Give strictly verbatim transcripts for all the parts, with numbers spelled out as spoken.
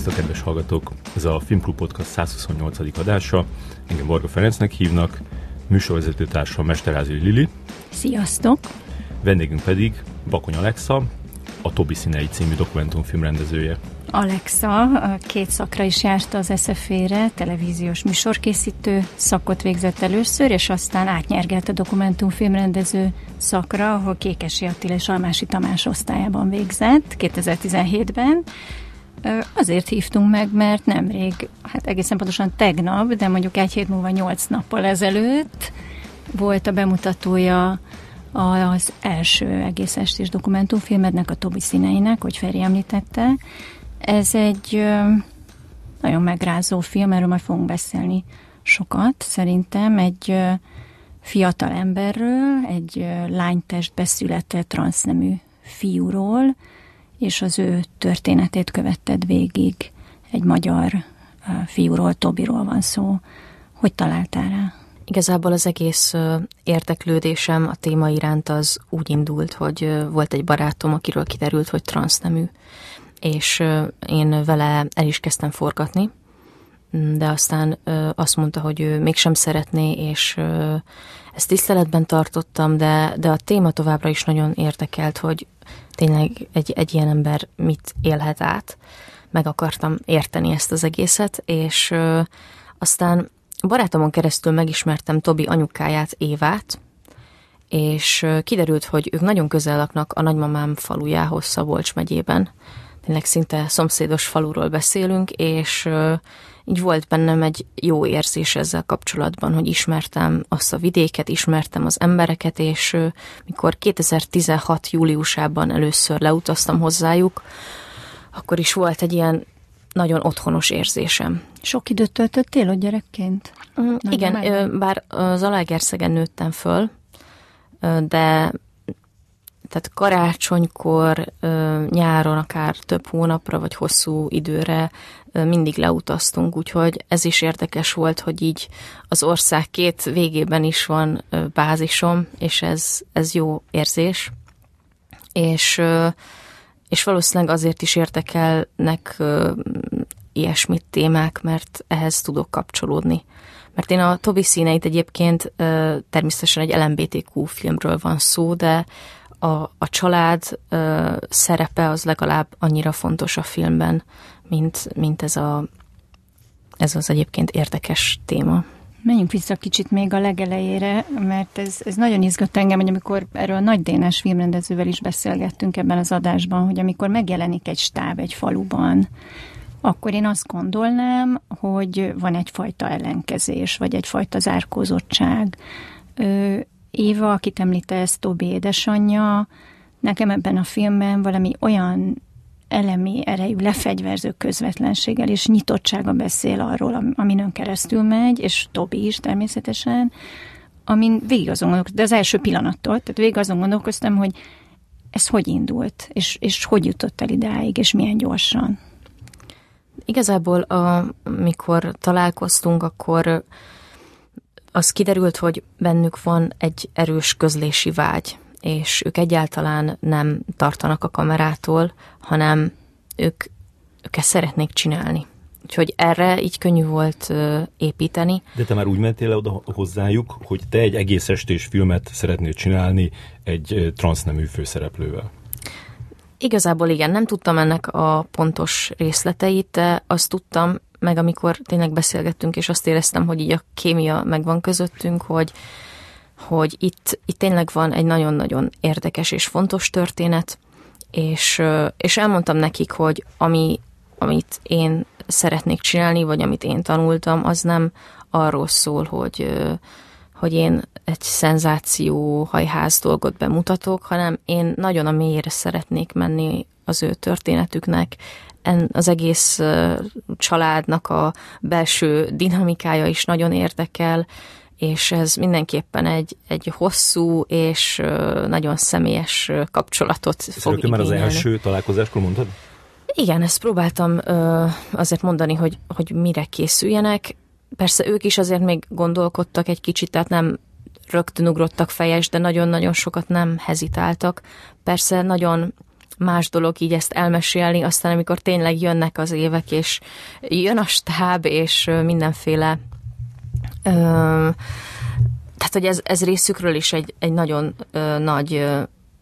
Sziasztok, kedves hallgatók! Ez a Filmklub Podcast száz huszonnyolcadik adása. Engem Varga Ferencnek hívnak, műsorvezető társam Mesterházy Lili. Sziasztok! Vendégünk pedig Bakony Alexa, a Tobi színei című dokumentumfilm rendezője. Alexa két szakra is járt az es ef é-re, televíziós műsorkészítő szakot végzett először, és aztán átnyergelt a dokumentumfilmrendező szakra, ahol Kékessy Attila és Almási Tamás osztályában végzett kétezer-tizenhétben. Azért hívtunk meg, mert nemrég, hát egészen pontosan tegnap, de mondjuk egy hét múlva nyolc nappal ezelőtt volt a bemutatója az első egész estés dokumentumfilmednek, a Tobi színeinek, hogy Feri említette. Ez egy nagyon megrázó film, erről majd fogunk beszélni sokat, szerintem. Egy fiatal emberről, egy lánytestbe született transznemű fiúról, és az ő történetét követted végig. Egy magyar fiúról, Tobiról van szó. Hogy találtál rá? Igazából az egész érdeklődésem a téma iránt az úgy indult, hogy volt egy barátom, akiről kiderült, hogy transznemű, és én vele el is kezdtem forgatni, de aztán azt mondta, hogy ő mégsem szeretné, és ezt tiszteletben tartottam, de, de a téma továbbra is nagyon érdekelt, hogy tényleg egy, egy ilyen ember mit élhet át. Meg akartam érteni ezt az egészet, és aztán barátomon keresztül megismertem Tobi anyukáját, Évát, és kiderült, hogy ők nagyon közel laknak a nagymamám falujához, Szabolcs megyében. Tényleg szinte szomszédos faluról beszélünk, és így volt bennem egy jó érzés ezzel kapcsolatban, hogy ismertem azt a vidéket, ismertem az embereket, és mikor kétezer-tizenhat júliusában először leutaztam hozzájuk, akkor is volt egy ilyen nagyon otthonos érzésem. Sok időt töltöttél ott gyerekként? Mm, igen, megvan. Bár Zalaegerszegen nőttem föl, de tehát karácsonykor, nyáron akár több hónapra, vagy hosszú időre mindig leutaztunk, úgyhogy ez is érdekes volt, hogy így az ország két végében is van bázisom, és ez, ez jó érzés. És, és valószínűleg azért is érdekelnek ilyesmit témák, mert ehhez tudok kapcsolódni. Mert én a Tobi színeit egyébként természetesen egy el em bé té kú filmről van szó, de a, a család szerepe az legalább annyira fontos a filmben, mint, mint ez, a, ez az egyébként érdekes téma. Menjünk vissza kicsit még a legelejére, mert ez, ez nagyon izgat engem, hogy amikor erről a Nagy Dénes filmrendezővel is beszélgettünk ebben az adásban, hogy amikor megjelenik egy stáb egy faluban, akkor én azt gondolnám, hogy van egyfajta ellenkezés, vagy egyfajta zárkózottság. Éva, akit említesz, Tobi édesanyja, nekem ebben a filmben valami olyan elemi erejű, lefegyverző közvetlenséggel és nyitottsága beszél arról, amin ön keresztül megy, és Tobi is természetesen, amin végig azon gondolkoztam, de az első pillanattól, tehát végig azon gondolkoztam, hogy ez hogy indult, és, és hogy jutott el idáig, és milyen gyorsan. Igazából, amikor találkoztunk, akkor az kiderült, hogy bennük van egy erős közlési vágy, és ők egyáltalán nem tartanak a kamerától, hanem ők, ők ezt szeretnék csinálni. Úgyhogy erre így könnyű volt építeni. De te már úgy mentél le oda hozzájuk, hogy te egy egész estés filmet szeretnél csinálni egy transznemű főszereplővel. Igazából igen, nem tudtam ennek a pontos részleteit, de azt tudtam, meg amikor tényleg beszélgettünk, és azt éreztem, hogy így a kémia megvan közöttünk, hogy, hogy itt, itt tényleg van egy nagyon-nagyon érdekes és fontos történet, és, és elmondtam nekik, hogy ami, amit én szeretnék csinálni, vagy amit én tanultam, az nem arról szól, hogy, hogy én egy szenzáció hajház dolgot bemutatok, hanem én nagyon a mélyére szeretnék menni az ő történetüknek, az egész családnak a belső dinamikája is nagyon érdekel, és ez mindenképpen egy, egy hosszú és nagyon személyes kapcsolatot ez fog igényelni. Már az első találkozáskor mondtad? Igen, ezt próbáltam azért mondani, hogy, hogy mire készüljenek. Persze ők is azért még gondolkodtak egy kicsit, tehát nem rögtön ugrottak fejes, de nagyon-nagyon sokat nem hezitáltak. Persze nagyon más dolog így ezt elmesélni, aztán amikor tényleg jönnek az évek, és jön a stáb, és mindenféle ö, tehát, hogy ez, ez részükről is egy, egy nagyon ö, nagy ö,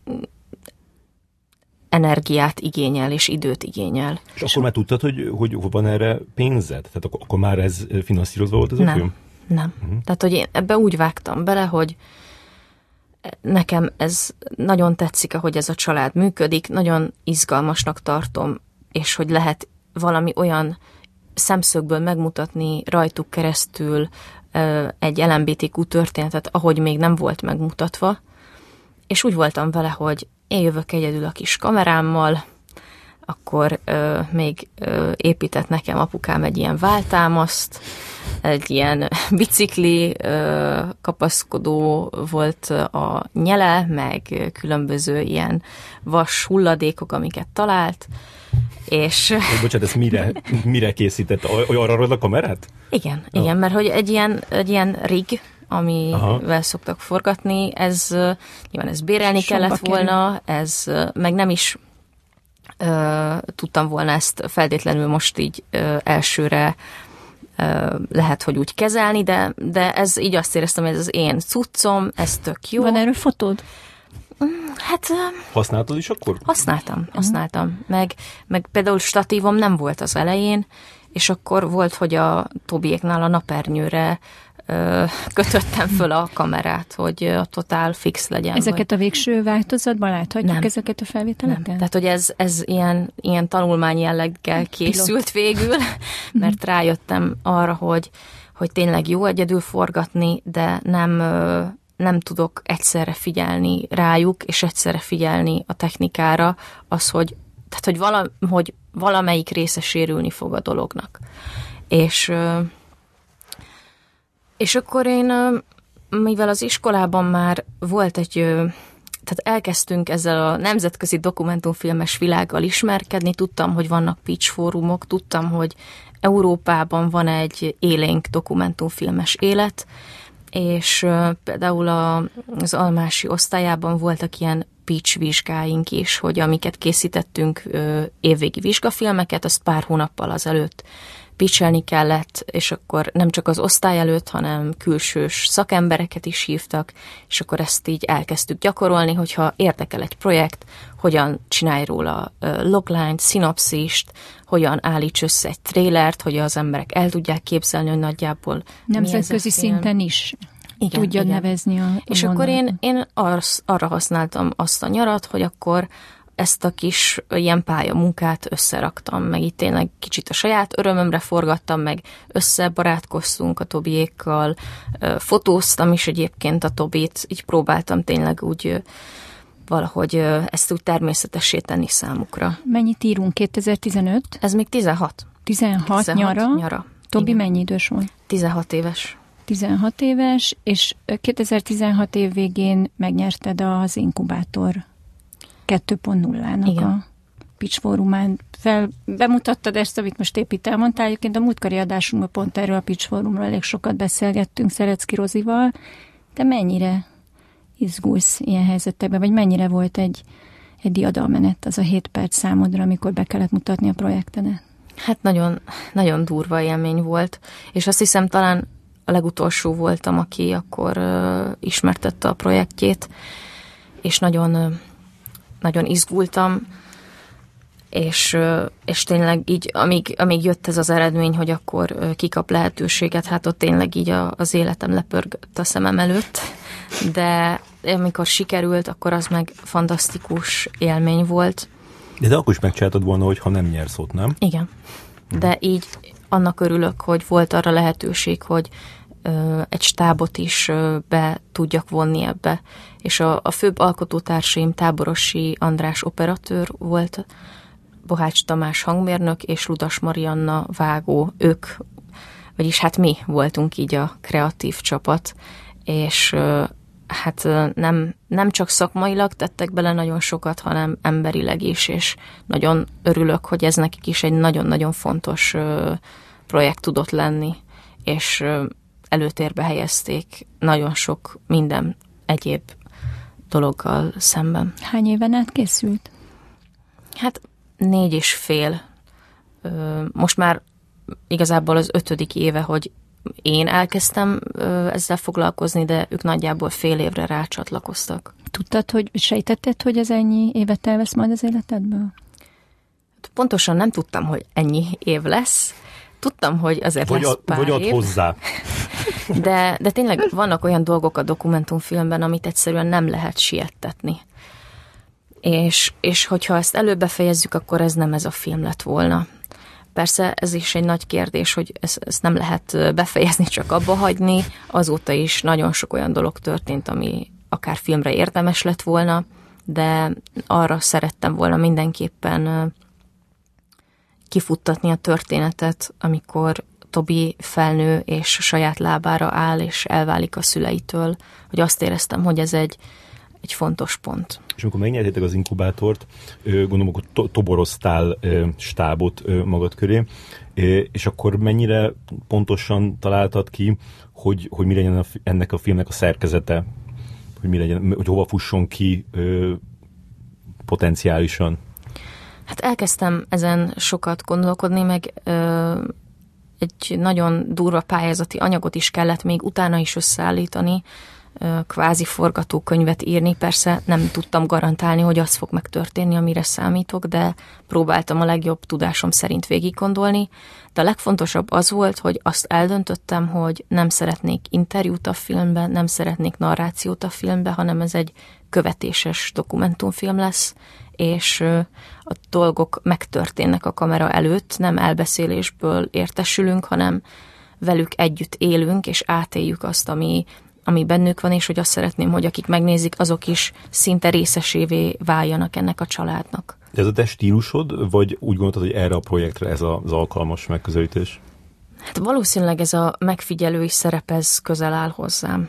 energiát igényel, és időt igényel. És akkor már tudtad, hogy, hogy van erre pénzed? Tehát akkor, akkor már ez finanszírozva volt ez a nem, film? Nem. Uh-huh. Tehát, hogy én ebbe úgy vágtam bele, hogy nekem ez nagyon tetszik, ahogy ez a család működik, nagyon izgalmasnak tartom, és hogy lehet valami olyan szemszögből megmutatni rajtuk keresztül egy el em bé té kú történetet, ahogy még nem volt megmutatva, és úgy voltam vele, hogy én jövök egyedül a kis kamerámmal, akkor ö, még ö, épített nekem apukám egy ilyen váltámaszt, egy ilyen bicikli ö, kapaszkodó volt a nyele, meg különböző ilyen vas hulladékok, amiket talált, és... Bocsánat, ezt mire, mire készített? Arra a kamerát? Igen, oh. igen, mert hogy egy ilyen, egy ilyen rig, amivel Aha. szoktak forgatni, ez nyilván ez bérelni Sokba kellett kerül. volna, ez meg nem is uh, tudtam volna ezt feltétlenül most így uh, elsőre uh, lehet, hogy úgy kezelni, de, de ez így azt éreztem, hogy ez az én cuccom, ez tök jó. Van erről fotód? Hát... Használtad is akkor? Használtam, uh-huh. használtam. Meg, meg például statívom nem volt az elején, és akkor volt, hogy a Tobiéknál a napernyőre ö, kötöttem föl a kamerát, hogy a totál fix legyen. Ezeket vagy. A végső változatban láthatjuk nem. ezeket a felvételeket? Nem. Tehát, hogy ez, ez ilyen, ilyen tanulmány jelleggel készült Pilot. végül, mert rájöttem arra, hogy, hogy tényleg jó egyedül forgatni, de nem... Ö, nem tudok egyszerre figyelni rájuk, és egyszerre figyelni a technikára, az, hogy, tehát, hogy, vala, hogy valamelyik része sérülni fog a dolognak. És, és akkor én, mivel az iskolában már volt egy, tehát elkezdtünk ezzel a nemzetközi dokumentumfilmes világgal ismerkedni, tudtam, hogy vannak pitch fórumok, tudtam, hogy Európában van egy élénk dokumentumfilmes élet, és uh, például a, az almási osztályában voltak ilyen pitch vizsgáink is, hogy amiket készítettünk uh, évvégi vizsgafilmeket, azt pár hónappal azelőtt pitchelni kellett, és akkor nem csak az osztály előtt, hanem külsős szakembereket is hívtak, és akkor ezt így elkezdtük gyakorolni, hogyha érdekel egy projekt, hogyan csinálj róla uh, logline-t, szinopszist, hogyan állíts össze egy trélert, hogy az emberek el tudják képzelni, hogy nagyjából nemzetközi szinten is igen, tudjad igen. nevezni a, a És akkor én, én arsz, arra használtam azt a nyarat, hogy akkor ezt a kis ilyen pályamunkát összeraktam, meg itt tényleg kicsit a saját örömömre forgattam, meg összebarátkoztunk a Tobiékkal, fotóztam is egyébként a Tobit, így próbáltam tényleg úgy valahogy ezt úgy természetessé tenni számukra. Mennyit írunk? kétezer-tizenöt? Ez még tizenhat. tizenhat, tizenhat nyara? nyara. Tobi igen. mennyi idős volt? tizenhat éves. tizenhat éves, és kétezer-tizenhat év végén megnyerted az Inkubátor kettő pont nullának igen. a pitch fórumán. Fel, bemutattad ezt, amit most épp itt elmondtál, egyébként a múltkori adásunkban pont erről a pitch fórumról elég sokat beszélgettünk Szerecki Rozival, de mennyire izgulsz ilyen helyzetekben, vagy mennyire volt egy, egy diadalmenet az a hét perc számodra, amikor be kellett mutatni a projektedet? Hát nagyon, nagyon durva élmény volt, és azt hiszem talán a legutolsó voltam, aki akkor uh, ismertette a projektjét, és nagyon, uh, nagyon izgultam, és, uh, és tényleg így, amíg, amíg jött ez az eredmény, hogy akkor uh, kikap lehetőséget, hát ott tényleg így a, az életem lepörgött a szemem előtt, de amikor sikerült, akkor az meg fantasztikus élmény volt. De, de akkor is megcsináltad volna, hogy ha nem nyersz ott, nem? Igen. De így annak örülök, hogy volt arra lehetőség, hogy ö, egy stábot is ö, be tudjak vonni ebbe. És a, a főbb alkotótársaim Táborosi András operatőr volt, Bohács Tamás hangmérnök és Ludas Marianna vágó. Ők, vagyis hát mi voltunk így a kreatív csapat, és ö, hát nem, nem csak szakmailag tettek bele nagyon sokat, hanem emberileg is, és nagyon örülök, hogy ez nekik is egy nagyon-nagyon fontos ö, projekt tudott lenni, és ö, előtérbe helyezték nagyon sok minden egyéb dologgal szemben. Hány éven át készült? Hát négy és fél. Most már igazából az ötödik éve, hogy én elkezdtem ezzel foglalkozni, de ők nagyjából fél évre rácsatlakoztak. Tudtad, hogy sejtetted, hogy ez ennyi évet elvesz majd az életedből? Pontosan nem tudtam, hogy ennyi év lesz. Tudtam, hogy azért vagy lesz a, pár vagy ad év. hozzá. De, de tényleg vannak olyan dolgok a dokumentumfilmben, amit egyszerűen nem lehet siettetni. És, és hogyha ezt előbb befejezzük, akkor ez nem ez a film lett volna. Persze ez is egy nagy kérdés, hogy ezt, ezt nem lehet befejezni, csak abba hagyni. Azóta is nagyon sok olyan dolog történt, ami akár filmre érdemes lett volna, de arra szerettem volna mindenképpen kifuttatni a történetet, amikor Tobi felnő és saját lábára áll, és elválik a szüleitől, hogy azt éreztem, hogy ez egy, egy fontos pont. És amikor megnyertétek az inkubátort, gondolom, akkor to- toboroztál stábot magad köré, és akkor mennyire pontosan találtad ki, hogy, hogy mi legyen ennek a filmnek a szerkezete, hogy mi legyen, hogy hova fusson ki potenciálisan? Hát elkezdtem ezen sokat gondolkodni, meg ö, egy nagyon durva pályázati anyagot is kellett még utána is összeállítani, ö, kvázi forgatókönyvet írni. Persze nem tudtam garantálni, hogy az fog megtörténni, amire számítok, de próbáltam a legjobb tudásom szerint végig gondolni. De a legfontosabb az volt, hogy azt eldöntöttem, hogy nem szeretnék interjút a filmben, nem szeretnék narrációt a filmben, hanem ez egy követéses dokumentumfilm lesz, és a dolgok megtörténnek a kamera előtt, nem elbeszélésből értesülünk, hanem velük együtt élünk, és átéljük azt, ami, ami bennük van, és hogy azt szeretném, hogy akik megnézik, azok is szinte részesévé váljanak ennek a családnak. De ez a te stílusod, vagy úgy gondoltad, hogy erre a projektre ez az alkalmas megközelítés? Hát valószínűleg ez a megfigyelői szerep, ez közel áll hozzám.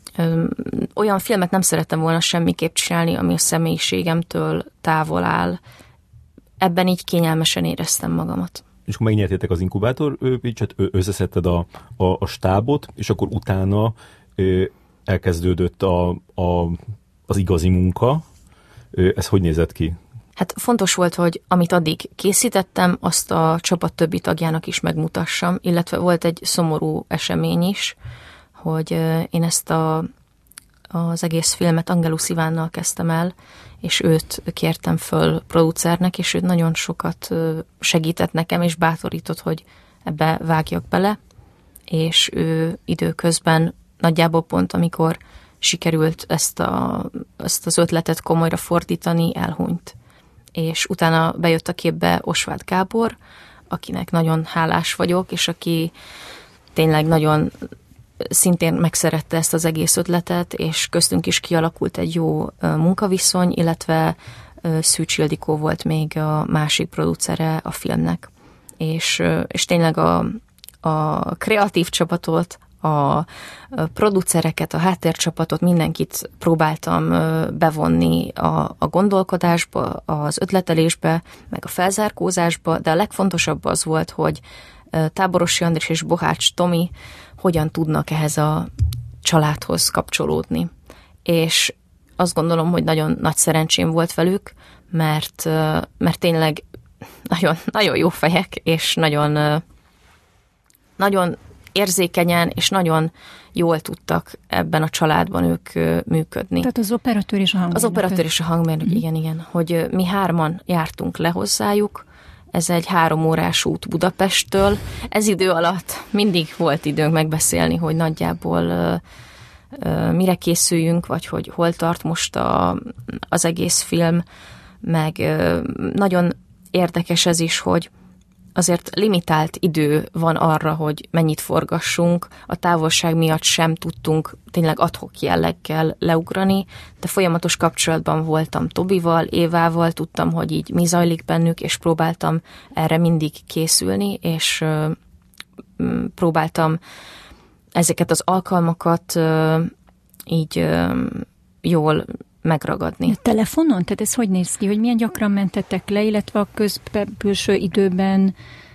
Olyan filmet nem szerettem volna semmiképp csinálni, ami a személyiségemtől távol áll. Ebben így kényelmesen éreztem magamat. És akkor megnyertétek az inkubátor pitchet, összeszedted a, a, a stábot, és akkor utána ö, elkezdődött a, a, az igazi munka. Ö, ez hogy nézett ki? Hát fontos volt, hogy amit addig készítettem, azt a csapat többi tagjának is megmutassam, illetve volt egy szomorú esemény is, hogy én ezt a, az egész filmet Angelus Ivánnal kezdtem el, és őt kértem föl producernek, és ő nagyon sokat segített nekem, és bátorított, hogy ebbe vágjak bele, és ő időközben nagyjából pont, amikor sikerült ezt, a, ezt az ötletet komolyra fordítani, elhunyt. És utána bejött a képbe Osváth Gábor, akinek nagyon hálás vagyok, és aki tényleg nagyon szintén megszerette ezt az egész ötletet, és köztünk is kialakult egy jó munkaviszony, illetve Szűcs Ildikó volt még a másik producere a filmnek. És, és tényleg a, a kreatív csapatot, a producereket, a háttércsapatot, mindenkit próbáltam bevonni a, a gondolkodásba, az ötletelésbe, meg a felzárkózásba, de a legfontosabb az volt, hogy Táborosi Andris és Bohács Tomi hogyan tudnak ehhez a családhoz kapcsolódni. És azt gondolom, hogy nagyon nagy szerencsém volt velük, mert, mert tényleg nagyon, nagyon jó fejek, és nagyon, nagyon érzékenyen, és nagyon jól tudtak ebben a családban ők működni. Tehát az operatőr és a hangmérnök. Az operatőr és a hangmérnök, mm. igen, igen. Hogy mi hárman jártunk le hozzájuk, ez egy három órás út Budapesttől. Ez idő alatt mindig volt időnk megbeszélni, hogy nagyjából uh, uh, mire készüljünk, vagy hogy hol tart most a, az egész film. Meg uh, nagyon érdekes ez is, hogy azért limitált idő van arra, hogy mennyit forgassunk. A távolság miatt sem tudtunk tényleg ad-hoc jelleggel leugrani, de folyamatos kapcsolatban voltam Tobival, Évával, tudtam, hogy így mi zajlik bennük, és próbáltam erre mindig készülni, és uh, próbáltam ezeket az alkalmakat uh, így uh, jól megragadni. A telefonon? Tehát ez hogy néz ki, hogy milyen gyakran mentetek le, illetve a közbülső időben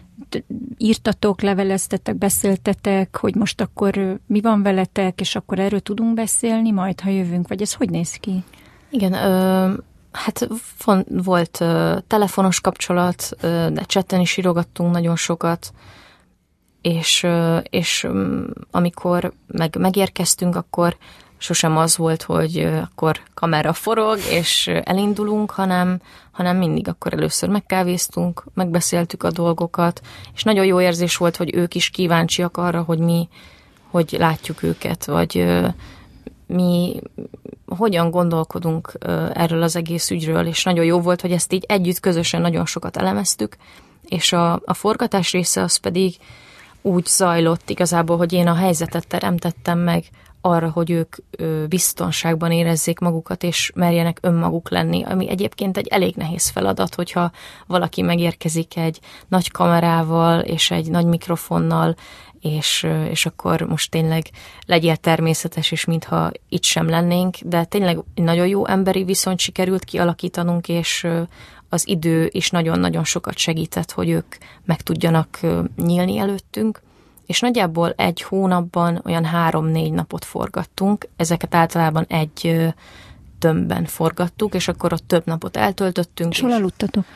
írtatok, leveleztetek, beszéltetek, hogy most akkor mi van veletek, és akkor erről tudunk beszélni majd, ha jövünk, vagy ez hogy néz ki? Igen, ö, Hát volt uh, telefonos kapcsolat, uh, de chatten is írogattunk nagyon sokat, és, uh, és um, amikor meg, megérkeztünk, akkor sosem az volt, hogy uh, akkor kamera forog, és uh, elindulunk, hanem, hanem mindig akkor először megkávéztunk, megbeszéltük a dolgokat, és nagyon jó érzés volt, hogy ők is kíváncsiak arra, hogy mi, hogy látjuk őket, vagy uh, mi hogyan gondolkodunk erről az egész ügyről, és nagyon jó volt, hogy ezt így együtt, közösen nagyon sokat elemeztük, és a, a forgatás része az pedig úgy zajlott igazából, hogy én a helyzetet teremtettem meg arra, hogy ők biztonságban érezzék magukat, és merjenek önmaguk lenni, ami egyébként egy elég nehéz feladat, hogyha valaki megérkezik egy nagy kamerával, és egy nagy mikrofonnal, és, és akkor most tényleg legyél természetes, és mintha itt sem lennénk, de tényleg nagyon jó emberi viszonyt sikerült kialakítanunk, és az idő is nagyon-nagyon sokat segített, hogy ők meg tudjanak nyílni előttünk, és nagyjából egy hónapban olyan három-négy napot forgattunk, ezeket általában egy tömbben forgattuk, és akkor ott több napot eltöltöttünk. És hol aludtatok?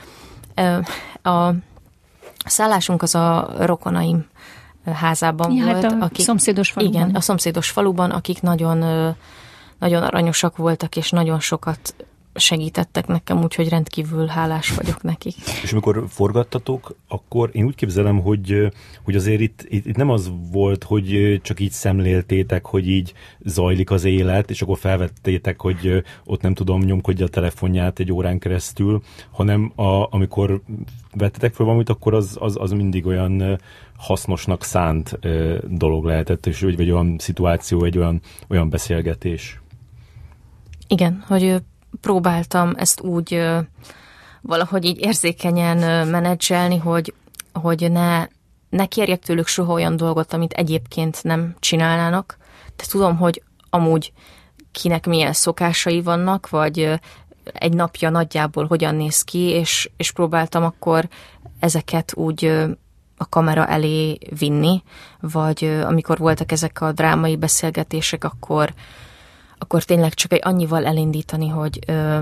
A szállásunk az a rokonaim házában ja, volt. Hát a akik, szomszédos faluban. Igen, a szomszédos faluban, akik nagyon, nagyon aranyosak voltak, és nagyon sokat segítettek nekem, úgyhogy rendkívül hálás vagyok nekik. És amikor forgattatok, akkor én úgy képzelem, hogy, hogy azért itt, itt, itt nem az volt, hogy csak így szemléltétek, hogy így zajlik az élet, és akkor felvettétek, hogy ott nem tudom, nyomkodja a telefonját egy órán keresztül, hanem a, amikor vettetek fel valamit, akkor az, az, az mindig olyan hasznosnak szánt dolog lehetett, és vagy, vagy olyan szituáció, egy olyan, olyan beszélgetés. Igen, hogy próbáltam ezt úgy ö, valahogy így érzékenyen ö, menedzselni, hogy, hogy ne, ne kérjek tőlük soha olyan dolgot, amit egyébként nem csinálnának. De tudom, hogy amúgy kinek milyen szokásai vannak, vagy ö, egy napja nagyjából hogyan néz ki, és, és próbáltam akkor ezeket úgy ö, a kamera elé vinni, vagy ö, amikor voltak ezek a drámai beszélgetések, akkor akkor tényleg csak egy annyival elindítani, hogy ö,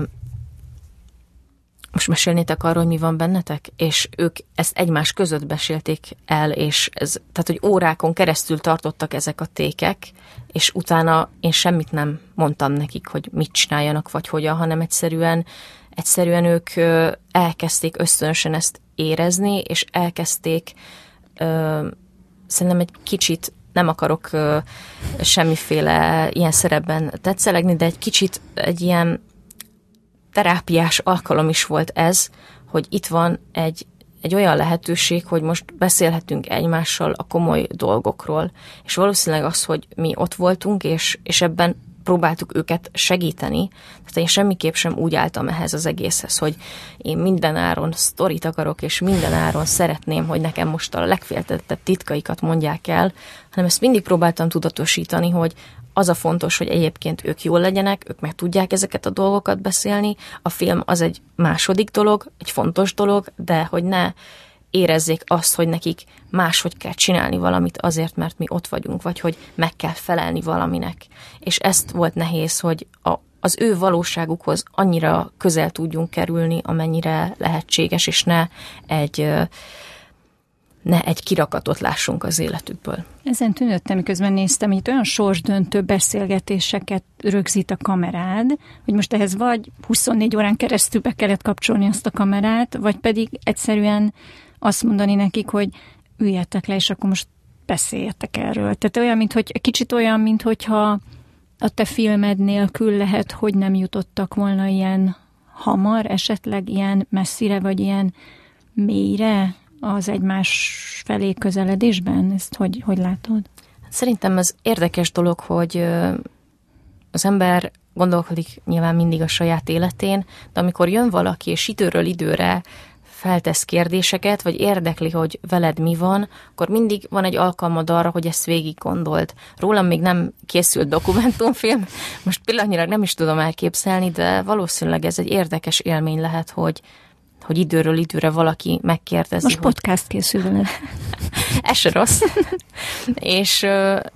most mesélnétek arról, hogy mi van bennetek? És ők ezt egymás között beszélték el, és ez, tehát, hogy órákon keresztül tartottak ezek a tékek, és utána én semmit nem mondtam nekik, hogy mit csináljanak, vagy hogyan, hanem egyszerűen, egyszerűen ők ö, elkezdték ösztönösen ezt érezni, és elkezdték ö, szerintem egy kicsit nem akarok uh, semmiféle ilyen szerepben tetszelegni, de egy kicsit egy ilyen terápiás alkalom is volt ez, hogy itt van egy, egy olyan lehetőség, hogy most beszélhetünk egymással a komoly dolgokról. És valószínűleg az, hogy mi ott voltunk, és, és ebben próbáltuk őket segíteni. Tehát én semmiképp sem úgy álltam ehhez az egészhez, hogy én mindenáron sztorit akarok, és mindenáron szeretném, hogy nekem most a legféltettebb titkaikat mondják el, hanem ezt mindig próbáltam tudatosítani, hogy az a fontos, hogy egyébként ők jól legyenek, ők meg tudják ezeket a dolgokat beszélni. A film az egy második dolog, egy fontos dolog, de hogy ne érezzék azt, hogy nekik máshogy kell csinálni valamit azért, mert mi ott vagyunk, vagy hogy meg kell felelni valaminek. És ezt volt nehéz, hogy a, az ő valóságukhoz annyira közel tudjunk kerülni, amennyire lehetséges, és ne egy, ne egy kirakatot lássunk az életükből. Ezen tűnődtem, miközben néztem, hogy itt olyan sorsdöntő beszélgetéseket rögzít a kamerád, hogy most ehhez vagy huszonnégy órán keresztül be kellett kapcsolni azt a kamerát, vagy pedig egyszerűen azt mondani nekik, hogy üljetek le, és akkor most beszéljetek erről. Tehát olyan, mint hogy, kicsit olyan, mint hogyha a te filmed nélkül lehet, hogy nem jutottak volna ilyen hamar, esetleg ilyen messzire, vagy ilyen mélyre az egymás felé közeledésben? Ezt hogy, hogy látod? Szerintem ez érdekes dolog, hogy az ember gondolkodik nyilván mindig a saját életén, de amikor jön valaki, és időről időre feltesz kérdéseket, vagy érdekli, hogy veled mi van, akkor mindig van egy alkalmad arra, hogy ezt végig gondold. Rólam még nem készült dokumentumfilm, most pillanatnyilag nem is tudom elképzelni, de valószínűleg ez egy érdekes élmény lehet, hogy, hogy időről időre valaki megkérdezi. Most podcast készül. Ez se rossz. és,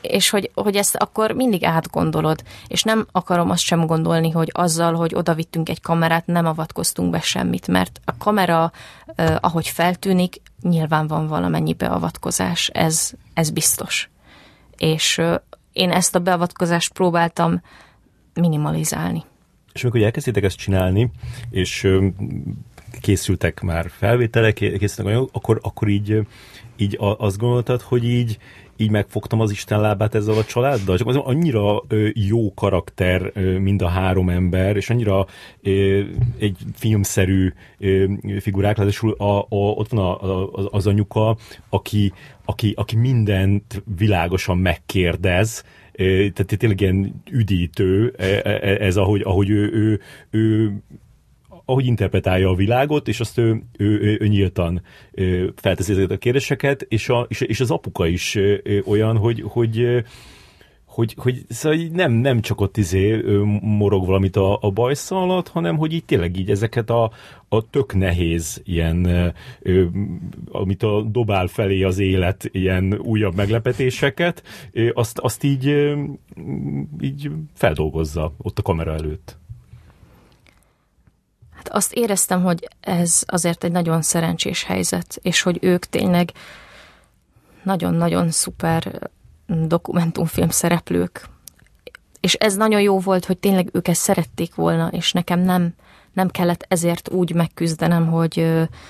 és hogy, hogy ezt akkor mindig átgondolod, és nem akarom azt sem gondolni, hogy azzal, hogy odavittünk egy kamerát, nem avatkoztunk be semmit, mert a kamera, eh, ahogy feltűnik, nyilván van valamennyi beavatkozás, ez, ez biztos. És eh, én ezt a beavatkozást próbáltam minimalizálni. És amikor elkezdtétek ezt csinálni, és eh, készültek már felvételek, készültek olyan, akkor, akkor így, így azt gondoltad, hogy így így megfogtam az Isten lábát ezzel a családdal? Csak az annyira ö, jó karakter ö, mind a három ember, és annyira ö, egy filmszerű ö, figurák, ráadásul a, a, ott van a, a, az anyuka, aki, aki, aki mindent világosan megkérdez, ö, tehát tényleg ilyen üdítő ez, ahogy, ahogy ő, ő, ő ahogy interpretálja a világot, és azt ő, ő, ő, ő nyíltan felteszi ezeket a kérdéseket, és, a, és, és az apuka is olyan, hogy, hogy, hogy, hogy szóval nem, nem csak ott izé morog valamit a, a bajsza alatt, hanem hogy így tényleg így ezeket a, a tök nehéz ilyen, amit a dobál felé az élet, ilyen újabb meglepetéseket, azt, azt így, így feldolgozza ott a kamera előtt. Azt éreztem, hogy ez azért egy nagyon szerencsés helyzet, és hogy ők tényleg nagyon-nagyon szuper dokumentumfilm szereplők. És ez nagyon jó volt, hogy tényleg ők ezt szerették volna, és nekem nem, nem kellett ezért úgy megküzdenem, hogy,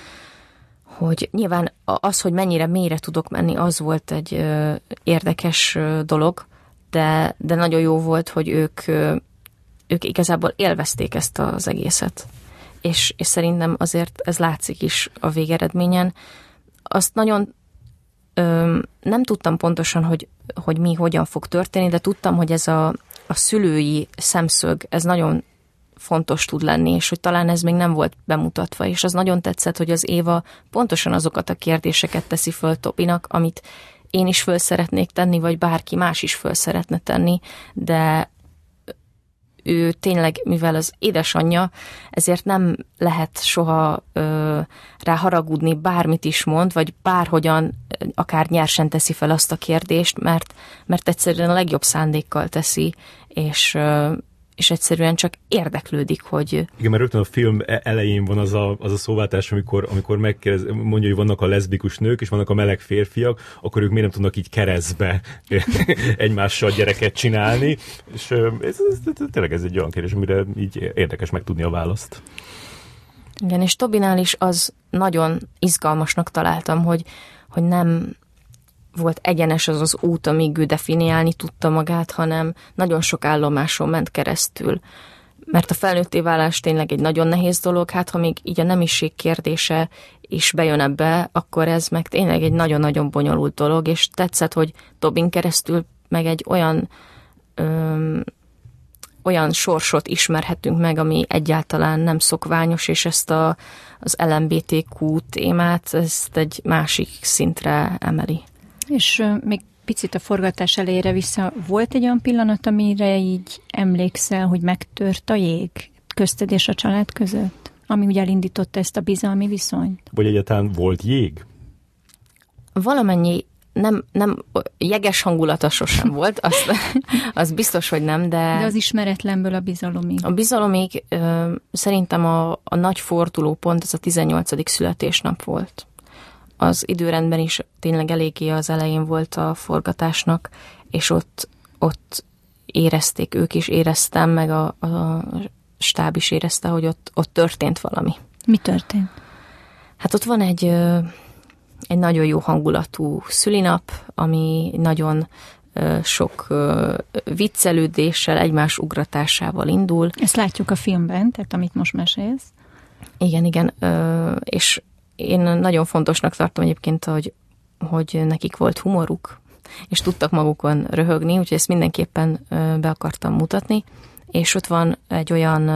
hogy nyilván az, hogy mennyire mélyre tudok menni, az volt egy érdekes dolog, de, de nagyon jó volt, hogy ők, ők igazából élvezték ezt az egészet. És, és szerintem azért ez látszik is a végeredményen. Azt nagyon ö, nem tudtam pontosan, hogy, hogy mi, hogyan fog történni, de tudtam, hogy ez a, a szülői szemszög, ez nagyon fontos tud lenni, és hogy talán ez még nem volt bemutatva, és az nagyon tetszett, hogy az Éva pontosan azokat a kérdéseket teszi föl Tobinak, amit én is föl szeretnék tenni, vagy bárki más is föl szeretne tenni, de ő tényleg, mivel az édesanyja, ezért nem lehet soha ö, rá haragudni, bármit is mond, vagy bárhogyan, akár nyersen teszi fel azt a kérdést, mert, mert egyszerűen a legjobb szándékkal teszi, és, ö, és egyszerűen csak érdeklődik, hogy... Igen, mert rögtön a film elején van az a, az a szóváltás, amikor, amikor megkérdez, mondja, hogy vannak a leszbikus nők, és vannak a meleg férfiak, akkor ők miért nem tudnak így keresztbe egymással gyereket csinálni, és ez, ez, ez, tényleg ez egy olyan kérdés, amire így érdekes megtudni a választ. Igen, és Tobinál is az nagyon izgalmasnak találtam, hogy, hogy nem volt egyenes az az út, amíg ő definiálni tudta magát, hanem nagyon sok állomáson ment keresztül. Mert a felnőtté válás tényleg egy nagyon nehéz dolog, hát ha még így a nemiség kérdése is bejön ebbe, akkor ez meg tényleg egy nagyon-nagyon bonyolult dolog, és tetszett, hogy Tobin keresztül meg egy olyan öm, olyan sorsot ismerhetünk meg, ami egyáltalán nem szokványos, és ezt a, az el em bé té kú témát, ezt egy másik szintre emeli. És uh, még picit a forgatás elejére vissza, volt egy olyan pillanat, amire így emlékszel, hogy megtört a jég közted és a család között? Ami ugye elindította ezt a bizalmi viszonyt? Vagy egyáltalán volt jég? Valamennyi nem, nem jeges hangulata sosem volt, az, az biztos, hogy nem, de... De az ismeretlenből a bizalomig. A bizalomig ö, szerintem a, a nagy fordulópont, ez a tizennyolcadik születésnap volt. Az időrendben is tényleg eléggé az elején volt a forgatásnak, és ott, ott érezték, ők is éreztem, meg a, a stáb is érezte, hogy ott, ott történt valami. Mi történt? Hát ott van egy, egy nagyon jó hangulatú szülinap, ami nagyon sok viccelődéssel, egymás ugratásával indul. Ezt látjuk a filmben, tehát amit most mesélsz. Igen, igen, és én nagyon fontosnak tartom egyébként, hogy, hogy nekik volt humoruk, és tudtak magukon röhögni, úgyhogy ezt mindenképpen be akartam mutatni. És ott van egy olyan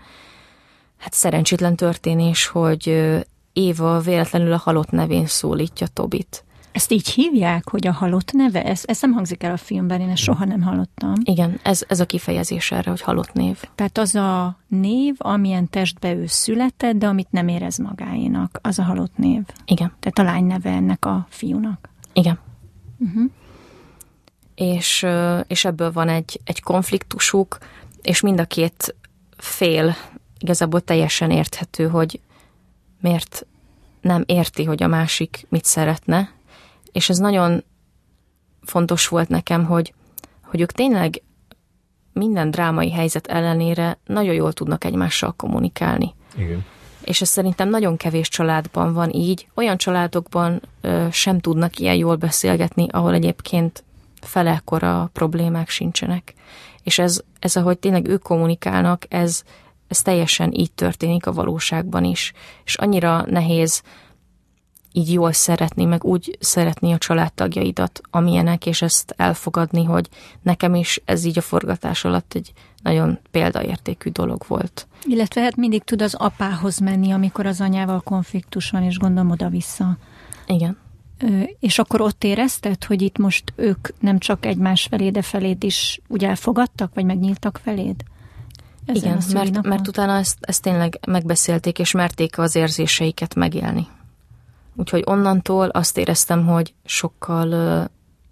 hát szerencsétlen történés, hogy Éva véletlenül a halott nevén szólítja Tobit. Ezt így hívják, hogy a halott neve? Ez, ez nem hangzik el a filmben, én ezt soha nem hallottam. Igen, ez, ez a kifejezés erre, hogy halott név. Tehát az a név, amilyen testbe ő született, de amit nem érez magáénak, az a halott név. Igen. Tehát a lány neve ennek a fiúnak. Igen. Uh-huh. és, és ebből van egy, egy konfliktusuk, és mind a két fél igazából teljesen érthető, hogy miért nem érti, hogy a másik mit szeretne, és ez nagyon fontos volt nekem, hogy, hogy ők tényleg minden drámai helyzet ellenére nagyon jól tudnak egymással kommunikálni. Igen. És ez szerintem nagyon kevés családban van így. Olyan családokban ö, sem tudnak ilyen jól beszélgetni, ahol egyébként felekkora problémák sincsenek. És ez, ez ahogy tényleg ők kommunikálnak, ez, ez teljesen így történik a valóságban is. És annyira nehéz így jól szeretni, meg úgy szeretni a családtagjaidat, amilyenek, és ezt elfogadni, hogy nekem is ez így a forgatás alatt egy nagyon példaértékű dolog volt. Illetve hát mindig tud az apához menni, amikor az anyával konfliktus van, és gondolom oda-vissza. Igen. Ö, és akkor ott érezted, hogy itt most ők nem csak egymás felé, de feléd is úgy elfogadtak, vagy megnyíltak feléd? Ezen Igen, mert, mert utána ezt, ezt tényleg megbeszélték, és merték az érzéseiket megélni. Úgyhogy onnantól azt éreztem, hogy sokkal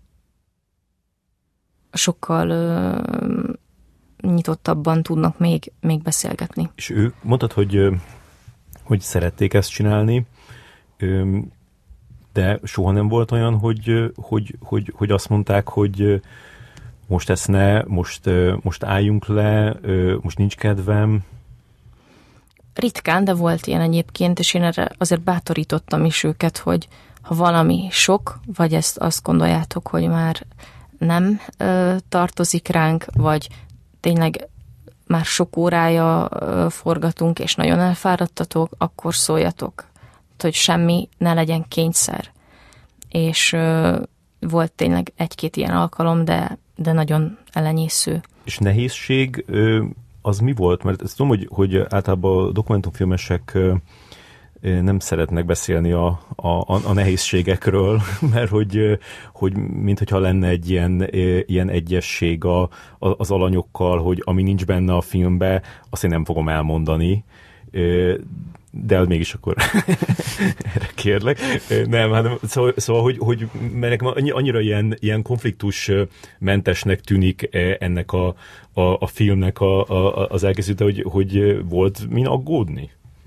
sokkal nyitottabban tudnak még, még beszélgetni. És ők mondtad, hogy, hogy szerették ezt csinálni, de soha nem volt olyan, hogy, hogy, hogy, hogy azt mondták, hogy most ezt ne, most, most álljunk le, most nincs kedvem. Ritkán, de volt ilyen egyébként, és én erre azért bátorítottam is őket, hogy ha valami sok, vagy ezt azt gondoljátok, hogy már nem ö, tartozik ránk, vagy tényleg már sok órája ö, forgatunk, és nagyon elfáradtatok, akkor szóljatok, hogy semmi ne legyen kényszer. És ö, volt tényleg egy-két ilyen alkalom, de, de nagyon elenyésző. És nehézség ö, az mi volt? Mert ezt tudom, hogy, hogy általában a dokumentumfilmesek nem szeretnek beszélni a, a, a nehézségekről, mert hogy, hogy minthogyha lenne egy ilyen, ilyen egyesség a, az alanyokkal, hogy ami nincs benne a filmbe, azt én nem fogom elmondani. De mégis akkor erre kérlek. Nem, hanem szóval, szóval hogy, hogy mert nekem annyira ilyen, ilyen konfliktusmentesnek tűnik ennek a, a, a filmnek a, a, az elkészülte, hogy, hogy volt min aggódni?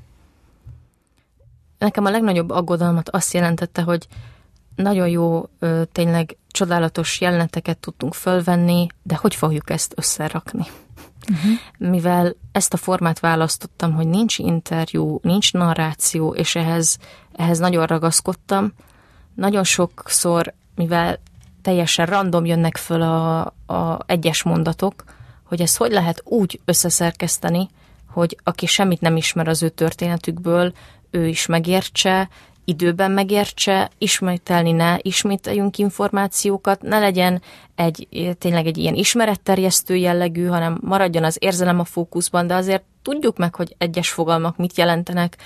Nekem a legnagyobb aggodalmat azt jelentette, hogy nagyon jó, tényleg csodálatos jeleneteket tudtunk fölvenni, de hogy fogjuk ezt összerakni? Uh-huh. Mivel ezt a formát választottam, hogy nincs interjú, nincs narráció, és ehhez, ehhez nagyon ragaszkodtam. Nagyon sokszor, mivel teljesen random jönnek föl a, a egyes mondatok, hogy ezt hogy lehet úgy összeszerkeszteni, hogy aki semmit nem ismer az ő történetükből, ő is megértse, időben megértse, ismételni ne ismételjünk információkat, ne legyen egy, tényleg egy ilyen ismeretterjesztő jellegű, hanem maradjon az érzelem a fókuszban, de azért tudjuk meg, hogy egyes fogalmak mit jelentenek,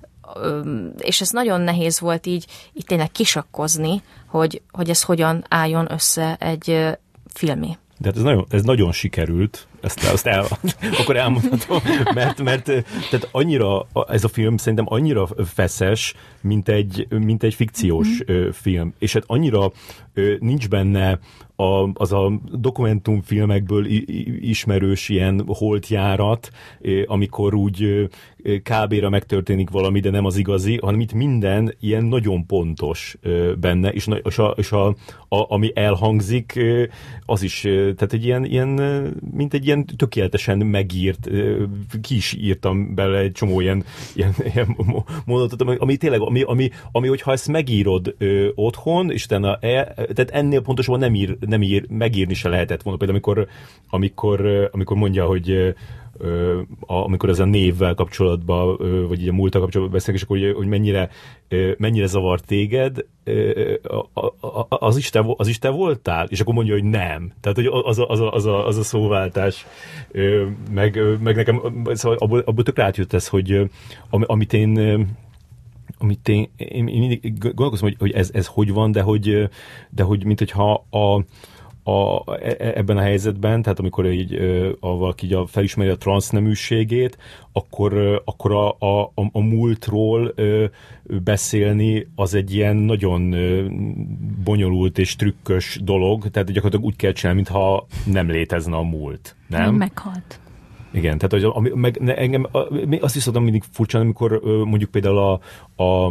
és ez nagyon nehéz volt így, így tényleg kisakkozni, hogy, hogy ez hogyan álljon össze egy filmé. De hát ez nagyon, ez nagyon sikerült, ezt, ezt el, akkor elmondhatom, mert, mert tehát annyira, ez a film szerintem annyira feszes, mint egy, mint egy fikciós mm-hmm. film, és hát annyira nincs benne a, az a dokumentumfilmekből ismerős ilyen holtjárat, amikor úgy kábéra megtörténik valami, de nem az igazi, hanem itt minden ilyen nagyon pontos benne, és, és, a, és a, a, ami elhangzik, az is, tehát egy ilyen, ilyen, mint egy ilyen tökéletesen megírt, ki is írtam bele egy csomó ilyen, ilyen, ilyen mondatot, ami tényleg, ami, ami, ami hogyha ezt megírod ö, otthon, és utána e, tehát ennél pontosabban nem ír, nem ír, megírni se lehetett volna. Például amikor, amikor, amikor mondja, hogy Ö, amikor ez a névvel kapcsolatban, ö, vagy így a múlttal kapcsolatban beszélünk, és akkor hogy, hogy mennyire, ö, mennyire zavar téged, ö, a, a, az, is te, az is te voltál? És akkor mondja, hogy nem. Tehát, hogy az a, az a, az a, az a szóváltás, ö, meg, meg nekem szóval abból, abból tökre átjött ez, hogy amit én amit én, én, én mindig gondolkozom, hogy, hogy ez, ez hogy van, de hogy, de hogy mint hogyha a a, ebben a helyzetben, tehát amikor így, a, valaki így a, felismeri a transzneműségét, akkor, akkor a, a, a múltról beszélni az egy ilyen nagyon bonyolult és trükkös dolog, tehát gyakorlatilag úgy kell csinálni, mintha nem létezne a múlt. Nem? Meghalt. Igen, tehát hogy ami, meg, ne, engem, azt is szoktam mindig furcsán, amikor mondjuk például a, a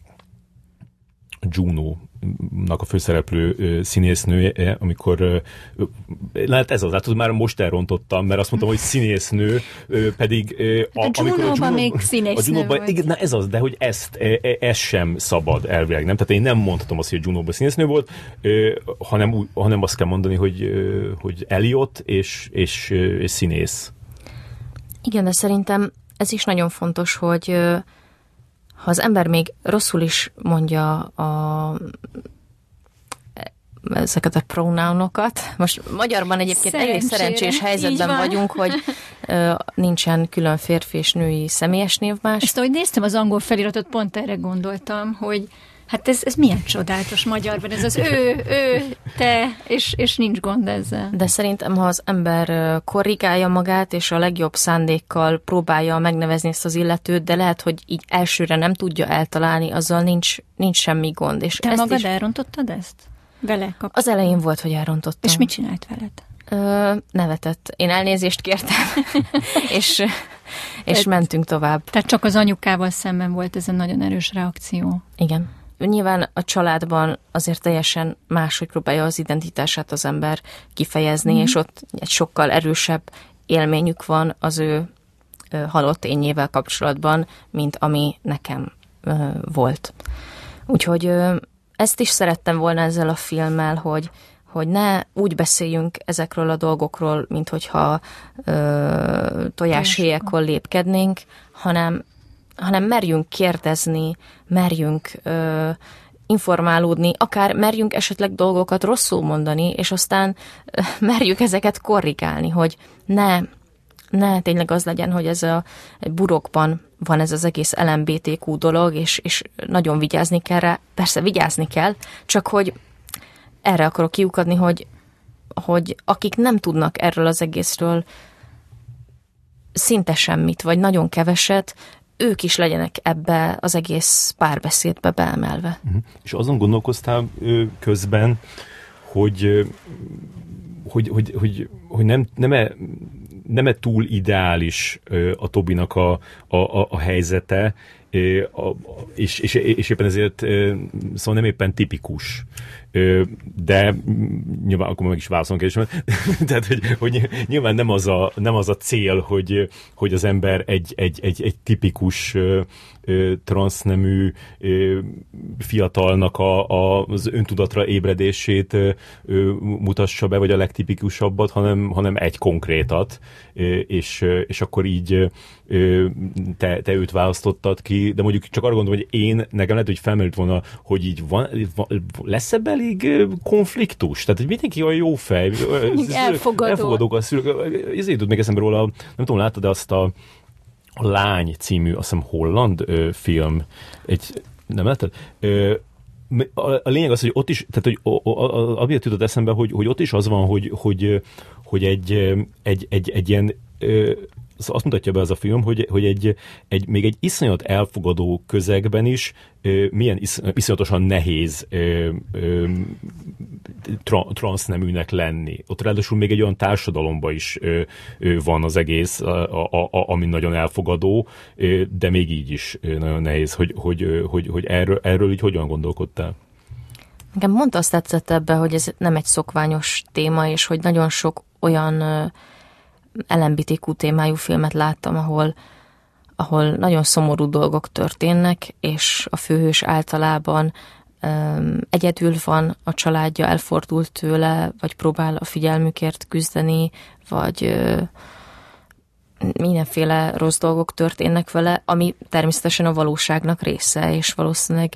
Juno-nak a főszereplő színésznője, amikor hát ez az, hát már most elrontottam, mert azt mondtam, hogy színésznő, pedig a, a Juno-ban még színésznő a volt. Igen, na ez az, de hogy ezt, ez sem szabad elvileg, nem? Tehát én nem mondhatom azt, hogy a Juno-ban színésznő volt, hanem, hanem azt kell mondani, hogy, hogy Elliot és, és, és színész. Igen, de szerintem ez is nagyon fontos, hogy ha az ember még rosszul is mondja a, ezeket a pronounokat, most magyarban egyébként elég szerencsés helyzetben vagyunk, hogy uh, nincsen külön férfi és női személyes névmás. Ezt ahogy néztem az angol feliratot, pont erre gondoltam, hogy hát ez, ez milyen csodálatos magyarban, ez az ő, ő, te, és, és nincs gond ezzel. De szerintem, ha az ember korrigálja magát, és a legjobb szándékkal próbálja megnevezni ezt az illetőt, de lehet, hogy így elsőre nem tudja eltalálni, azzal nincs, nincs semmi gond. És te ezt magad is... elrontottad ezt? Vele kapcsolatban? Az elején volt, hogy elrontottam. És mit csinált veled? Ö, nevetett. Én elnézést kértem, és, és mentünk tovább. Tehát csak az anyukával szemben volt ez egy nagyon erős reakció. Igen. Nyilván a családban azért teljesen máshogy próbálja az identitását az ember kifejezni, mm. és ott egy sokkal erősebb élményük van az ő ö, halott énjével kapcsolatban, mint ami nekem ö, volt. Úgyhogy ö, ezt is szerettem volna ezzel a filmmel, hogy, hogy ne úgy beszéljünk ezekről a dolgokról, mint hogyha ö, tojáshéjakon lépkednénk, hanem hanem merjünk kérdezni, merjünk ö, informálódni, akár merjünk esetleg dolgokat rosszul mondani, és aztán ö, merjük ezeket korrigálni, hogy ne, ne tényleg az legyen, hogy ez a egy burokban van ez az egész el em bé té kú dolog, és, és nagyon vigyázni kell rá. Persze vigyázni kell, csak hogy erre akarok kiukadni, hogy, hogy akik nem tudnak erről az egészről szinte semmit, vagy nagyon keveset, ők is legyenek ebbe az egész párbeszédbe beemelve. Uh-huh. És azon gondolkoztál közben, hogy, hogy, hogy, hogy, hogy nem, nem-e, nem-e túl ideális a Tobinak a, a, a helyzete, és, és, és éppen ezért szóval nem éppen tipikus. De nyilván akkor meg is válaszolom kérdésem. Tehát, hogy, hogy nyilván nem az a, nem az a cél, hogy, hogy az ember egy, egy, egy, egy tipikus transznemű fiatalnak a, a, az öntudatra ébredését mutassa be, vagy a legtipikusabbat, hanem, hanem egy konkrétat, és, és akkor így te, te őt választottad ki, de mondjuk csak arra gondolom, hogy én, nekem lehet, hogy felmerült volna, hogy így van, van lesz ebben elég konfliktus, tehát hogy mindenki olyan jó fej, elfogadó. elfogadók a szülők, ezért tud még eszembe róla, nem tudom, láttad azt a A Lány című, azt hiszem holland ö, film, egy, nem láttad? Ö, a, a lényeg az, hogy ott is, tehát hogy amiatt jutott eszembe, hogy, hogy ott is az van, hogy, hogy, hogy egy, egy, egy, egy ilyen ö, azt mutatja be az a film, hogy, hogy egy, egy, még egy iszonyat elfogadó közegben is ö, milyen isz, iszonyatosan nehéz ö, ö, tra, transzneműnek lenni. Ott ráadásul még egy olyan társadalomban is ö, ö, van az egész, a, a, a, ami nagyon elfogadó, ö, de még így is ö, nagyon nehéz, hogy, hogy, hogy, hogy erről, erről így hogyan gondolkodtál? Nekem mondta azt tetszett ebbe, hogy ez nem egy szokványos téma, és hogy nagyon sok olyan ö, el em bé té kú témájú filmet láttam, ahol, ahol nagyon szomorú dolgok történnek, és a főhős általában um, egyedül van, a családja elfordult tőle, vagy próbál a figyelmükért küzdeni, vagy uh, mindenféle rossz dolgok történnek vele, ami természetesen a valóságnak része, és valószínűleg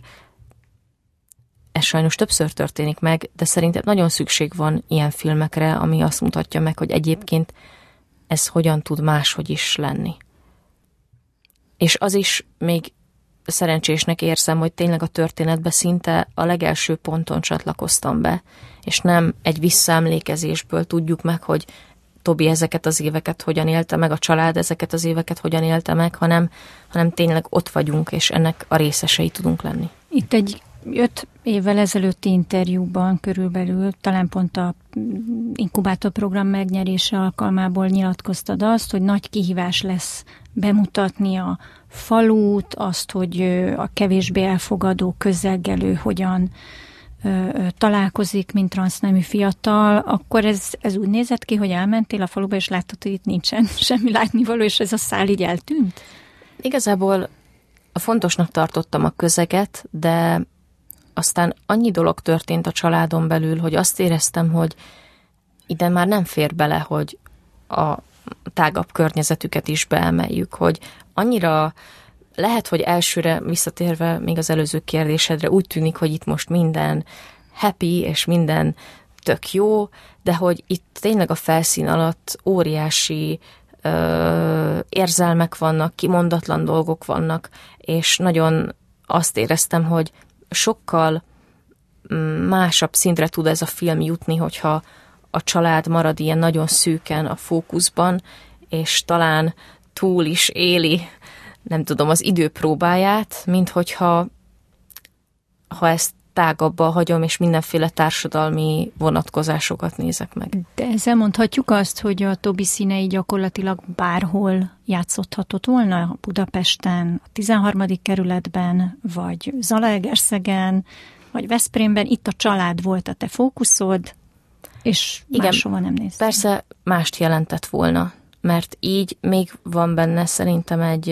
ez sajnos többször történik meg, de szerintem nagyon szükség van ilyen filmekre, ami azt mutatja meg, hogy egyébként ez hogyan tud máshogy is lenni. És az is még szerencsésnek érzem, hogy tényleg a történetbe szinte a legelső ponton csatlakoztam be, és nem egy visszaemlékezésből tudjuk meg, hogy Tobi ezeket az éveket hogyan élte meg, a család ezeket az éveket hogyan élte meg, hanem, hanem tényleg ott vagyunk, és ennek a részesei tudunk lenni. Itt egy öt évvel ezelőtti interjúban körülbelül, talán pont a inkubátorprogram megnyerése alkalmából nyilatkoztad azt, hogy nagy kihívás lesz bemutatni a falut, azt, hogy a kevésbé elfogadó közlegelő hogyan találkozik, mint transznemű fiatal, akkor ez, ez úgy nézett ki, hogy elmentél a faluba, és láttad, hogy itt nincsen semmi látnivaló, és ez a szál így eltűnt? Igazából fontosnak tartottam a közeget, de aztán annyi dolog történt a családon belül, hogy azt éreztem, hogy ide már nem fér bele, hogy a tágabb környezetüket is beemeljük, hogy annyira lehet, hogy elsőre visszatérve még az előző kérdésedre úgy tűnik, hogy itt most minden happy és minden tök jó, de hogy itt tényleg a felszín alatt óriási ö, érzelmek vannak, kimondatlan dolgok vannak, és nagyon azt éreztem, hogy sokkal másabb szintre tud ez a film jutni, hogyha a család marad ilyen nagyon szűken a fókuszban, és talán túl is éli, nem tudom, az idő próbáját, mint hogyha ha ezt tágabban hagyom, és mindenféle társadalmi vonatkozásokat nézek meg. De ezzel mondhatjuk azt, hogy a Tobi színei gyakorlatilag bárhol játszódhatott volna, Budapesten, a tizenharmadik kerületben, vagy Zalaegerszegen, vagy Veszprémben, itt a család volt a te fókuszod, és igen, máshova nem néztél. Persze mást jelentett volna, mert így még van benne szerintem egy,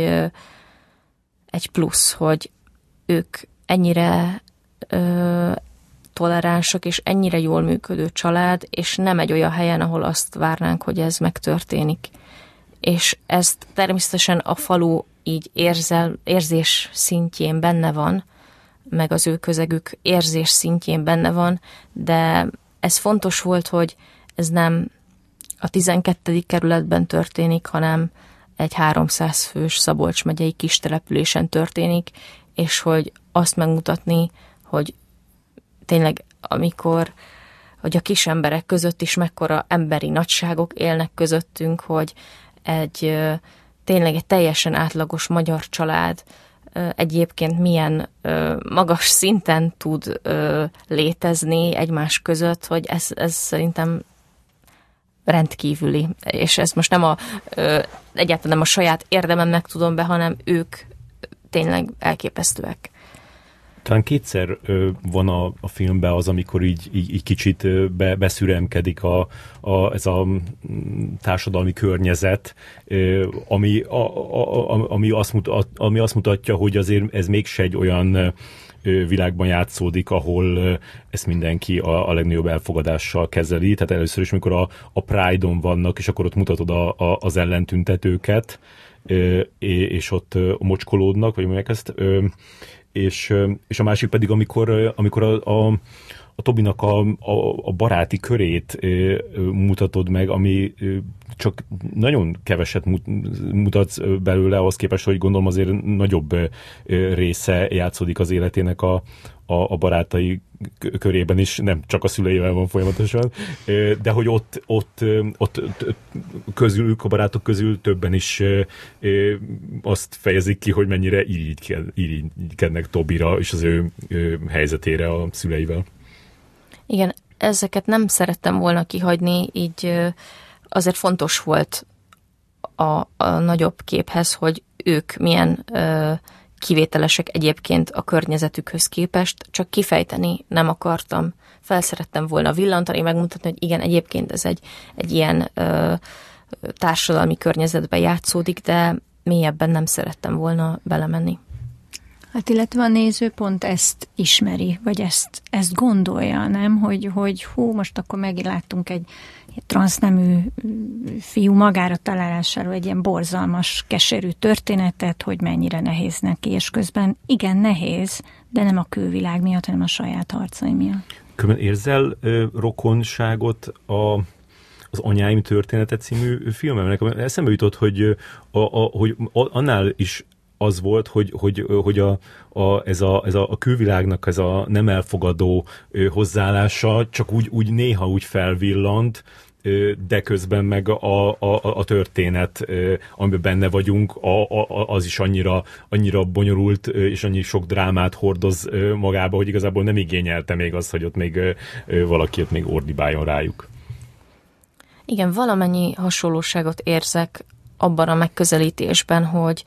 egy plusz, hogy ők ennyire ö, toleránsak, és ennyire jól működő család, és nem egy olyan helyen, ahol azt várnánk, hogy ez megtörténik. És ezt természetesen a falu így érzel, érzés szintjén benne van, meg az ő közegük érzés szintjén benne van, de ez fontos volt, hogy ez nem a tizenkettedik kerületben történik, hanem egy háromszáz fős Szabolcs megyei kis településen történik, és hogy azt megmutatni, hogy tényleg amikor, hogy a kis emberek között is mekkora emberi nagyságok élnek közöttünk, hogy egy tényleg egy teljesen átlagos magyar család egyébként milyen magas szinten tud létezni egymás között, hogy ez, ez szerintem rendkívüli. És ez most nem a, egyáltalán nem a saját érdememnek tudom be, hanem ők tényleg elképesztőek. Talán kétszer ö, van a, a filmben az, amikor így, így, így kicsit ö, be, beszüremkedik a, a, ez a társadalmi környezet, ö, ami, a, a, a, ami, azt mutat, ami azt mutatja, hogy azért ez mégse egy olyan ö, világban játszódik, ahol ö, ezt mindenki a, a legnagyobb elfogadással kezeli. Tehát először is, amikor a, a Pride-on vannak, és akkor ott mutatod a, a, az ellentüntetőket, ö, és ott ö, mocskolódnak, vagy mondják ezt, ö, És, és a másik pedig, amikor, amikor a, a, a Tobinak a, a, a baráti körét mutatod meg, ami csak nagyon keveset mutatsz belőle, ahhoz képest, hogy gondolom azért nagyobb része játszódik az életének a, a, a barátai körében is, nem csak a szüleivel van folyamatosan, de hogy ott, ott, ott közülük, a barátok közül többen is azt fejezik ki, hogy mennyire irigykednek Tobira és az ő helyzetére a szüleivel. Igen, ezeket nem szerettem volna kihagyni, így azért fontos volt a, a nagyobb képhez, hogy ők milyen kivételesek egyébként a környezetükhöz képest, csak kifejteni nem akartam. Felszerettem volna villantani, megmutatni, hogy igen, egyébként ez egy, egy ilyen ö, társadalmi környezetben játszódik, de mélyebben nem szerettem volna belemenni. Hát illetve a néző pont ezt ismeri, vagy ezt, ezt gondolja, nem? Hogy, hogy hú, most akkor megint láttunk egy, egy transznemű fiú magára találásáról egy ilyen borzalmas, keserű történetet, hogy mennyire nehéz neki, és közben igen, nehéz, de nem a külvilág miatt, hanem a saját harcai miatt. Különben érzel ö, rokonságot a az Anyáim története című filmem? Nekem eszembe jutott, hogy, a, a, hogy annál is az volt, hogy, hogy, hogy a, a, ez, a, ez a, a külvilágnak ez a nem elfogadó hozzáállása csak úgy, úgy néha úgy felvillant, de közben meg a, a, a történet, amiben benne vagyunk, a, a, az is annyira, annyira bonyolult, és annyi sok drámát hordoz magába, hogy igazából nem igényelte még azt, hogy ott még valaki ott még ordibáljon rájuk. Igen, valamennyi hasonlóságot érzek abban a megközelítésben, hogy,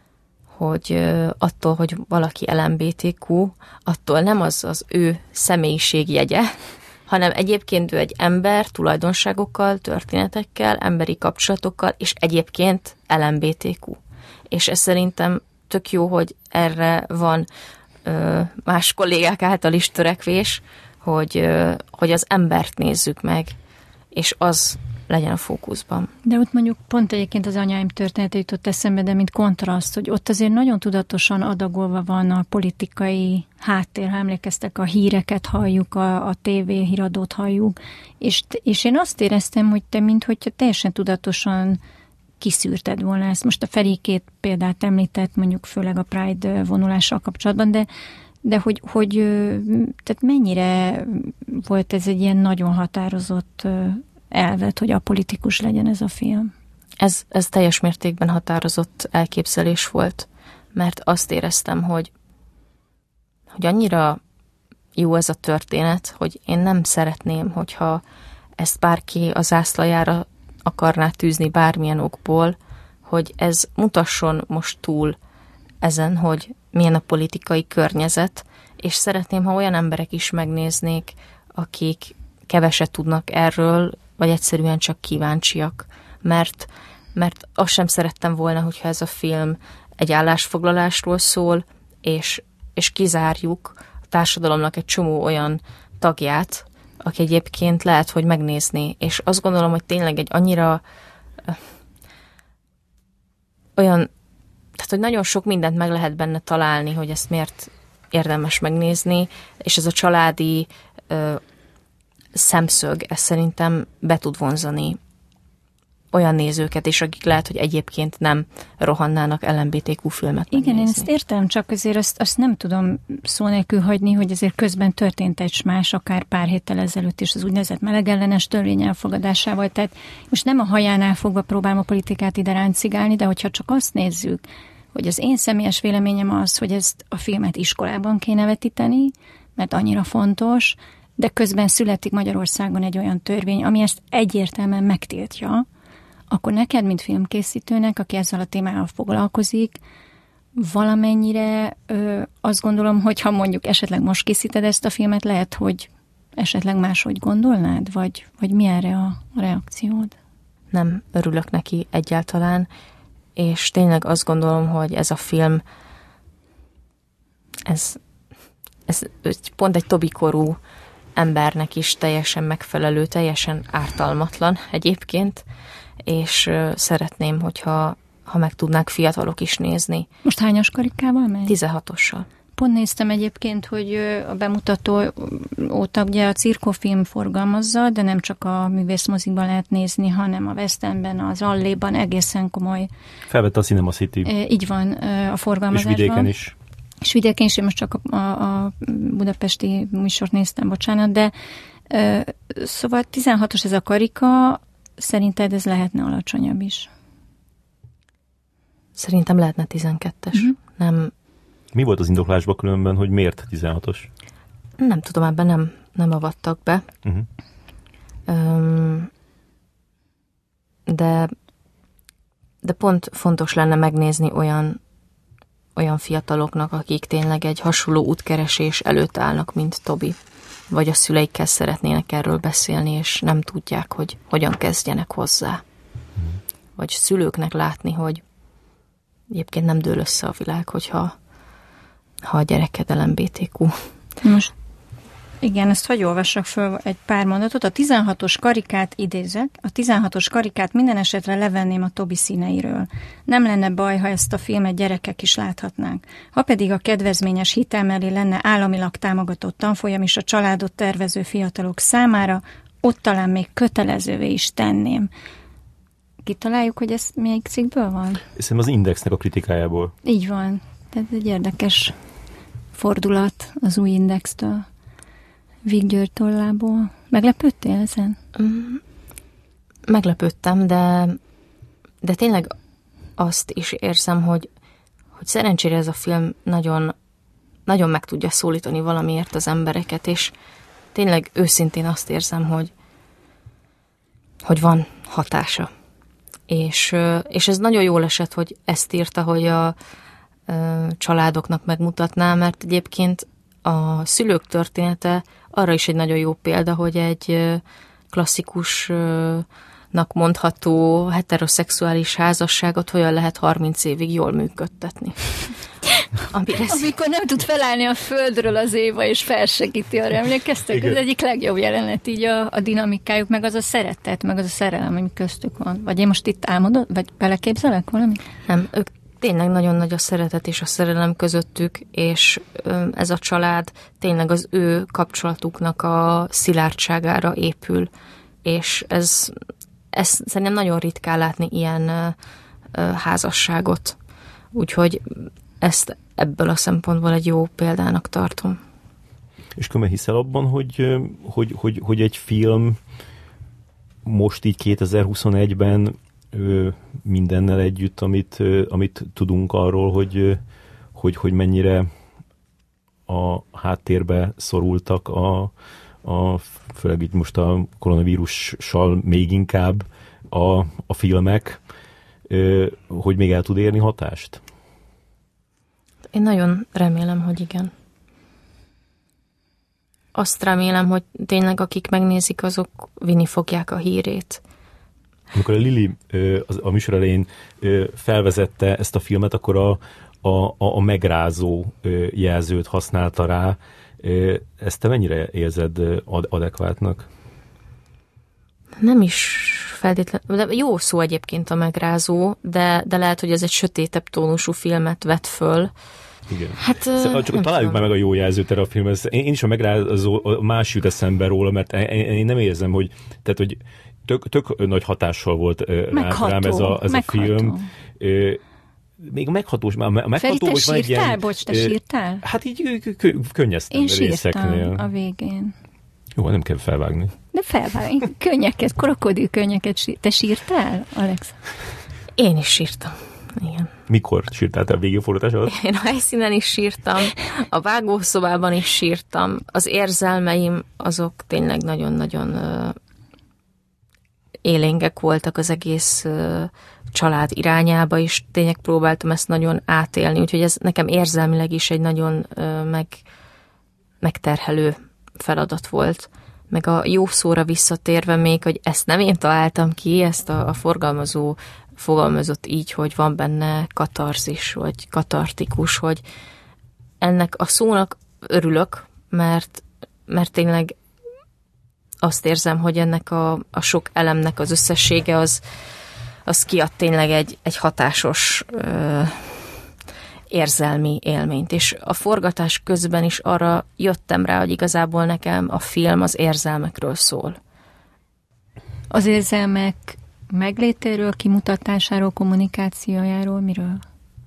hogy attól, hogy valaki el em bé té kú, attól nem az az ő személyiségjegye, hanem egyébként ő egy ember tulajdonságokkal, történetekkel, emberi kapcsolatokkal, és egyébként el em bé té kú. És ez szerintem tök jó, hogy erre van ö, más kollégák által is törekvés, hogy, ö, hogy az embert nézzük meg, és az legyen a fókuszban. De ott mondjuk pont egyébként az anyáim története jutott eszembe, de mint kontraszt, hogy ott azért nagyon tudatosan adagolva van a politikai háttér, ha emlékeztek, a híreket halljuk, a, a tévé híradót halljuk, és, és én azt éreztem, hogy te minthogyha teljesen tudatosan kiszűrted volna ezt. Most a Feri két példát említett, mondjuk főleg a Pride vonulással kapcsolatban, de de hogy, hogy tehát mennyire volt ez egy ilyen nagyon határozott elvet, hogy apolitikus legyen ez a film? Ez, ez teljes mértékben határozott elképzelés volt, mert azt éreztem, hogy, hogy annyira jó ez a történet, hogy én nem szeretném, hogyha ezt bárki a zászlajára akarná tűzni bármilyen okból, hogy ez mutasson most túl ezen, hogy milyen a politikai környezet, és szeretném, ha olyan emberek is megnéznék, akik keveset tudnak erről, vagy egyszerűen csak kíváncsiak, mert, mert azt sem szerettem volna, hogyha ez a film egy állásfoglalásról szól, és, és kizárjuk a társadalomnak egy csomó olyan tagját, aki egyébként lehet, hogy megnézni, és azt gondolom, hogy tényleg egy annyira ö, olyan, tehát, hogy nagyon sok mindent meg lehet benne találni, hogy ezt miért érdemes megnézni, és ez a családi ö, szemszög, ez szerintem be tud vonzani olyan nézőket, és akik lehet, hogy egyébként nem rohannának el em bé té kú filmet megnézni. Igen, én ezt értem, csak azért azt, azt nem tudom szó nélkül hagyni, hogy azért közben történt egy más, akár pár héttel ezelőtt is az úgynevezett melegellenes törvény elfogadásával. Tehát most nem a hajánál fogva próbálom a politikát ide ráncigálni, de hogyha csak azt nézzük, hogy az én személyes véleményem az, hogy ezt a filmet iskolában kéne vetíteni, mert annyira fontos, de közben születik Magyarországon egy olyan törvény, ami ezt egyértelműen megtiltja, akkor neked, mint filmkészítőnek, aki ezzel a témával foglalkozik, valamennyire ö, azt gondolom, hogy ha mondjuk esetleg most készíted ezt a filmet, lehet, hogy esetleg máshogy gondolnád, vagy, vagy mi erre a, a reakciód? Nem örülök neki egyáltalán, és tényleg azt gondolom, hogy ez a film, ez, ez pont egy Tobi-korú embernek is teljesen megfelelő, teljesen ártalmatlan egyébként, és szeretném, hogyha ha meg tudnák fiatalok is nézni. Most hányas karikával megy? tizenhatossal. Pont néztem egyébként, hogy a bemutató óta ugye a Cirkofilm forgalmazza, de nem csak a művészmozikban lehet nézni, hanem a West Endben, az Alléban egészen komoly. Felvette a Cinema City. Így van a forgalmazásban. És vidéken is. És vidéken is, én most csak a, a, a budapesti műsort néztem, bocsánat, de szóval tizenhatos ez a karika, szerinted ez lehetne alacsonyabb is? Szerintem lehetne tizenkettes. Uh-huh. Nem. Mi volt az indoklásban különben, hogy miért tizenhatos? Nem tudom, ebben nem, nem avattak be. Uh-huh. Öm, de, de pont fontos lenne megnézni olyan, olyan fiataloknak, akik tényleg egy hasonló útkeresés előtt állnak, mint Tobi. Vagy a szüleikkel szeretnének erről beszélni, és nem tudják, hogy hogyan kezdjenek hozzá. Uh-huh. Vagy szülőknek látni, hogy egyébként nem dől össze a világ, hogyha ha a gyereked el em bé té kú. Most igen, ezt hagyj olvassak föl egy pár mondatot. A tizenhatos karikát idézek, a tizenhatos karikát minden esetre levenném a Tobi színeiről. Nem lenne baj, ha ezt a filmet gyerekek is láthatnák. Ha pedig a kedvezményes hitel mellé lenne államilag támogatott tanfolyam is a családot tervező fiatalok számára, ott talán még kötelezővé is tenném. kitaláljuk, hogy ez melyik cikkből van? Szerintem az Indexnek a kritikájából. Így van. Tehát egy érdekes fordulat az új Indextől. Vig György tollából. Meglepődtél ezen? Mm, meglepődtem, de, de tényleg azt is érzem, hogy, hogy szerencsére ez a film nagyon, nagyon meg tudja szólítani valamiért az embereket, és tényleg őszintén azt érzem, hogy, hogy van hatása. És, és ez nagyon jól esett, hogy ezt írta, hogy a családoknak megmutatná, mert egyébként a szülők története arra is egy nagyon jó példa, hogy egy klasszikusnak mondható heteroszexuális házasságot hogyan lehet harminc évig jól működtetni. Amikor nem tud felállni a földről az Éva, és felsegíti, arra emlékeztek? Ez egyik legjobb jelenet, így a, a dinamikájuk, meg az a szeretet, meg az a szerelem, ami köztük van. Vagy én most itt álmodom, vagy beleképzelek valami? Nem, ők tényleg nagyon nagy a szeretet és a szerelem közöttük, és ez a család tényleg az ő kapcsolatuknak a szilárdságára épül, és ez, ez szerintem nagyon ritkán látni ilyen házasságot. Úgyhogy ezt ebből a szempontból egy jó példának tartom. És különben hiszel abban, hogy, hogy, hogy, hogy egy film most így kétezer-huszonegyben mindennel együtt, amit, amit tudunk arról, hogy, hogy, hogy mennyire a háttérbe szorultak a, a főleg itt most a koronavírussal még inkább a, a filmek, hogy még el tud érni hatást? Én nagyon remélem, hogy igen. Azt remélem, hogy tényleg akik megnézik, azok vinni fogják a hírét. Amikor a Lili a műsor elején felvezette ezt a filmet, akkor a, a, a megrázó jelzőt használta rá. Ezt te mennyire érzed adekvátnak? Nem is feltétlenül. Jó szó egyébként a megrázó, de, de lehet, hogy ez egy sötétebb tónusú filmet vett föl. Igen. Hát, szóval csak találjuk már meg a jó jelzőt erre a filmhez. Én, én is a megrázó más jut eszembe róla, mert én, én nem érzem, hogy, tehát, hogy tök, tök nagy hatással volt megható, rám ez a, ez a film. Még meghatós, már megható, Feri, te hogy van egy sírtál? ilyen... Bocs, te sírtál? Hát így könnyeztem én részeknél. Én a végén. Jó, nem kell felvágni. De felvágni. Könnyeket, krokodil könnyeket sír. Te sírtál, Alex? Én is sírtam. Igen. Mikor sírtál te a végigforgatás alatt? Én a helyszínen is sírtam, a vágószobában is sírtam. Az érzelmeim azok tényleg nagyon-nagyon uh, élénkek voltak az egész uh, család irányába, és tényleg próbáltam ezt nagyon átélni, úgyhogy ez nekem érzelmileg is egy nagyon uh, meg, megterhelő feladat volt. Meg a jó szóra visszatérve még, hogy ezt nem én találtam ki, ezt a, a forgalmazó fogalmazott így, hogy van benne katarzis, vagy katartikus, hogy ennek a szónak örülök, mert, mert tényleg azt érzem, hogy ennek a, a sok elemnek az összessége az, az kiad tényleg egy, egy hatásos ö, érzelmi élményt. És a forgatás közben is arra jöttem rá, hogy igazából nekem a film az érzelmekről szól. Az érzelmek meglétéről, kimutatásáról, kommunikációjáról, miről?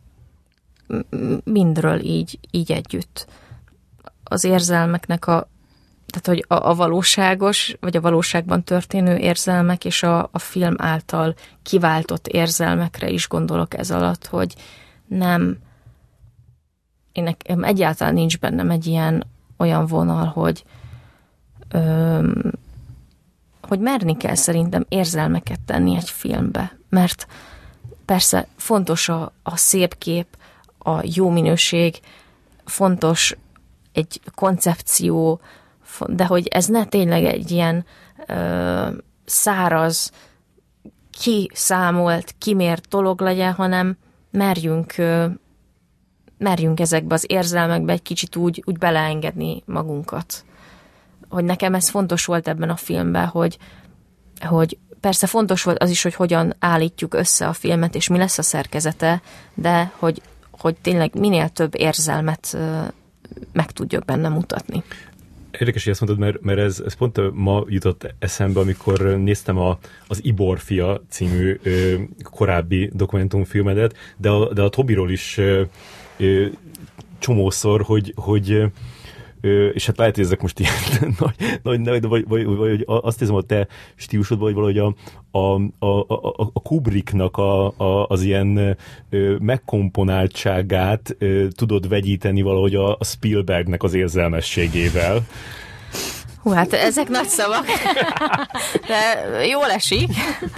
Mindről így, így együtt. Az érzelmeknek a, tehát hogy a, a valóságos, vagy a valóságban történő érzelmek, és a, a film által kiváltott érzelmekre is gondolok ez alatt, hogy nem, én nekem egyáltalán nincs bennem egy ilyen olyan vonal, hogy öm, hogy merni kell szerintem érzelmeket tenni egy filmbe, mert persze fontos a, a szép kép, a jó minőség, fontos egy koncepció, de hogy ez ne tényleg egy ilyen ö, száraz, kiszámolt, kimért dolog legyen, hanem merjünk, ö, merjünk ezekbe az érzelmekbe egy kicsit úgy, úgy beleengedni magunkat. Hogy nekem ez fontos volt ebben a filmben, hogy, hogy persze fontos volt az is, hogy hogyan állítjuk össze a filmet, és mi lesz a szerkezete, de hogy, hogy tényleg minél több érzelmet meg tudjuk benne mutatni. Érdekes, hogy ezt mondod, mert, mert ez, ez pont ma jutott eszembe, amikor néztem a, az Ibor fia című ö, korábbi dokumentumfilmedet, de a, de a Tobiról is ö, ö, csomószor, hogy, hogy ö, és hát lehet, hogy ezek most ilyen nagy, nagy, vagy, vagy, vagy azt hiszem, a te stílusodban, vagy valahogy a, a, a, a, a Kubricknak a, a, az ilyen ö, megkomponáltságát ö, tudod vegyíteni valahogy a, a Spielbergnek az érzelmességével. Hú, hát ezek nagy szavak, de jól esik.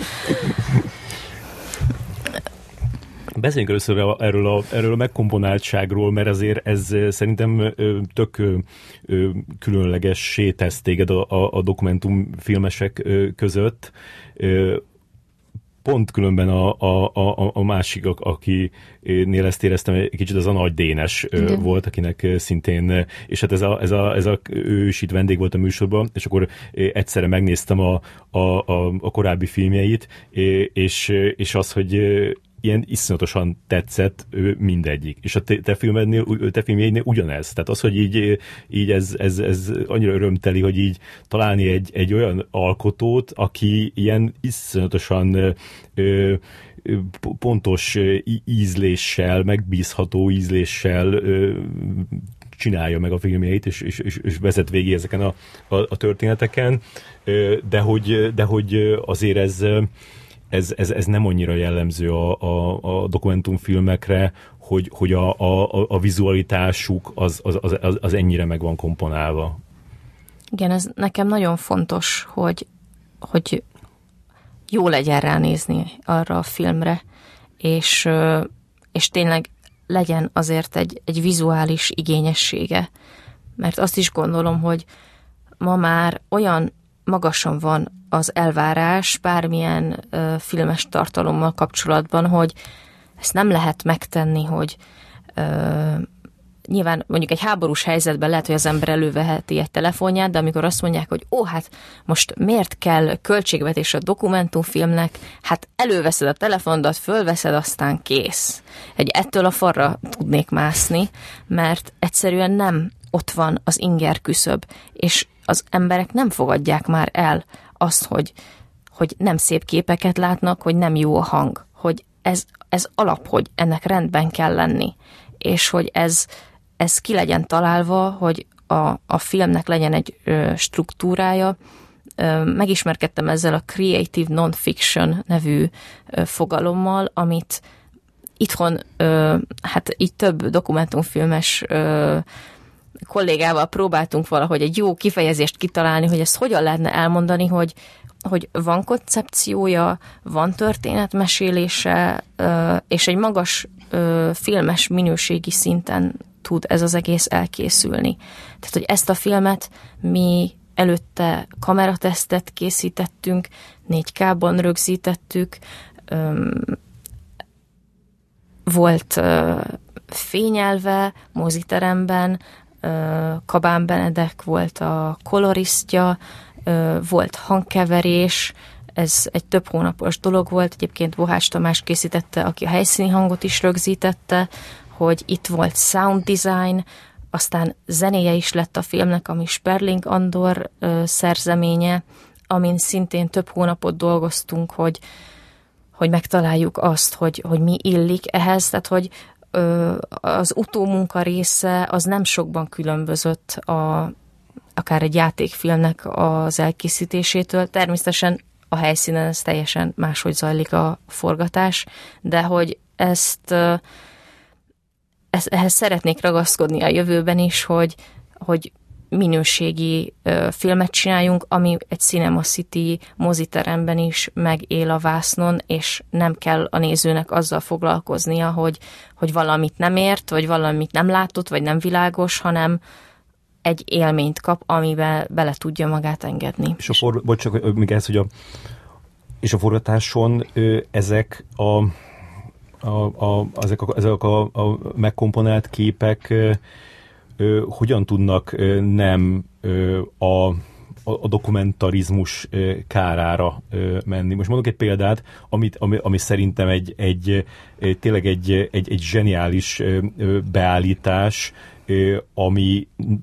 Beszéljünk először erről a, erről a megkomponáltságról, mert azért ez szerintem tök különlegessé tesz téged a, a, a dokumentumfilmesek között. Pont különben a, a, a, a másik, akinél ezt éreztem, egy kicsit az a Nagy Dénes de. volt, akinek szintén, és hát ez a, ez a, ez a, ő is itt vendég volt a műsorban, és akkor egyszerre megnéztem a, a, a, a korábbi filmjeit, és, és az, hogy ilyen iszonyatosan tetszett mindegyik. És a te, te filmednél, te filmjeidnél ugyanez. Tehát az, hogy így, így ez, ez, ez annyira örömteli, hogy így találni egy, egy olyan alkotót, aki ilyen iszonyatosan ö, pontos ízléssel, megbízható ízléssel ö, csinálja meg a filmjeit, és, és, és vezet végig ezeken a, a, a történeteken, de hogy, de hogy azért ez Ez, ez, ez nem annyira jellemző a, a, a dokumentumfilmekre, hogy, hogy a, a, a vizualitásuk az, az, az, az ennyire meg van komponálva. Igen, ez nekem nagyon fontos, hogy, hogy jó legyen ránézni arra a filmre, és, és tényleg legyen azért egy, egy vizuális igényessége. Mert azt is gondolom, hogy ma már olyan magasan van az elvárás bármilyen ö, filmes tartalommal kapcsolatban, hogy ezt nem lehet megtenni, hogy ö, nyilván mondjuk egy háborús helyzetben lehet, hogy az ember előveheti egy telefonját, de amikor azt mondják, hogy ó, hát most miért kell költségvetés a dokumentumfilmnek, hát előveszed a telefonodat, fölveszed, aztán kész. Egy ettől a falra tudnék mászni, mert egyszerűen nem ott van az inger küszöb, és az emberek nem fogadják már el azt, hogy, hogy nem szép képeket látnak, hogy nem jó a hang, hogy ez, ez alap, hogy ennek rendben kell lenni, és hogy ez, ez ki legyen találva, hogy a, a filmnek legyen egy ö, struktúrája. Ö, megismerkedtem ezzel a Creative Non-Fiction nevű ö, fogalommal, amit itthon, ö, hát így több dokumentumfilmes ö, kollégával próbáltunk valahogy egy jó kifejezést kitalálni, hogy ezt hogyan lehetne elmondani, hogy, hogy van koncepciója, van történetmesélése, és egy magas filmes minőségi szinten tud ez az egész elkészülni. Tehát, hogy ezt a filmet mi előtte kameratesztet készítettünk, négy ká-ban rögzítettük, volt fényelve moziteremben, Kabán Benedek volt a kolorisztja, volt hangkeverés, ez egy több hónapos dolog volt, egyébként Bohács Tamás készítette, aki a helyszíni hangot is rögzítette, hogy itt volt sound design, aztán zenéje is lett a filmnek, ami Sperling Andor szerzeménye, amin szintén több hónapot dolgoztunk, hogy, hogy megtaláljuk azt, hogy, hogy mi illik ehhez, tehát hogy az utómunka része az nem sokban különbözött a, akár egy játékfilmnek az elkészítésétől. Természetesen a helyszínen ez teljesen máshogy zajlik a forgatás, de hogy ezt, ezt ehhez szeretnék ragaszkodni a jövőben is, hogy, hogy minőségi ö, filmet csináljunk, ami egy Cinema City moziteremben is megél a vásznon, és nem kell a nézőnek azzal foglalkoznia, hogy, hogy valamit nem ért, vagy valamit nem látott, vagy nem világos, hanem egy élményt kap, amiben bele tudja magát engedni. És a, for, bocs, csak még ez, hogy a, és a forgatáson ö, ezek a, a, a, ezek a, ezek a, a megkomponált képek ö, Ö, hogyan tudnak ö, nem ö, a, a dokumentarizmus ö, kárára ö, menni. Most mondok egy példát, amit, ami, ami szerintem egy, egy, egy tényleg egy, egy, egy zseniális ö, beállítás, ö, ami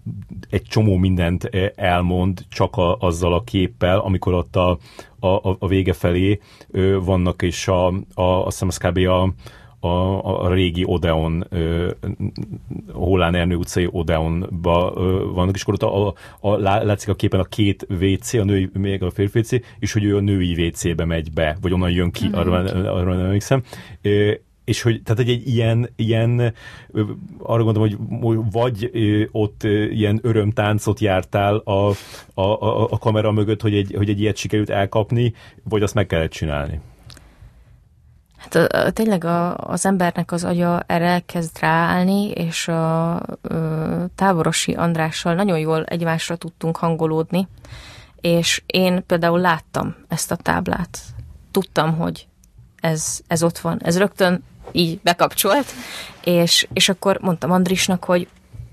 egy csomó mindent elmond csak a, azzal a képpel, amikor ott a, a, a vége felé vannak, és a, a, azt hiszem az kb. a A, a régi Odeon, a Hollán Ernő utcai Odeonban vannak, és akkor ott a, a, a, látszik a képen a két vé cé, a női, még a férfi vé cé, és hogy ő a női vé cébe megy be, vagy onnan jön ki, arra, arra nem emlékszem. És hogy, tehát egy, egy ilyen, ilyen, arra gondolom, hogy vagy ott ilyen örömtáncot jártál a, a, a, a kamera mögött, hogy egy, hogy egy ilyet sikerült elkapni, vagy azt meg kellett csinálni. Hát a, tényleg a, az embernek az agya erre kezd ráállni, és a, a Táborosi Andrással nagyon jól egymásra tudtunk hangolódni, és én például láttam ezt a táblát. Tudtam, hogy ez, ez ott van. Ez rögtön így bekapcsolt, és, és akkor mondtam Andrisnak, hogy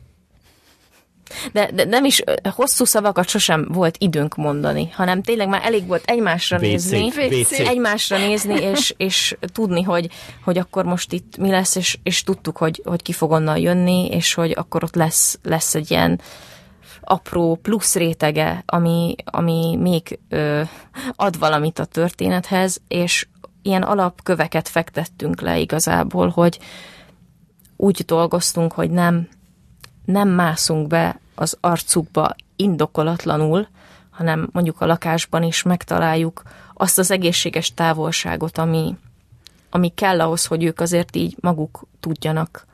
De, de nem is hosszú szavakat sosem volt időnk mondani, hanem tényleg már elég volt egymásra vé cé, nézni, vé cé. egymásra nézni, és, és tudni, hogy, hogy akkor most itt mi lesz, és, és tudtuk, hogy, hogy ki fog onnan jönni, és hogy akkor ott lesz, lesz egy ilyen apró plusz rétege, ami, ami még ö, ad valamit a történethez, és ilyen alapköveket fektettünk le igazából, hogy úgy dolgoztunk, hogy nem nem mászunk be az arcukba indokolatlanul, hanem mondjuk a lakásban is megtaláljuk azt az egészséges távolságot, ami, ami kell ahhoz, hogy ők azért így maguk tudjanak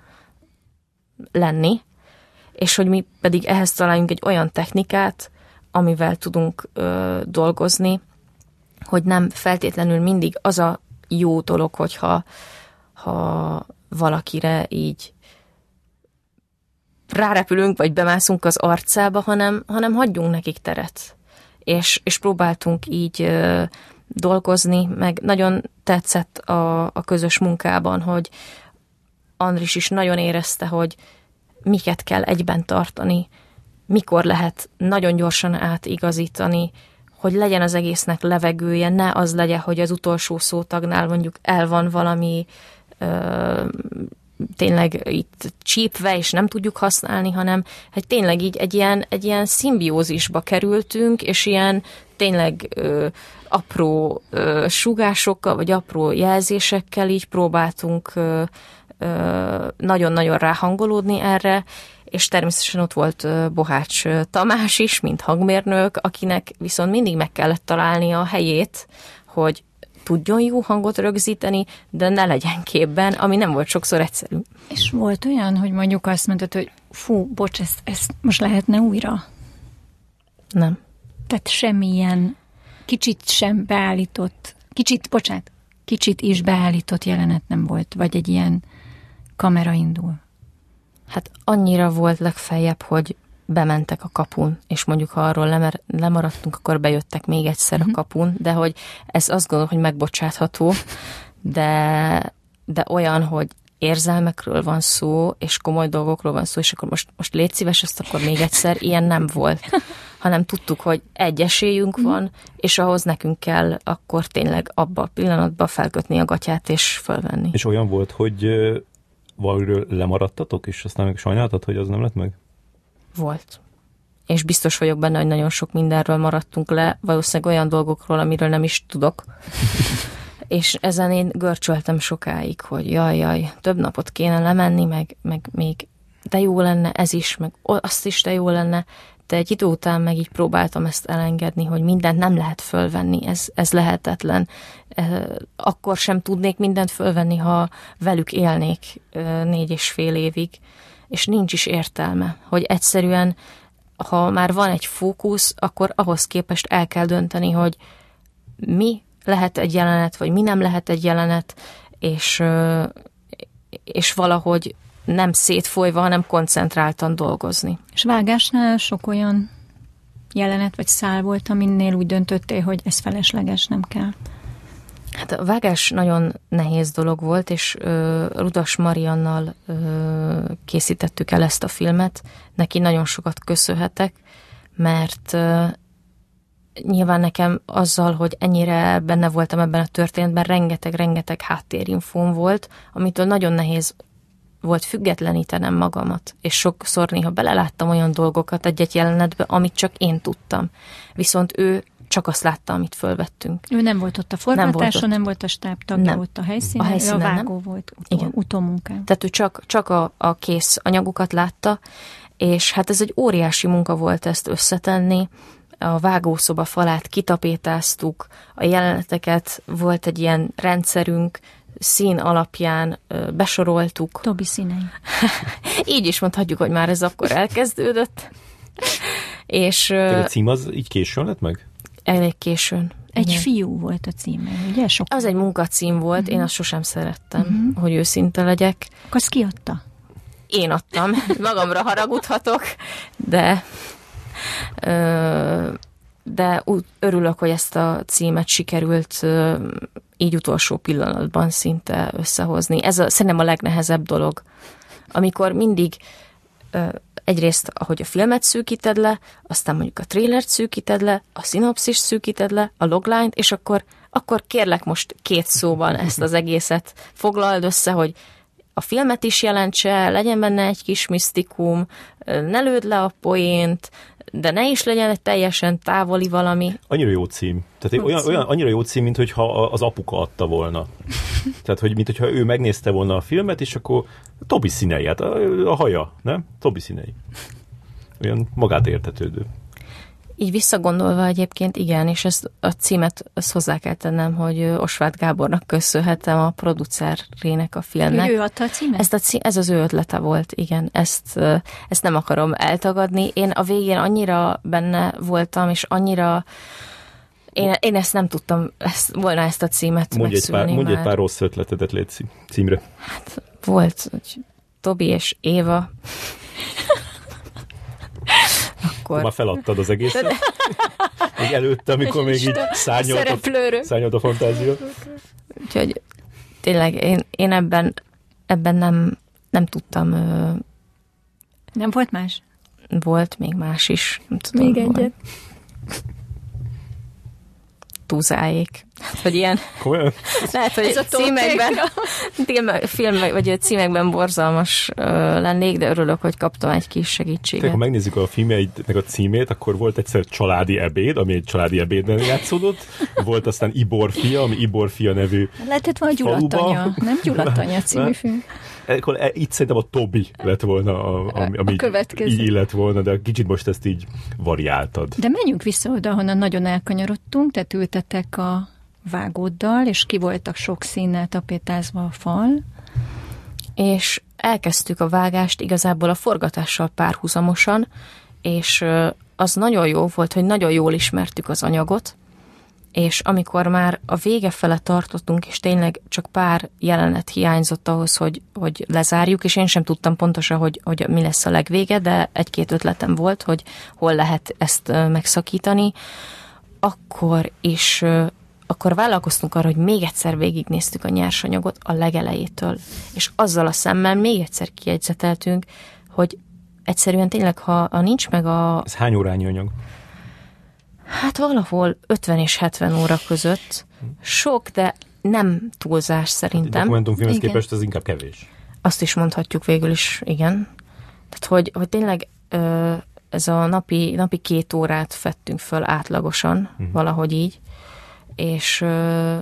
lenni, és hogy mi pedig ehhez találjunk egy olyan technikát, amivel tudunk ö, dolgozni, hogy nem feltétlenül mindig az a jó dolog, hogyha ha valakire így rárepülünk, vagy bemászunk az arcába, hanem, hanem hagyjunk nekik teret. És, és próbáltunk így ö, dolgozni, meg nagyon tetszett a, a közös munkában, hogy Andris is nagyon érezte, hogy miket kell egyben tartani, mikor lehet nagyon gyorsan átigazítani, hogy legyen az egésznek levegője, ne az legyen, hogy az utolsó szótagnál mondjuk el van valami ö, tényleg itt csípve, és nem tudjuk használni, hanem hogy tényleg így egy ilyen, egy ilyen szimbiózisba kerültünk, és ilyen tényleg ö, apró ö, sugásokkal, vagy apró jelzésekkel így próbáltunk ö, ö, nagyon-nagyon ráhangolódni erre, és természetesen ott volt Bohács Tamás is, mint hangmérnök, akinek viszont mindig meg kellett találni a helyét, hogy tudjon jó hangot rögzíteni, de ne legyen képben, ami nem volt sokszor egyszerű. És volt olyan, hogy mondjuk azt mondtad, hogy fú, bocs, ezt, ezt most lehetne újra? Nem. Tehát semmilyen kicsit sem beállított, kicsit, bocsánat, kicsit is beállított jelenet nem volt, vagy egy ilyen kamera indul. Hát annyira volt legfeljebb, hogy bementek a kapun, és mondjuk ha arról lemer- lemaradtunk, akkor bejöttek még egyszer uh-huh. a kapun, de hogy ez azt gondolom, hogy megbocsátható, de, de olyan, hogy érzelmekről van szó, és komoly dolgokról van szó, és akkor most, most légy szíves, ezt akkor még egyszer, ilyen nem volt. Hanem tudtuk, hogy egy esélyünk uh-huh. van, és ahhoz nekünk kell akkor tényleg abba a pillanatban felkötni a gatyát, és fölvenni. És olyan volt, hogy valamiről lemaradtatok, és aztán meg sajnáltad, hogy az nem lett meg? Volt. És biztos vagyok benne, hogy nagyon sok mindenről maradtunk le, valószínűleg olyan dolgokról, amiről nem is tudok. És ezen én görcsöltem sokáig, hogy jaj, jaj, több napot kéne lemenni, meg, meg még de jó lenne ez is, meg azt is de jó lenne, de egy idő után meg így próbáltam ezt elengedni, hogy mindent nem lehet fölvenni, ez, ez lehetetlen. Akkor sem tudnék mindent fölvenni, ha velük élnék négy és fél évig, és nincs is értelme, hogy egyszerűen, ha már van egy fókusz, akkor ahhoz képest el kell dönteni, hogy mi lehet egy jelenet, vagy mi nem lehet egy jelenet, és, és valahogy nem szétfolyva, hanem koncentráltan dolgozni. És vágásnál sok olyan jelenet, vagy szál volt, aminél úgy döntöttél, hogy ez felesleges, nem kell? Hát a vágás nagyon nehéz dolog volt, és uh, Rudas Mariannal uh, készítettük el ezt a filmet. Neki nagyon sokat köszönhetek, mert uh, nyilván nekem azzal, hogy ennyire benne voltam ebben a történetben, rengeteg-rengeteg háttérinfóm volt, amitől nagyon nehéz volt függetlenítenem magamat, és sokszor néha beleláttam olyan dolgokat egy-egy jelenetbe, amit csak én tudtam. Viszont ő csak azt látta, amit fölvettünk. Ő nem volt ott a forgatáson, nem, nem volt a stáb tagja, nem. Ott a helyszínen, a helyszínen ő a vágó nem. volt utol, utómunkán. Tehát ő csak, csak a, a kész anyagokat látta, és hát ez egy óriási munka volt ezt összetenni. A vágószoba falát kitapétáztuk, a jeleneteket, volt egy ilyen rendszerünk, szín alapján ö, besoroltuk. Tobi színei. Így is mondhatjuk, hogy már ez akkor elkezdődött. És... A cím az így későn lett meg? Elég későn. Egy igen. Fiú volt a címe, ugye? Sok az egy munkacím volt, uh-huh. Én azt sosem szerettem, uh-huh. hogy őszinte legyek. Akkor azt ki adta? Én adtam, magamra haragudhatok, de... Ö, de örülök, hogy ezt a címet sikerült így utolsó pillanatban szinte összehozni. Ez a, szerintem a legnehezebb dolog, amikor mindig egyrészt, ahogy a filmet szűkíted le, aztán mondjuk a trailert szűkíted le, a szinopszis szűkíted le, a logline-t, és akkor, akkor kérlek most két szóban ezt az egészet foglald össze, hogy a filmet is jelentse, legyen benne egy kis misztikum, ne lőd le a poént, de ne is legyen egy teljesen távoli valami. Annyira jó cím. Tehát olyan, olyan, annyira jó cím, mint hogyha az apuka adta volna. Tehát, hogy mint hogyha ő megnézte volna a filmet, és akkor Tobi színei, hát a, a haja, nem? Tobi színei. Olyan magát értetődő. Így visszagondolva egyébként igen, és ezt a címet ezt hozzá kell tennem, hogy Osváth Gábornak köszönhetem, a producerének a filmnek. Ő adta a címet? Ezt a cí- ez az ő ötlete volt, igen. Ezt, ezt nem akarom eltagadni. Én a végén annyira benne voltam, és annyira én, én ezt nem tudtam ezt, volna ezt a címet mondj megszülni. Egy pár, mondj már. egy pár rossz ötletedet légy címre. Hát volt, hogy Tobi és Éva... Akkor... Már feladtad az egészet. De... Még előtte, amikor még így szárnyalt a, szárnyalt a fantázia. Úgyhogy tényleg én, én ebben, ebben nem, nem tudtam... Ö... Nem volt más? Volt még más is. Nem tudom, még egyet. Túzáék. Hogy ilyen... Komolyan? Lehet, hogy címekben, film vagy címekben borzalmas uh, lennék, de örülök, hogy kaptam egy kis segítséget. Tehát, ha megnézzük a filmjeidnek a címét, akkor volt egyszer Családi ebéd, ami egy családi ebédben játszódott. Volt aztán Ibor fia, ami Ibor fia nevű lehetett volna Gyulatanya, nem Gyulatanya című film. Akkor itt szerintem a Tobi lett volna, a, ami, ami így illet volna, de kicsit most ezt így variáltad. De menjünk vissza oda, ahonnan nagyon elkanyarodtunk, tehát ültetek a vágóddal, és ki voltak sok színnel tapétázva a fal. És elkezdtük a vágást igazából a forgatással párhuzamosan, és az nagyon jó volt, hogy nagyon jól ismertük az anyagot, és amikor már a vége fele tartottunk, és tényleg csak pár jelenet hiányzott ahhoz, hogy, hogy lezárjuk, és én sem tudtam pontosan, hogy, hogy mi lesz a legvége, de egy-két ötletem volt, hogy hol lehet ezt megszakítani, akkor is akkor vállalkoztunk arra, hogy még egyszer végignéztük a nyersanyagot a legelejétől, és azzal a szemmel még egyszer kijegyzeteltünk, hogy egyszerűen tényleg, ha, ha nincs meg a... Ez hány órányi anyag? Hát valahol ötven és hetven óra között. Sok, de nem túlzás szerintem. Hát dokumentumfilmhez képest ez inkább kevés. Azt is mondhatjuk végül is, igen. Tehát, hogy, hogy tényleg ö, ez a napi, napi két órát fettünk föl átlagosan, uh-huh. valahogy így. És, ö,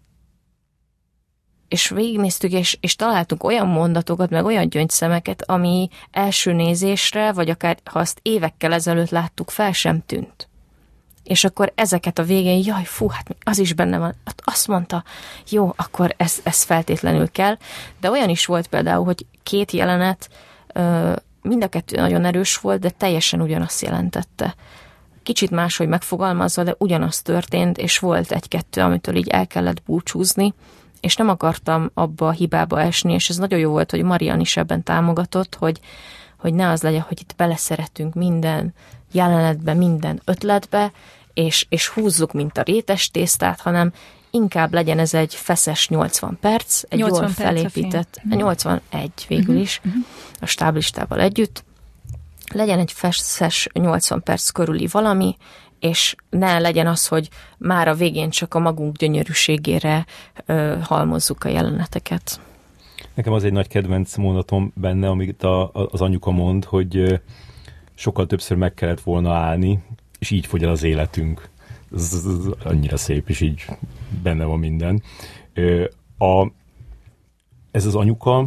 és végignéztük, és, és találtunk olyan mondatokat, meg olyan gyöngyszemeket, ami első nézésre, vagy akár ha azt évekkel ezelőtt láttuk, fel sem tűnt. És akkor ezeket a végén, jaj, fú, hát az is benne van. Azt mondta, jó, akkor ez, ez feltétlenül kell. De olyan is volt például, hogy két jelenet, mind a kettő nagyon erős volt, de teljesen ugyanazt jelentette. Kicsit máshogy megfogalmazva, de ugyanaz történt, és volt egy-kettő, amitől így el kellett búcsúzni, és nem akartam abba a hibába esni, és ez nagyon jó volt, hogy Marian is ebben támogatott, hogy, hogy ne az legyen, hogy itt beleszeretünk minden jelenetbe, minden ötletbe, és, és húzzuk, mint a rétes tésztát, hanem inkább legyen ez egy feszes nyolcvan perc, egy jól felépített, a nyolcvanegy végül is, uh-huh. a stáblistával együtt, legyen egy feszes nyolcvan perc körüli valami, és ne legyen az, hogy már a végén csak a magunk gyönyörűségére ö, halmozzuk a jeleneteket. Nekem az egy nagy kedvenc mondatom benne, amit a, az anyuka mond, hogy sokkal többször meg kellett volna állni, és így fogy el az életünk. Ez, ez, ez annyira szép, és így benne van minden. A, ez az anyuka,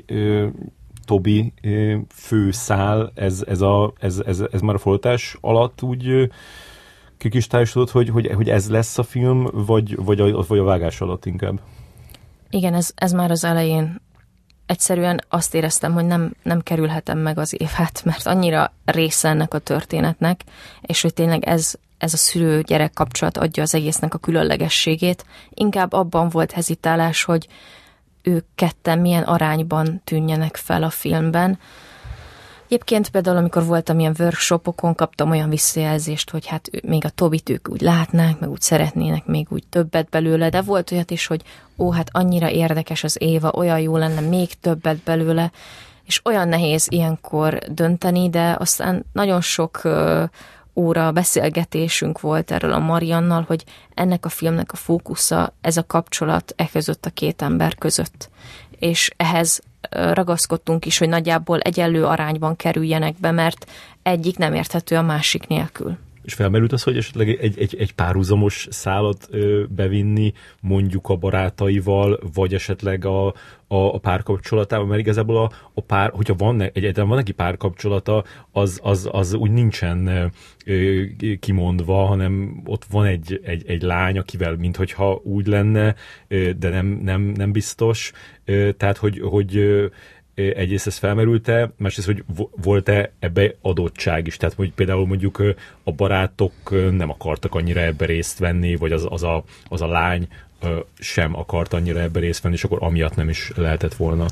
Tobi főszál, ez, ez, a, ez, ez, ez már a forgatás alatt úgy kikristályosodott, hogy, hogy, hogy ez lesz a film, vagy, vagy, a, vagy a vágás alatt inkább? Igen, ez, ez már az elején. Egyszerűen azt éreztem, hogy nem, nem kerülhetem meg az Évát, mert annyira része ennek a történetnek, és hogy tényleg ez, ez a szülő-gyerek kapcsolat adja az egésznek a különlegességét. Inkább abban volt hezitálás, hogy ők ketten milyen arányban tűnjenek fel a filmben. Egyébként például, amikor voltam ilyen workshopokon, kaptam olyan visszajelzést, hogy hát még a Tobit ők úgy látnák, meg úgy szeretnének még úgy többet belőle, de volt olyat is, hogy ó, hát annyira érdekes az Éva, olyan jó lenne még többet belőle, és olyan nehéz ilyenkor dönteni, de aztán nagyon sok uh, óra beszélgetésünk volt erről a Mariannal, hogy ennek a filmnek a fókusza, ez a kapcsolat e között a két ember között. És ehhez ragaszkodtunk is, hogy nagyjából egyenlő arányban kerüljenek be, mert egyik nem érthető a másik nélkül. És felmerült az, hogy esetleg egy, egy, egy párhuzamos szálat ö, bevinni mondjuk a barátaival, vagy esetleg a, a, a párkapcsolatával, mert igazából a, a pár, hogyha van, egyáltalán van neki párkapcsolata, az, az, az úgy nincsen ö, kimondva, hanem ott van egy, egy, egy lány, akivel minthogyha úgy lenne, ö, de nem, nem, nem biztos. Ö, tehát, hogy, hogy ö, egyrészt ez felmerült-e, másrészt, hogy volt-e ebbe adottság is, tehát hogy például mondjuk a barátok nem akartak annyira ebbe részt venni, vagy az, az, a, az a lány sem akart annyira ebbe részt venni, és akkor amiatt nem is lehetett volna.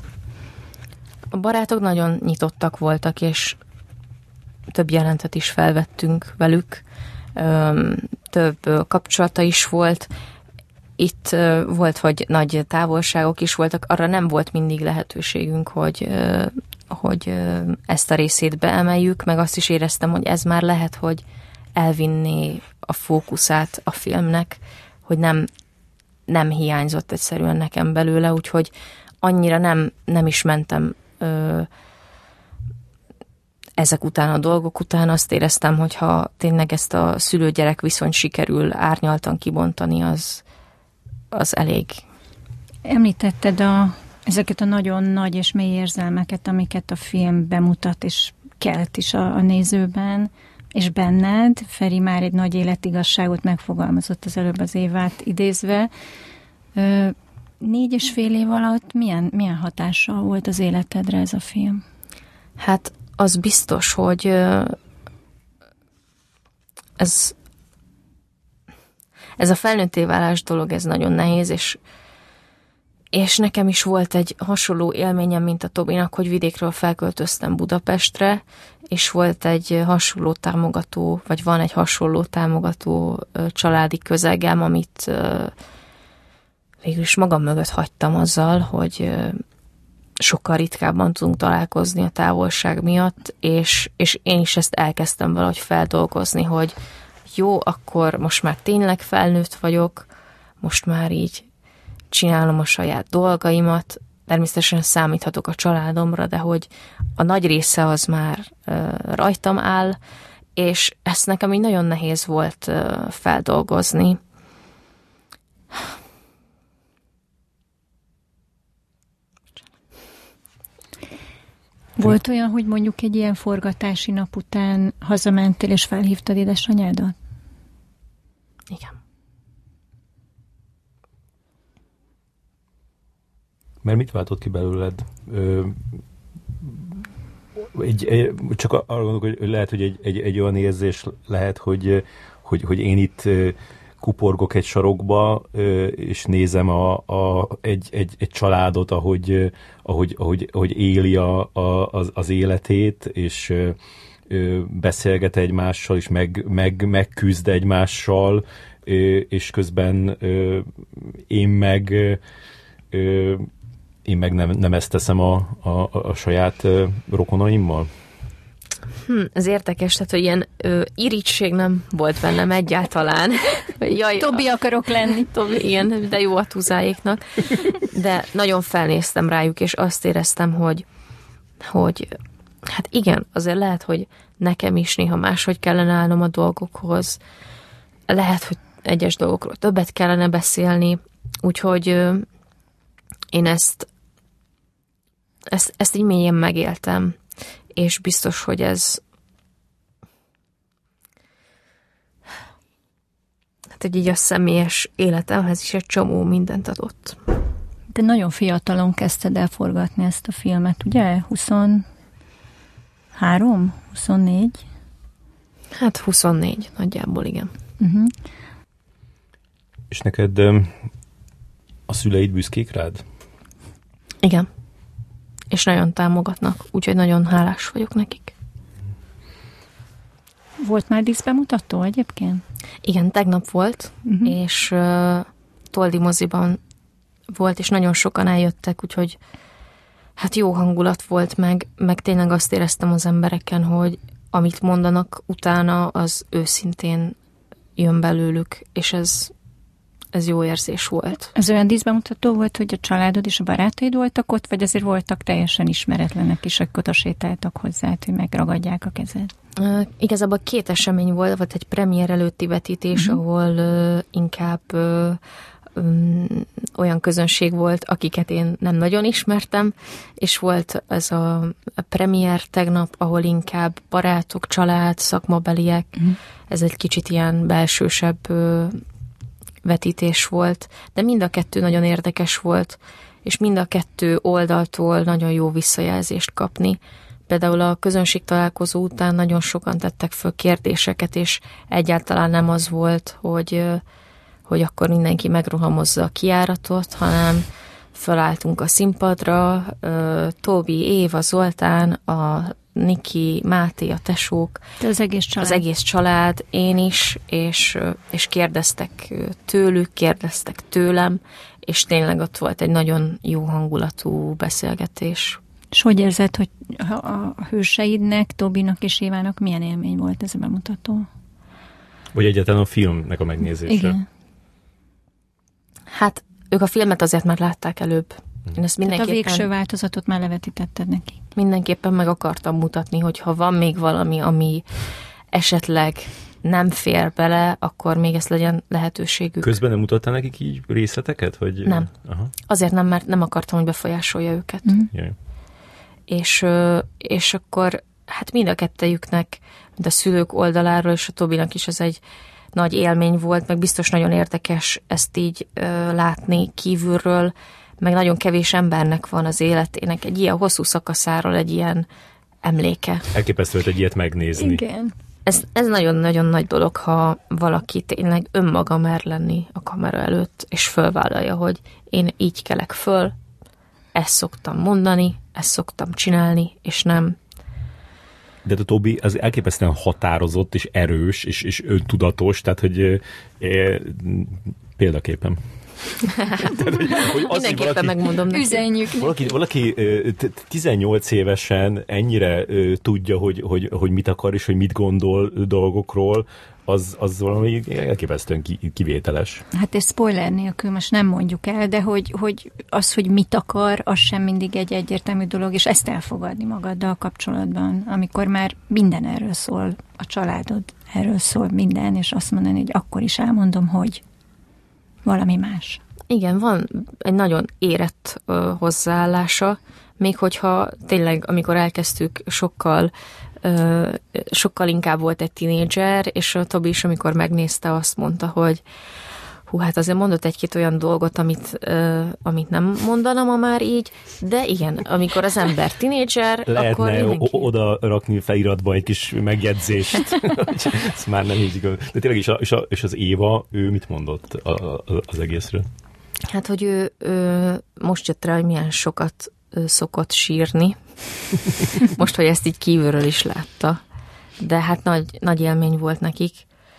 A barátok nagyon nyitottak voltak, és több jelentet is felvettünk velük, több kapcsolata is volt. Itt volt, hogy nagy távolságok is voltak, arra nem volt mindig lehetőségünk, hogy, hogy ezt a részét beemeljük, meg azt is éreztem, hogy ez már lehet, hogy elvinné a fókuszát a filmnek, hogy nem, nem hiányzott egyszerűen nekem belőle, úgyhogy annyira nem, nem is mentem ö, ezek után, a dolgok után. Azt éreztem, hogy ha tényleg ezt a szülő-gyerek viszonyt sikerül árnyaltan kibontani, az az elég. Említetted a, ezeket a nagyon nagy és mély érzelmeket, amiket a film bemutat, és kelt is a, a nézőben, és benned. Feri már egy nagy életigasságot megfogalmazott az előbb az Évát idézve. Ö, négy és fél év alatt milyen, milyen hatással volt az életedre ez a film? Hát az biztos, hogy ez Ez a felnőtté válás dolog, ez nagyon nehéz, és, és nekem is volt egy hasonló élményem, mint a Tobinak, hogy vidékről felköltöztem Budapestre, és volt egy hasonló támogató, vagy van egy hasonló támogató családi közegem, amit végül is magam mögött hagytam azzal, hogy sokkal ritkábban tudunk találkozni a távolság miatt, és, és én is ezt elkezdtem valahogy feldolgozni, hogy jó, akkor most már tényleg felnőtt vagyok, most már így csinálom a saját dolgaimat, természetesen számíthatok a családomra, de hogy a nagy része az már uh, rajtam áll, és ezt nekem így nagyon nehéz volt uh, feldolgozni. Volt olyan, hogy mondjuk egy ilyen forgatási nap után hazamentél és felhívtad édesanyádat? Igen. Mert mit váltott ki belőled? Ö, egy, egy, csak arra gondolok, hogy lehet, hogy egy, egy, egy olyan érzés lehet, hogy, hogy, hogy én itt kuporgok egy sarokba, és nézem a, a, egy, egy, egy családot, ahogy, ahogy, ahogy, ahogy éli a, a, az, az életét, és beszélget egymással, és meg, meg, megküzd egymással, és közben én meg, én meg nem, nem ezt teszem a, a, a saját rokonaimmal. Hm, ez érdekes, tehát, hogy ilyen ö, irigység nem volt bennem egyáltalán. Jaj, Tobi akarok lenni. Tobi, igen, de jó a tuzáéknak. De nagyon felnéztem rájuk, és azt éreztem, hogy, hogy hát igen, azért lehet, hogy nekem is néha máshogy kellene állnom a dolgokhoz. Lehet, hogy egyes dolgokról többet kellene beszélni. Úgyhogy ö, én ezt, ezt, ezt így mélyen megéltem. És biztos, hogy ez hát, hogy így a személyes életemhez is egy csomó mindent adott. De nagyon fiatalon kezdted el forgatni ezt a filmet, ugye? huszonhárom? huszonnégy? Hát huszonnégy nagyjából, igen. Uh-huh. És neked a szüleid büszkék rád? Igen. És nagyon támogatnak, úgyhogy nagyon hálás vagyok nekik. Volt már díszbemutató egyébként? Igen, tegnap volt, uh-huh. és uh, Toldi moziban volt, és nagyon sokan eljöttek, úgyhogy hát jó hangulat volt, meg, meg tényleg azt éreztem az embereken, hogy amit mondanak utána, az őszintén jön belőlük, és ez Ez jó érzés volt. Ez olyan díszbemutató volt, hogy a családod és a barátaid voltak ott, vagy azért voltak teljesen ismeretlenek is, akik oda sétáltak hozzá, hogy megragadják a kezed? Uh, igazából két esemény volt, volt egy premier előtti vetítés, uh-huh. ahol uh, inkább uh, um, olyan közönség volt, akiket én nem nagyon ismertem, és volt ez a, a premier tegnap, ahol inkább barátok, család, szakmabeliek, uh-huh. ez egy kicsit ilyen belsősebb uh, vetítés volt, de mind a kettő nagyon érdekes volt, és mind a kettő oldaltól nagyon jó visszajelzést kapni. Például a közönség találkozó után nagyon sokan tettek föl kérdéseket, és egyáltalán nem az volt, hogy, hogy akkor mindenki megrohamozza a kijáratot, hanem fölálltunk a színpadra, Tóbi, Éva, Zoltán, a Niki, Máté, a tesók, az egész család. az egész család, én is, és, és kérdeztek tőlük, kérdeztek tőlem, és tényleg ott volt egy nagyon jó hangulatú beszélgetés. És hogy érzed, hogy a hőseidnek, Tobinak és Évának milyen élmény volt ez a bemutató? Vagy egyáltalán a filmnek a megnézése? Igen. Hát ők a filmet azért már látták előbb. Én ezt Tehát a végső változatot már levetítetted neki. Mindenképpen meg akartam mutatni, hogy ha van még valami, ami esetleg nem fér bele, akkor még ezt legyen lehetőségük. Közben nem mutattál nekik így részleteket? Hogy... Nem. Aha. Azért nem, mert nem akartam, hogy befolyásolja őket. Mm. Jaj. És, és akkor hát mind a kettejüknek, mind a szülők oldaláról, és a Tobinak is ez egy nagy élmény volt, meg biztos nagyon érdekes ezt így ö, látni kívülről, meg nagyon kevés embernek van az életének egy ilyen hosszú szakaszáról egy ilyen emléke. Elképesztő volt egy ilyet megnézni. Igen. Ez, ez nagyon-nagyon nagy dolog, ha valaki tényleg önmaga mer lenni a kamera előtt, és fölvállalja, hogy én így kelek föl, ezt szoktam mondani, ezt szoktam csinálni, és nem. De a Tobi az elképesztően határozott, és erős, és, és öntudatos, tehát, hogy e, e, példaképpen. Tehát, hogy, hogy az, mindenképpen valaki, megmondom neki. Üzenjük. Valaki, valaki tizennyolc évesen ennyire tudja, hogy, hogy, hogy mit akar, és hogy mit gondol dolgokról, az, az valami elképesztően kivételes. Hát ez spoiler nélkül most nem mondjuk el, de hogy, hogy az, hogy mit akar, az sem mindig egy egyértelmű dolog, és ezt elfogadni magaddal kapcsolatban, amikor már minden erről szól, a családod erről szól minden, és azt mondani, hogy akkor is elmondom, hogy valami más. Igen, van egy nagyon érett ö, hozzáállása, még hogyha tényleg, amikor elkezdtük, sokkal ö, sokkal inkább volt egy tinédzser, és a Tobi is, amikor megnézte, azt mondta, hogy hú, hát azért mondott egy-két olyan dolgot, amit, ö, amit nem mondanám ma már így, de igen, amikor az ember tinédzser, akkor lehetne oda rakni feliratba egy kis megjegyzést, ez már nem így igaz. De tényleg, és, a, és, a, és az Éva, ő mit mondott a, a, az egészről? Hát, hogy ő, ő most jött rá, hogy milyen sokat szokott sírni. Most, hogy ezt így kívülről is látta. De hát nagy, nagy élmény volt nekik.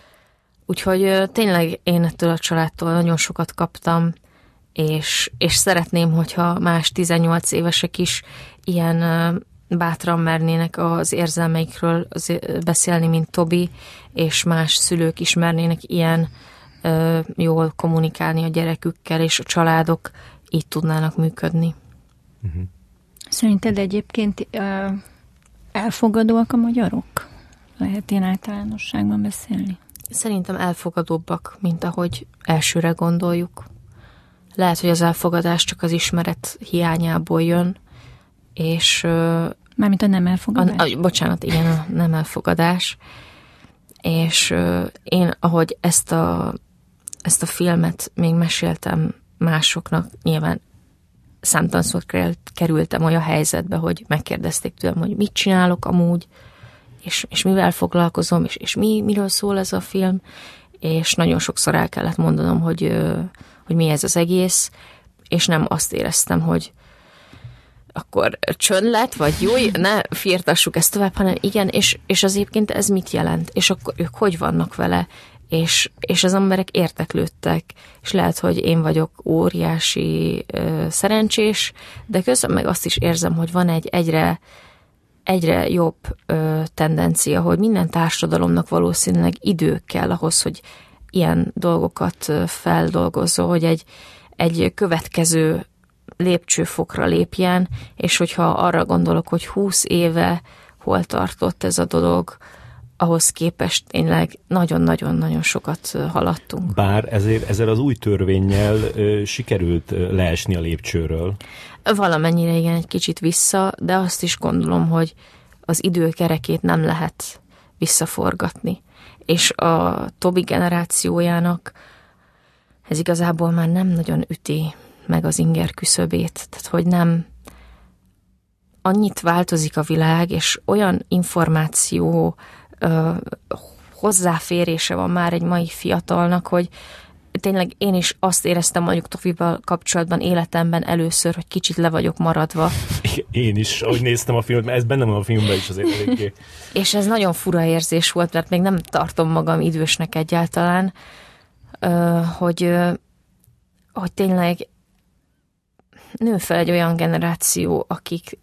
Úgyhogy tényleg én ettől a családtól nagyon sokat kaptam, és, és szeretném, hogyha más tizennyolc évesek is ilyen bátran mernének az érzelmeikről beszélni, mint Tobi, és más szülők is mernének ilyen ö, jól kommunikálni a gyerekükkel, és a családok így tudnának működni. Uh-huh. Szerinted egyébként ö, elfogadóak a magyarok? Lehet ilyen általánosságban beszélni? Szerintem elfogadóbbak, mint ahogy elsőre gondoljuk. Lehet, hogy az elfogadás csak az ismeret hiányából jön, és... Mármint a nem elfogadás? A, a, bocsánat, igen, a nem elfogadás. És uh, én, ahogy ezt a, ezt a filmet még meséltem másoknak, nyilván számtalanszor kerültem olyan helyzetbe, hogy megkérdezték tőlem, hogy mit csinálok amúgy, és, és mivel foglalkozom, és, és mi, miről szól ez a film, és nagyon sokszor el kellett mondanom, hogy, uh, hogy mi ez az egész, és nem azt éreztem, hogy akkor csönd lett, vagy jó, ne firtassuk ezt tovább, hanem igen, és, és az egyébként ez mit jelent, és akkor ők hogy vannak vele, és, és az emberek érteklődtek, és lehet, hogy én vagyok óriási ö, szerencsés, de közben meg azt is érzem, hogy van egy egyre, egyre jobb ö, tendencia, hogy minden társadalomnak valószínűleg idő kell ahhoz, hogy ilyen dolgokat feldolgozza, hogy egy, egy következő lépcsőfokra lépjen, és hogyha arra gondolok, hogy húsz éve hol tartott ez a dolog, ahhoz képest tényleg nagyon-nagyon-nagyon sokat haladtunk. Bár ezért, ezzel az új törvénnyel ö, sikerült ö, leesni a lépcsőről. Valamennyire igen, egy kicsit vissza, de azt is gondolom, hogy az időkerekét nem lehet visszaforgatni. És a Tobi generációjának ez igazából már nem nagyon üti meg az inger küszöbét, tehát hogy nem annyit változik a világ, és olyan információ ö, hozzáférése van már egy mai fiatalnak, hogy tényleg én is azt éreztem mondjuk Tofival kapcsolatban életemben először, hogy kicsit le vagyok maradva. Én is, ahogy néztem a filmet, mert ez bennem van a filmben is azért eléggé. És ez nagyon fura érzés volt, mert még nem tartom magam idősnek egyáltalán, ö, hogy, ö, hogy tényleg nő fel egy olyan generáció, akik,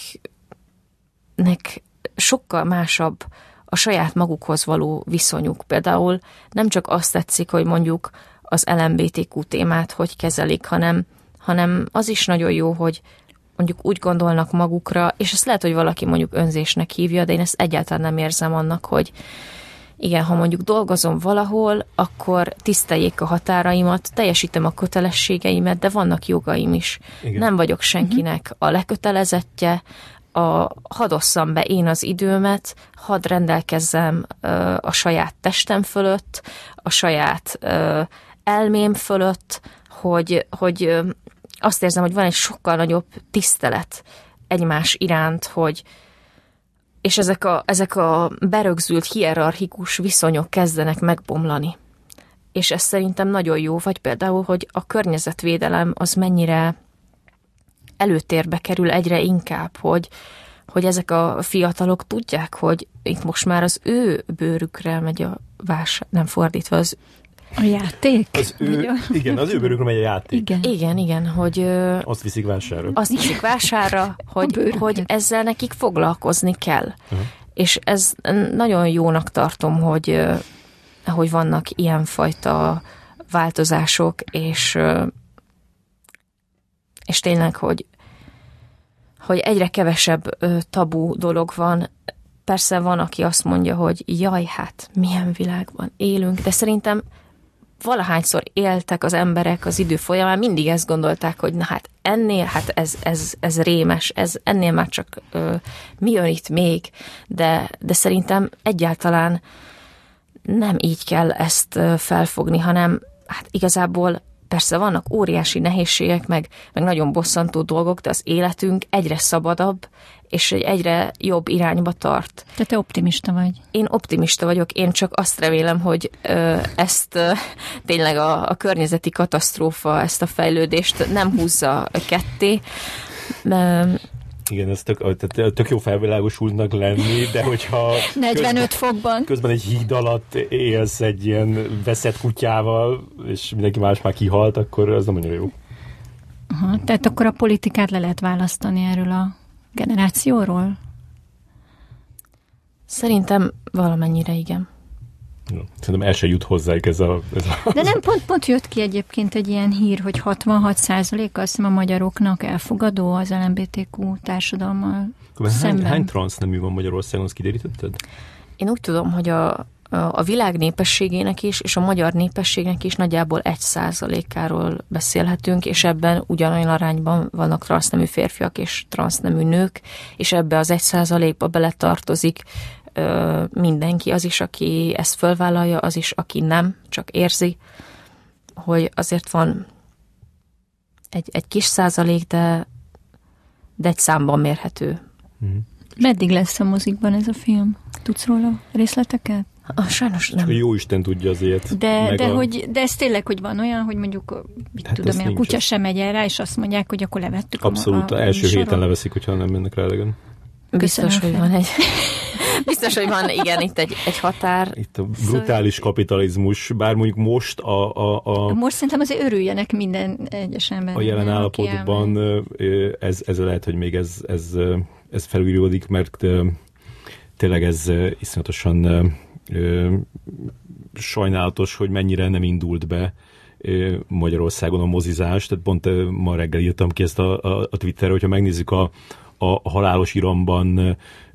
akiknek sokkal másabb a saját magukhoz való viszonyuk. Például nem csak azt tetszik, hogy mondjuk az el em bé té kú témát hogy kezelik, hanem, hanem az is nagyon jó, hogy mondjuk úgy gondolnak magukra, és ezt lehet, hogy valaki mondjuk önzésnek hívja, de én ezt egyáltalán nem érzem annak, hogy igen, ha mondjuk dolgozom valahol, akkor tiszteljék a határaimat, teljesítem a kötelességeimet, de vannak jogaim is. Igen. Nem vagyok senkinek a lekötelezettje, a, hadd osszam be én az időmet, hadd rendelkezzem ö, a saját testem fölött, a saját ö, elmém fölött, hogy, hogy ö, azt érzem, hogy van egy sokkal nagyobb tisztelet egymás iránt, hogy és ezek a, ezek a berögzült hierarchikus viszonyok kezdenek megbomlani. És ez szerintem nagyon jó, vagy például, hogy a környezetvédelem az mennyire előtérbe kerül egyre inkább, hogy, hogy ezek a fiatalok tudják, hogy itt most már az ő bőrükre megy a vásár, nem fordítva, az a játék? Az ő, igen, az ő bőrükre megy a játék. Igen, igen, igen hogy... Azt viszik vásárra. Azt viszik vásárra, hogy, hogy ezzel nekik foglalkozni kell. Uh-huh. És ez nagyon jónak tartom, hogy, hogy vannak ilyenfajta változások, és, és tényleg, hogy, hogy egyre kevesebb tabu dolog van. Persze van, aki azt mondja, hogy jaj, hát milyen világban élünk, de szerintem valahányszor éltek az emberek az idő folyamán, mindig ezt gondolták, hogy na hát ennél, hát ez, ez, ez rémes, ez ennél már csak ö, mi jön itt még, de, de szerintem egyáltalán nem így kell ezt ö, felfogni, hanem hát igazából persze vannak óriási nehézségek, meg, meg nagyon bosszantó dolgok, de az életünk egyre szabadabb, és egyre jobb irányba tart. Te te optimista vagy. Én optimista vagyok, én csak azt remélem, hogy ö, ezt ö, tényleg a, a környezeti katasztrófa, ezt a fejlődést nem húzza ketté. Ö, Igen, ez tök, tök jó felvilágosultnak lenni, de hogyha negyvenöt közben, fokban közben egy híd alatt élsz egy ilyen veszett kutyával, és mindenki más már kihalt, akkor az nem annyira jó. Aha, tehát akkor a politikát le lehet választani erről a generációról? Szerintem valamennyire igen. Szerintem el se jut hozzájuk ez a... Ez a De nem, pont, pont jött ki egyébként egy ilyen hír, hogy hatvanhat százalék azt hiszem a magyaroknak elfogadó az el em bé té kú társadalommal szemben. Hány, hány transznemű van Magyarországon, azt kiderítetted? Én úgy tudom, hogy a, a világ népességének is, és a magyar népességnek is nagyjából egy százalékáról beszélhetünk, és ebben ugyanolyan arányban vannak transznemű férfiak és transznemű nők, és ebbe az egy százalékba beletartozik ö, mindenki, az is, aki ezt fölvállalja, az is, aki nem, csak érzi, hogy azért van egy, egy kis százalék, de, de egy számban mérhető. Mm. Meddig lesz a mozikban ez a film? Tudsz róla részleteket? Ah, sajnos nem. Jó Isten tudja azért. De, de, a... hogy, de ez tényleg, hogy van olyan, hogy mondjuk, mit hát tudom én, a kutya ez. sem megy el rá, és azt mondják, hogy akkor levettük Abszolút, a, a első műsorról. héten leveszik, hogyha nem mennek rá elegen. Biztos, hogy van egy... Biztos, hogy van, igen, itt egy, egy határ. Itt a brutális szóval... kapitalizmus, bár mondjuk most a... a, a most szerintem azért örüljenek minden egyes ember. A jelen állapotban ez, ez lehet, hogy még ez, ez, ez felüljódik, mert tényleg ez iszonyatosan sajnálatos, hogy mennyire nem indult be Magyarországon a mozizás. Tehát pont ma reggel írtam ki ezt a, a, a Twitterre, hogyha megnézzük a, a, a Halálos Iramban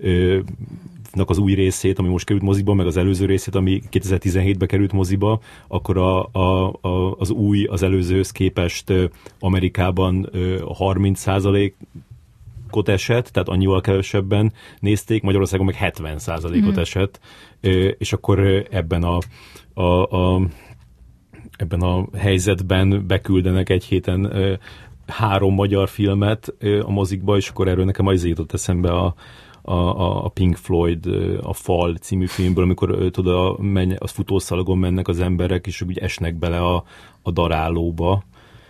az új részét, ami most került moziba, meg az előző részét, ami kétezer-tizenhétben került moziba, akkor a, a, a, az új, az előzőhöz képest Amerikában harminc százalékot esett, tehát annyival kevesebben nézték, Magyarországon meg hetven százalékot mm. esett, és akkor ebben a, a, a, ebben a helyzetben beküldenek egy héten három magyar filmet a mozikba, és akkor erről nekem az jutott eszembe a A, a Pink Floyd, a Fall című filmből, amikor tudod, a, menj, az futószalagon mennek az emberek, és úgy esnek bele a, a darálóba.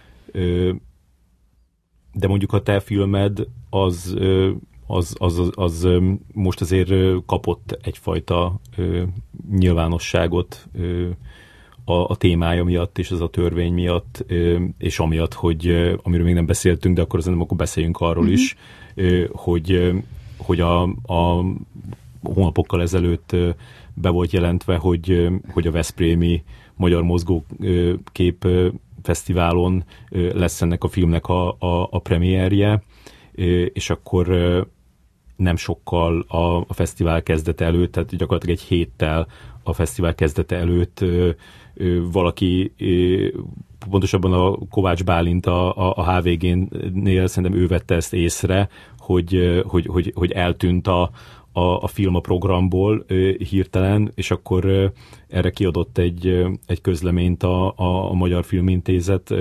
De mondjuk a te filmed az, az, az, az, az most azért kapott egyfajta nyilvánosságot a, a témája miatt, és ez a törvény miatt, és amiatt, hogy amiről még nem beszéltünk, de akkor azért akkor beszéljünk arról mm-hmm. is, hogy hogy a, a hónapokkal ezelőtt be volt jelentve, hogy, hogy a Veszprémi Magyar Mozgókép Fesztiválon lesz ennek a filmnek a, a, a premierje, és akkor nem sokkal a, a fesztivál kezdete előtt, tehát gyakorlatilag egy héttel a fesztivál kezdete előtt valaki, pontosabban a Kovács Bálint a, a, a há vé gé-nél szerintem ő vette ezt észre, hogy, hogy, hogy, hogy eltűnt a, a, a film a programból hirtelen, és akkor erre kiadott egy, egy közleményt a, a, a Magyar Filmintézet,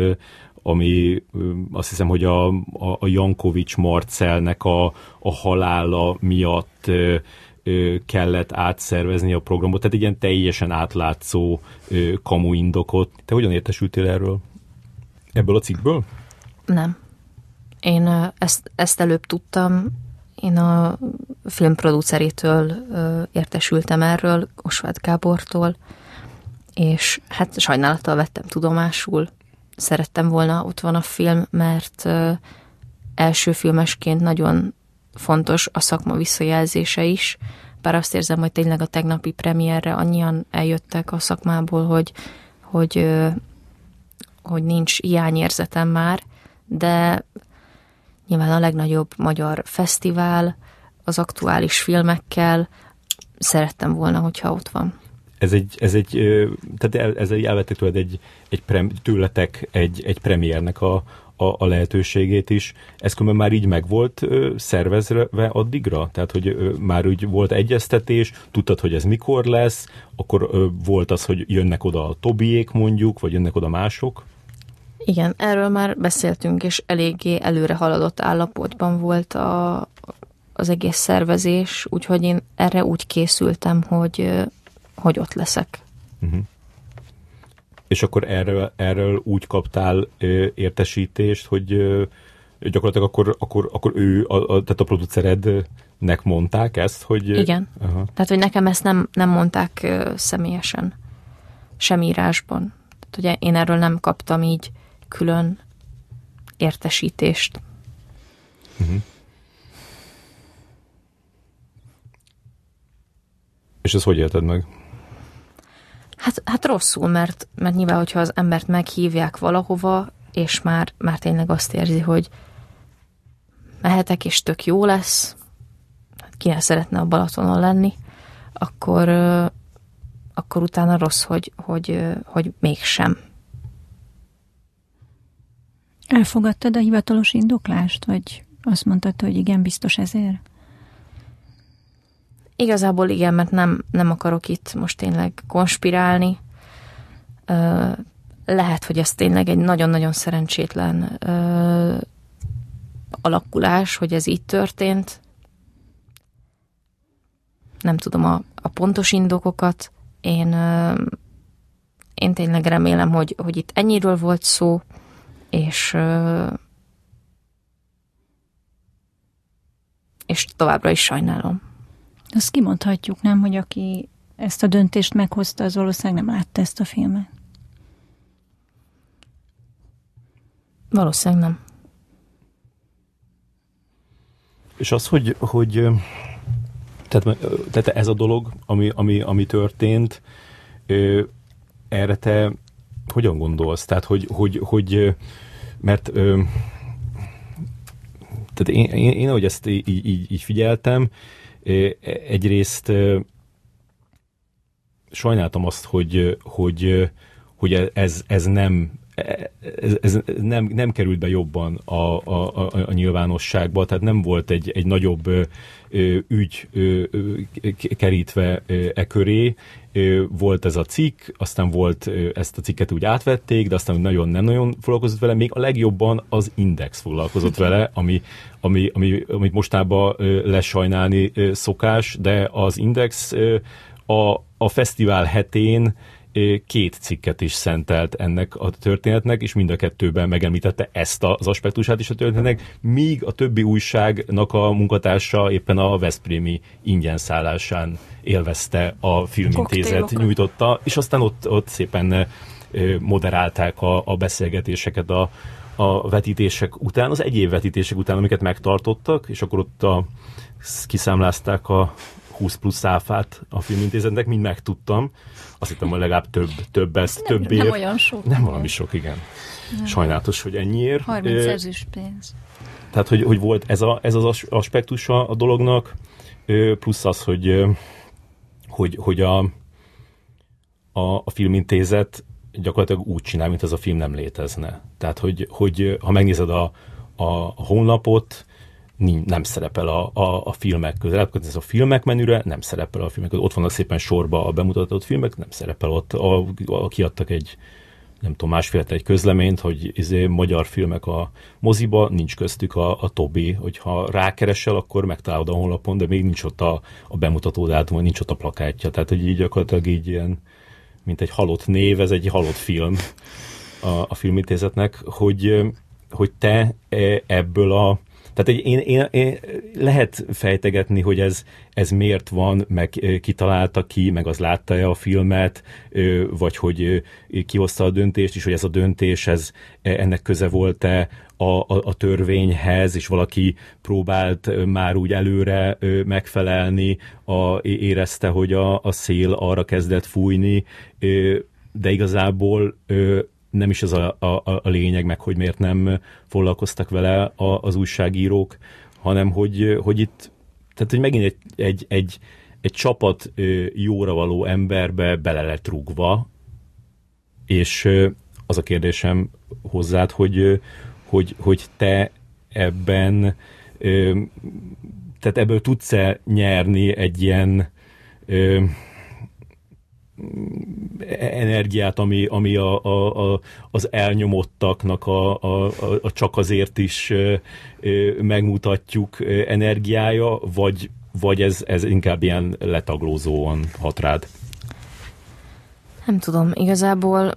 ami azt hiszem, hogy a, a, a Jankovics Marcelnek a, a halála miatt kellett átszervezni a programot, tehát egy ilyen teljesen átlátszó kamu indokot. Te hogyan értesültél erről? Ebből a cikkből? Nem. Én ezt, ezt előbb tudtam, én a filmproducerétől értesültem erről, Osváth Gábortól, és hát sajnálattal vettem tudomásul. Szerettem volna, ott van a film, mert első filmesként nagyon fontos a szakma visszajelzése is, bár azt érzem, hogy tényleg a tegnapi premierre annyian eljöttek a szakmából, hogy, hogy, hogy nincs hiányérzetem már, de nyilván a legnagyobb magyar fesztivál, az aktuális filmekkel szerettem volna, hogyha ott van. Ez egy, ez egy, tehát ez egy, elvettek tőled egy, egy prem, tőletek egy, egy premiernek a, a, a lehetőségét is. Ez különben már így meg volt szervezve addigra? Tehát, hogy már úgy volt egyeztetés, tudtad, hogy ez mikor lesz, akkor volt az, hogy jönnek oda a Tobiék mondjuk, vagy jönnek oda mások? Igen, erről már beszéltünk, és eléggé előre haladott állapotban volt a, az egész szervezés, úgyhogy én erre úgy készültem, hogy, hogy ott leszek. Uh-huh. És akkor erről, erről úgy kaptál ö, értesítést, hogy ö, gyakorlatilag akkor, akkor, akkor ő, a, a, tehát a producerednek mondták ezt, hogy... Igen. Aha. Tehát, hogy nekem ezt nem, nem mondták ö, személyesen, sem írásban. Tehát, ugye én erről nem kaptam így külön értesítést. Uh-huh. És ezt hogy élted meg? Hát, hát rosszul, mert, mert nyilván, hogyha az embert meghívják valahova, és már, már tényleg azt érzi, hogy mehetek, és tök jó lesz, hát ki ne szeretne a Balatonon lenni, akkor, akkor utána rossz, hogy, hogy, hogy mégsem. Elfogadtad a hivatalos indoklást, vagy azt mondtad, hogy igen, biztos ezért? Igazából igen, mert nem, nem akarok itt most tényleg konspirálni. Lehet, hogy ez tényleg egy nagyon-nagyon szerencsétlen alakulás, hogy ez így történt. Nem tudom a, a pontos indokokat. Én, én tényleg remélem, hogy, hogy itt ennyiről volt szó, és, és továbbra is sajnálom. Azt kimondhatjuk, nem, hogy aki ezt a döntést meghozta, az valószínűleg nem látta ezt a filmet. Valószínűleg nem. És az, hogy, hogy tehát, tehát ez a dolog, ami, ami, ami történt, erre te hogyan gondolsz? Tehát, hogy, hogy, hogy mert tehát én, én, én ahogy ezt így, így, így figyeltem, egyrészt sajnáltam azt, hogy, hogy, hogy ez, ez nem Ez, ez nem, nem került be jobban a, a, a, a nyilvánosságba, tehát nem volt egy, egy nagyobb ö, ügy ö, ö, kerítve ö, e köré. Ö, volt ez a cikk, aztán volt ö, ezt a cikket úgy átvették, de aztán nagyon nem nagyon foglalkozott vele, még a legjobban az Index foglalkozott vele, ami, ami, ami, amit mostában ö, lesajnálni ö, szokás, de az Index ö, a, a fesztivál hetén két cikket is szentelt ennek a történetnek, és mind a kettőben megemlítette ezt az aspektusát is a történetnek, míg a többi újságnak a munkatársa éppen a veszprémi ingyenszállásán élvezte a Filmintézet nyújtotta, és aztán ott, ott szépen moderálták a, a beszélgetéseket a, a vetítések után, az egyéb vetítések után, amiket megtartottak, és akkor ott a, kiszámlázták a húsz plusz áfát a Filmintézetnek, mind megtudtam. Azt hittem, hogy legalább több, több ez, több ér. Nem olyan sok. Nem valami sok, igen. Nem. Sajnálatos, hogy ennyiért. harminc ezüst pénz. Tehát, hogy, hogy volt ez, a, ez az aspektusa a dolognak, plusz az, hogy, hogy, hogy a, a, a Filmintézet gyakorlatilag úgy csinál, mint ez a film nem létezne. Tehát, hogy, hogy ha megnézed a, a, a honlapot, nem szerepel a, a, a filmek között. Ez a filmek menüre nem szerepel a filmek között. Ott vannak szépen sorba a bemutatott filmek, nem szerepel ott. A, a, kiadtak egy, nem tudom, másfél egy közleményt, hogy izé, magyar filmek a moziba, nincs köztük a, a Tobi, hogyha rákeresel, akkor megtalálod a honlapon, de még nincs ott a, a bemutató dátum, nincs ott a plakátja. Tehát, hogy így gyakorlatilag így ilyen, mint egy halott név, ez egy halott film a, a Filmintézetnek, hogy, hogy te ebből a Tehát én, én, én lehet fejtegetni, hogy ez, ez miért van, meg kitalálta ki, meg az látta-e a filmet, vagy hogy kihozta a döntést, és hogy ez a döntés, ez, ennek köze volt-e a, a, a törvényhez, és valaki próbált már úgy előre megfelelni, a, érezte, hogy a, a szél arra kezdett fújni, de igazából nem is ez a, a, a lényeg, meg hogy miért nem foglalkoztak vele a, az újságírók, hanem hogy, hogy itt, tehát hogy megint egy, egy, egy, egy csapat jóra való emberbe bele lett rúgva, és az a kérdésem hozzád, hogy, hogy, hogy te ebben, tehát ebből tudsz-e nyerni egy ilyen energiát, ami, ami a, a, a, az elnyomottaknak a, a, a csak azért is ö, ö, megmutatjuk energiája, vagy, vagy ez, ez inkább ilyen letaglózóan hat rád? Nem tudom, igazából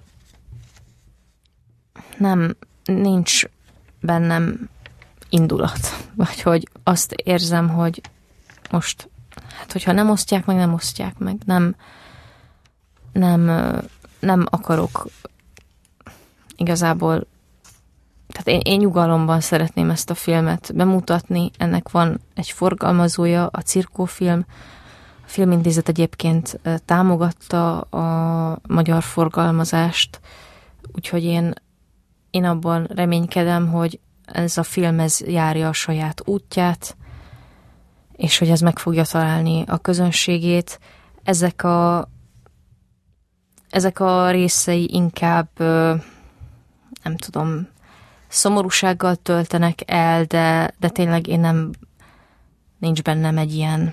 nem, nincs bennem indulat, vagy hogy azt érzem, hogy most, hát hogyha nem osztják meg, nem osztják meg, nem Nem, nem akarok igazából, tehát én, én nyugalomban szeretném ezt a filmet bemutatni, ennek van egy forgalmazója, a Cirkófilm, A Filmintézet egyébként támogatta a magyar forgalmazást, úgyhogy én, én abban reménykedem, hogy ez a film ez járja a saját útját, és hogy ez meg fogja találni a közönségét. Ezek a, ezek a részei inkább, nem tudom, szomorúsággal töltenek el, de, de tényleg én nem, nincs bennem egy ilyen,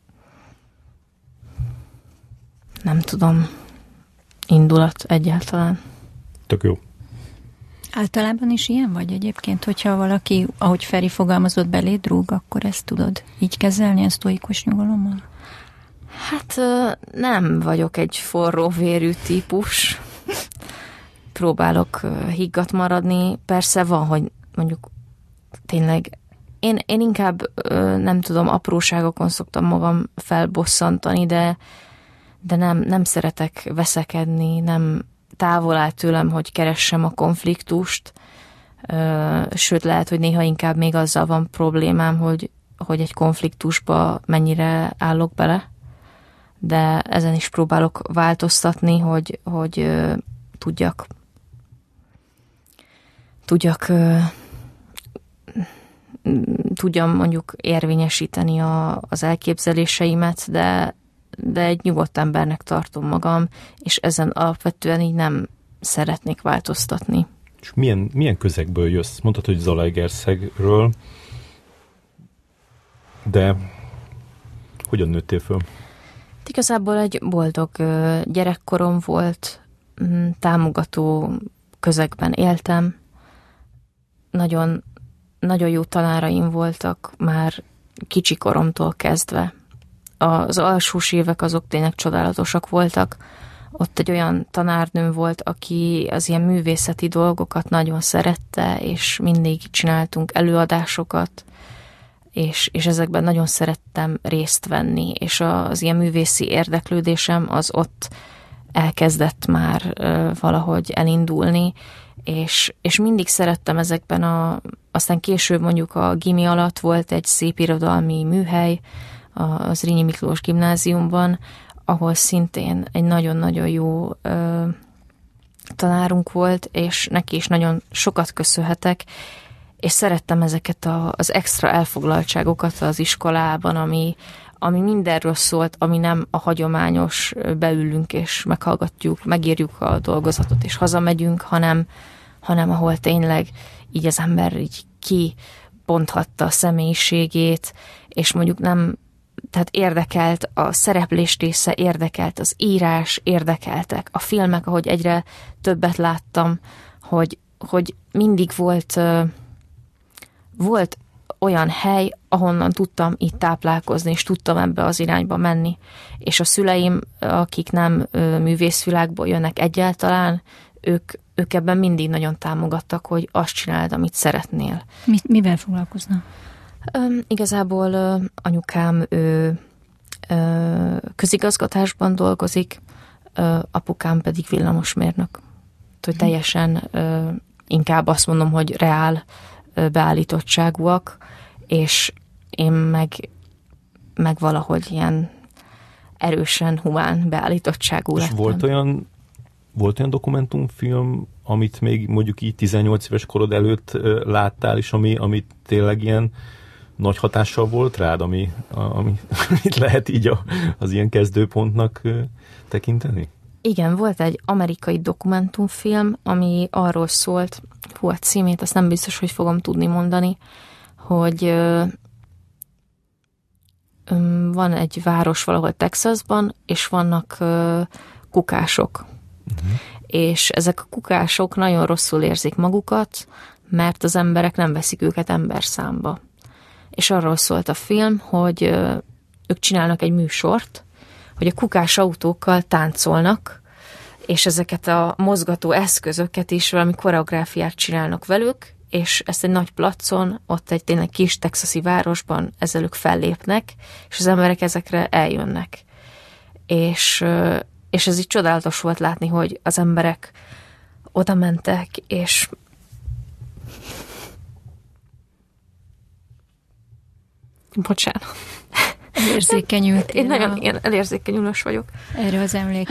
nem tudom, indulat egyáltalán. Tök jó. Általában is ilyen vagy egyébként, hogyha valaki, ahogy Feri fogalmazott, beléd rúg, akkor ezt tudod így kezelni, a sztoikus nyugalommal? Hát nem vagyok egy forró vérű típus. Próbálok higgadt maradni. Persze van, hogy mondjuk tényleg én, én inkább nem tudom, apróságokon szoktam magam felbosszantani, de, de nem, nem szeretek veszekedni, nem távol áll tőlem, hogy keressem a konfliktust, sőt lehet, hogy néha inkább még azzal van problémám, hogy, hogy egy konfliktusba mennyire állok bele, de ezen is próbálok változtatni, hogy, hogy tudjak tudjak tudjam mondjuk érvényesíteni a, az elképzeléseimet, de de egy nyugodt embernek tartom magam, és ezen alapvetően így nem szeretnék változtatni. És milyen, milyen közegből jössz? Mondtad, hogy Zalaegerszegről, de hogyan nőttél föl? Igazából egy boldog gyerekkorom volt, támogató közegben éltem, nagyon, nagyon jó tanáraim voltak már kicsi koromtól kezdve. Az alsós évek azok tényleg csodálatosak voltak. Ott egy olyan tanárnőm volt, aki az ilyen művészeti dolgokat nagyon szerette, és mindig csináltunk előadásokat, és, és ezekben nagyon szerettem részt venni, és az ilyen művészi érdeklődésem az ott elkezdett már valahogy elindulni, és, és mindig szerettem ezekben a... Aztán később mondjuk a gimi alatt volt egy szépirodalmi műhely, az Rényi Miklós gimnáziumban, ahol szintén egy nagyon-nagyon jó ö, tanárunk volt, és neki is nagyon sokat köszönhetek, és szerettem ezeket a, az extra elfoglaltságokat az iskolában, ami, ami mindenről szólt, ami nem a hagyományos beülünk és meghallgatjuk, megírjuk a dolgozatot és hazamegyünk, hanem, hanem ahol tényleg így az ember így kibonthatta a személyiségét, és mondjuk nem, tehát érdekelt a szereplés része, érdekelt az írás, érdekeltek a filmek, ahogy egyre többet láttam, hogy, hogy mindig volt, volt olyan hely, ahonnan tudtam így táplálkozni, és tudtam ebbe az irányba menni. És a szüleim, akik nem művészvilágból jönnek egyáltalán, ők, ők ebben mindig nagyon támogattak, hogy azt csináld, amit szeretnél. Mi, mivel foglalkoznak? Üm, igazából ö, anyukám ő, ö, közigazgatásban dolgozik, ö, apukám pedig villamosmérnök. Hogy teljesen ö, inkább azt mondom, hogy reál ö, beállítottságúak, és én meg, meg valahogy ilyen erősen humán beállítottságú lettem. És volt olyan, volt olyan dokumentumfilm, amit még mondjuk így tizennyolc éves korod előtt ö, láttál, és ami, ami tényleg ilyen nagy hatással volt rád, ami, ami, amit lehet így a, az ilyen kezdőpontnak ö, tekinteni? Igen, volt egy amerikai dokumentumfilm, ami arról szólt, hú, a címét, azt nem biztos, hogy fogom tudni mondani, hogy ö, ö, van egy város valahol Texasban, és vannak ö, kukások. Uh-huh. És ezek a kukások nagyon rosszul érzik magukat, mert az emberek nem veszik őket emberszámba. És arról szólt a film, hogy ö, ők csinálnak egy műsort, hogy a kukás autókkal táncolnak, és ezeket a mozgató eszközöket is valami koreográfiát csinálnak velük, és ezt egy nagy placon, ott egy tényleg kis texasi városban ezzel ők fellépnek, és az emberek ezekre eljönnek. És, és ez így csodálatos volt látni, hogy az emberek oda mentek, és bocsánat. Érzékenyültél. Én nagyon ilyen elérzékenyülős vagyok. Erre az emléke.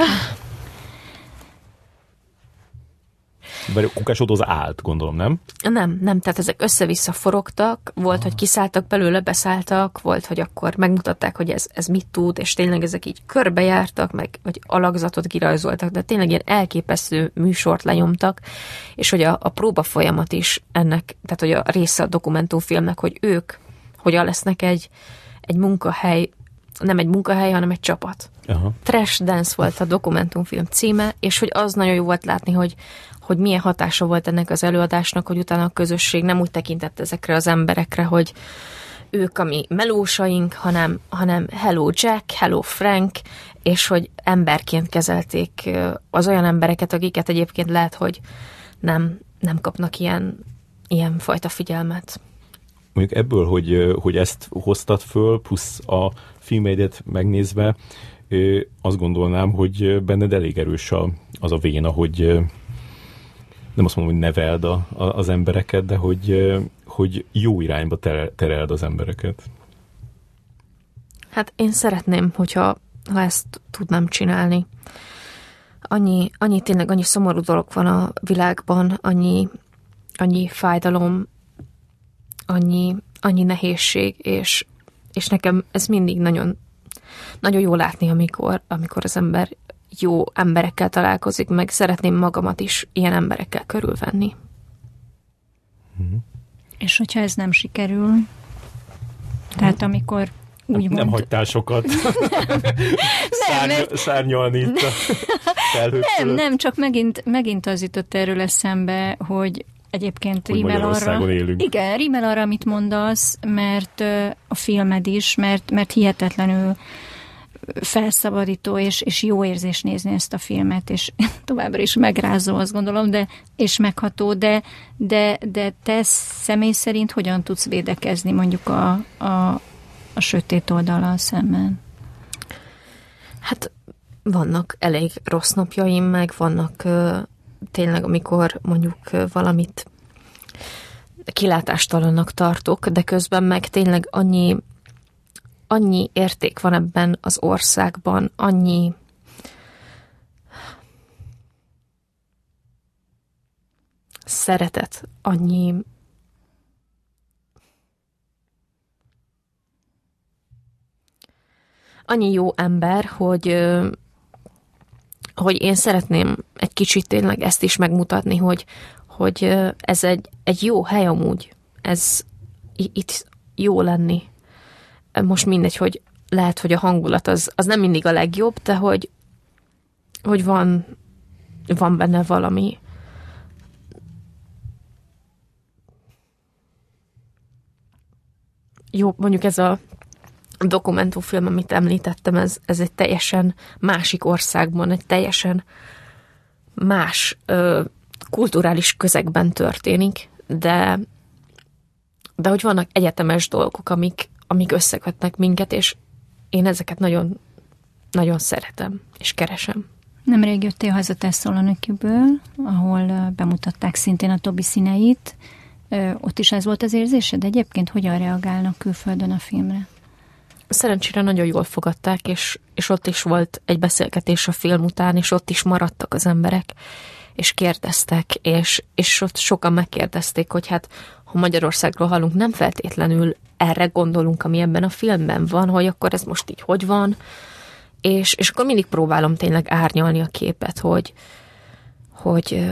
Vagy a kukásodhoz állt, gondolom, nem? Nem, nem, tehát ezek össze-vissza forogtak, volt, ah. hogy kiszálltak belőle, beszálltak, volt, hogy akkor megmutatták, hogy ez, ez mit tud, és tényleg ezek így körbejártak, meg vagy alakzatot kirajzoltak, de tényleg ilyen elképesztő műsort lenyomtak, és hogy a, a próba folyamat is ennek, tehát hogy a része a dokumentumfilmnek, hogy ők hogyan lesznek egy, egy munkahely, nem egy munkahely, hanem egy csapat. Aha. Trash Dance volt a dokumentumfilm címe, és hogy az nagyon jó volt látni, hogy hogy milyen hatása volt ennek az előadásnak, hogy utána a közösség nem úgy tekintett ezekre az emberekre, hogy ők a mi melósaink, hanem, hanem hello Jack, hello Frank, és hogy emberként kezelték az olyan embereket, akiket egyébként lehet, hogy nem, nem kapnak ilyen, ilyen fajta figyelmet. Mondjuk ebből, hogy, hogy ezt hoztad föl, plusz a filmeidet megnézve, azt gondolnám, hogy benned elég erős az a véna, hogy nem azt mondom, hogy neveld a, a, az embereket, de hogy, hogy jó irányba tereld az embereket. Hát én szeretném, hogyha ha ezt tudnám csinálni. Annyi, annyi tényleg, annyi szomorú dolog van a világban, annyi, annyi fájdalom, annyi, annyi nehézség, és, és nekem ez mindig nagyon, nagyon jó látni, amikor, amikor az ember jó emberekkel találkozik, meg szeretném magamat is ilyen emberekkel körülvenni. Mm-hmm. És hogyha ez nem sikerül, tehát amikor úgy nem, mond... nem hagytál sokat Szárny, mert... szárnyalni itt a felhők Nem, nem, csak megint, megint az jutott erről eszembe, hogy egyébként hogy rímel arra, élünk. Igen, rímel arra, amit mondasz, mert a filmed is, mert, mert hihetetlenül felszabadító és, és jó érzés nézni ezt a filmet, és továbbra is megrázó, azt gondolom, de, és megható, de, de, de te személy szerint hogyan tudsz védekezni mondjuk a, a, a sötét oldallal szemben? Hát vannak elég rossz napjaim, meg vannak uh, tényleg, amikor mondjuk uh, valamit kilátástalannak tartok, de közben meg tényleg annyi annyi érték van ebben az országban, annyi szeretet, annyi annyi jó ember, hogy hogy én szeretném egy kicsit tényleg ezt is megmutatni, hogy, hogy ez egy, egy jó hely amúgy, ez itt jó lenni. Most mindegy, hogy lehet, hogy a hangulat az, az nem mindig a legjobb, de hogy, hogy van, van benne valami. Jó, mondjuk ez a dokumentumfilm, amit említettem, ez, ez egy teljesen másik országban, egy teljesen más ö, kulturális közegben történik, de, de hogy vannak egyetemes dolgok, amik amik összekötnek minket, és én ezeket nagyon, nagyon szeretem, és keresem. Nemrég jöttél haza Tesszalonikiből, ahol bemutatták szintén a Tobi színeit. Ott is ez volt az érzésed? Egyébként hogyan reagálnak külföldön a filmre? Szerencsére nagyon jól fogadták, és, és ott is volt egy beszélgetés a film után, és ott is maradtak az emberek, és kérdeztek, és, és ott sokan megkérdezték, hogy hát, ha Magyarországról hallunk, nem feltétlenül erre gondolunk, ami ebben a filmben van, hogy akkor ez most így hogy van, és, és akkor mindig próbálom tényleg árnyalni a képet, hogy, hogy,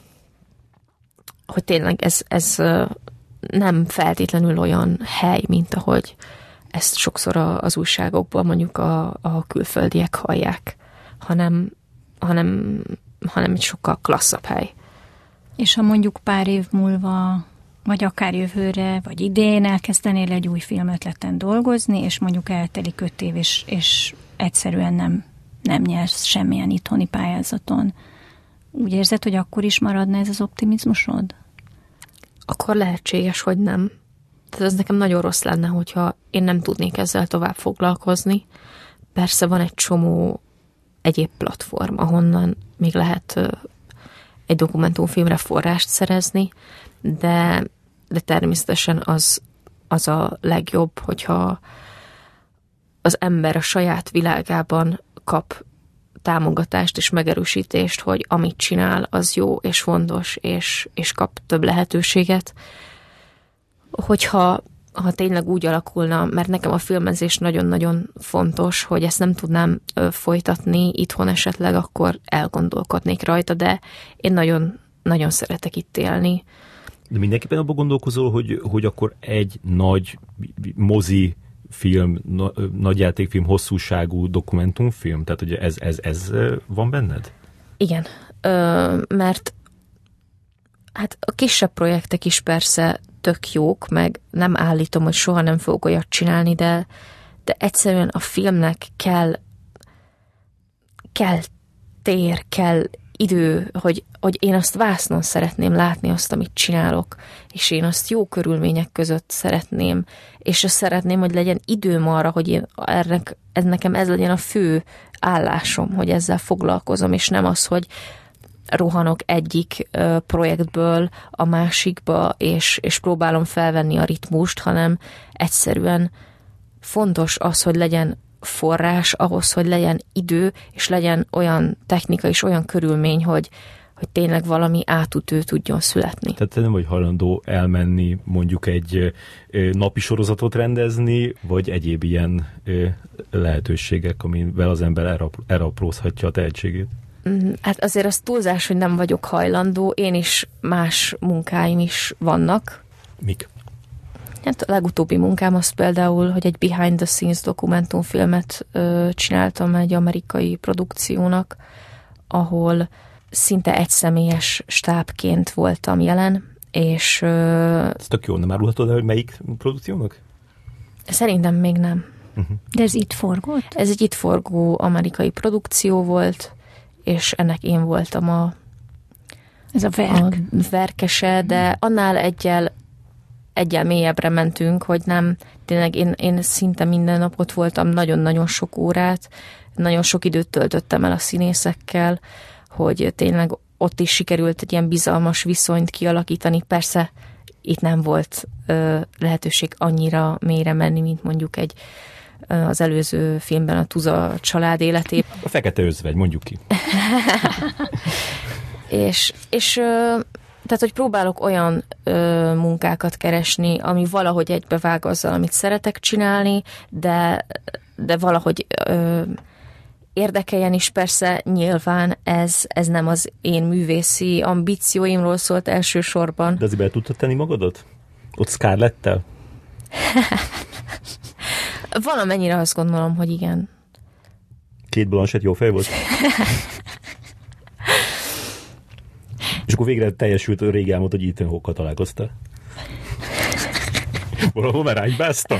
hogy tényleg ez, ez nem feltétlenül olyan hely, mint ahogy ezt sokszor az újságokból mondjuk a, a külföldiek hallják, hanem, hanem, hanem egy sokkal klasszabb hely. És ha mondjuk pár év múlva, vagy akár jövőre, vagy idén elkezdenél egy új filmötleten dolgozni, és mondjuk eltelik öt év, és, és egyszerűen nem, nem nyersz semmilyen itthoni pályázaton. Úgy érzed, hogy akkor is maradna ez az optimizmusod? Akkor lehetséges, hogy nem. Tehát ez nekem nagyon rossz lenne, hogyha én nem tudnék ezzel tovább foglalkozni. Persze van egy csomó egyéb platform, ahonnan még lehet egy dokumentumfilmre forrást szerezni, de, de természetesen az, az a legjobb, hogyha, az ember a saját világában kap támogatást és megerősítést, hogy amit csinál, az jó és fontos, és, és kap több lehetőséget. Hogyha ha tényleg úgy alakulna, mert nekem a filmezés nagyon-nagyon fontos, hogy ezt nem tudnám ö, folytatni itthon esetleg, akkor elgondolkodnék rajta, de én nagyon, nagyon szeretek itt élni. De mindenképpen abban gondolkozol, hogy, hogy akkor egy nagy mozi film, na, nagyjátékfilm, hosszúságú dokumentumfilm? Tehát, hogy ez, ez, ez van benned? Igen, ö, mert hát a kisebb projektek is persze tök jók, meg nem állítom, hogy soha nem fogok olyat csinálni, de, de egyszerűen a filmnek kell kell tér, kell idő, hogy, hogy én azt vásznon szeretném látni azt, amit csinálok, és én azt jó körülmények között szeretném, és azt szeretném, hogy legyen időm arra, hogy én ennek, ez nekem ez legyen a fő állásom, hogy ezzel foglalkozom, és nem az, hogy rohanok egyik ö, projektből a másikba, és, és próbálom felvenni a ritmust, hanem egyszerűen fontos az, hogy legyen forrás ahhoz, hogy legyen idő, és legyen olyan technika és olyan körülmény, hogy, hogy tényleg valami átütő tudjon születni. Tehát te nem vagy hajlandó elmenni mondjuk egy napi sorozatot rendezni, vagy egyéb ilyen lehetőségek, amivel az ember elaprózhatja a tehetségét? Hát azért az túlzás, hogy nem vagyok hajlandó, én is más munkáim is vannak. Mik? Hát a legutóbbi munkám az például, hogy egy behind the scenes dokumentumfilmet ö, csináltam egy amerikai produkciónak, ahol szinte egyszemélyes stábként voltam jelen, és... Ö, Ez tök jó, nem árulhatod el, hogy melyik produkciónak? Szerintem még nem. Uh-huh. De ez itt forgott? Ez egy itt forgó amerikai produkció volt, és ennek én voltam a, ez a, verk. a verkese, de annál egyel egyel mélyebbre mentünk, hogy nem, tényleg én, én szinte minden nap ott voltam, nagyon-nagyon sok órát, nagyon sok időt töltöttem el a színészekkel, hogy tényleg ott is sikerült egy ilyen bizalmas viszonyt kialakítani. Persze itt nem volt ö, lehetőség annyira mélyre menni, mint mondjuk egy ö, az előző filmben a Tuza család életében. A Fekete Özvegy, mondjuk ki. és és ö, tehát, hogy próbálok olyan ö, munkákat keresni, ami valahogy egybevág azzal, amit szeretek csinálni, de, de valahogy ö, érdekeljen is. Persze nyilván ez, ez nem az én művészi ambícióimról szólt elsősorban. De azért be tudtad tenni magadat? Ott Scarlettel? Valamennyire azt gondolom, hogy igen. Kate Blanchett jó fej volt? És akkor végre teljesült a régi álmod, hogy Ethan Hawke-kal találkoztál. Valahol már ránybáztam?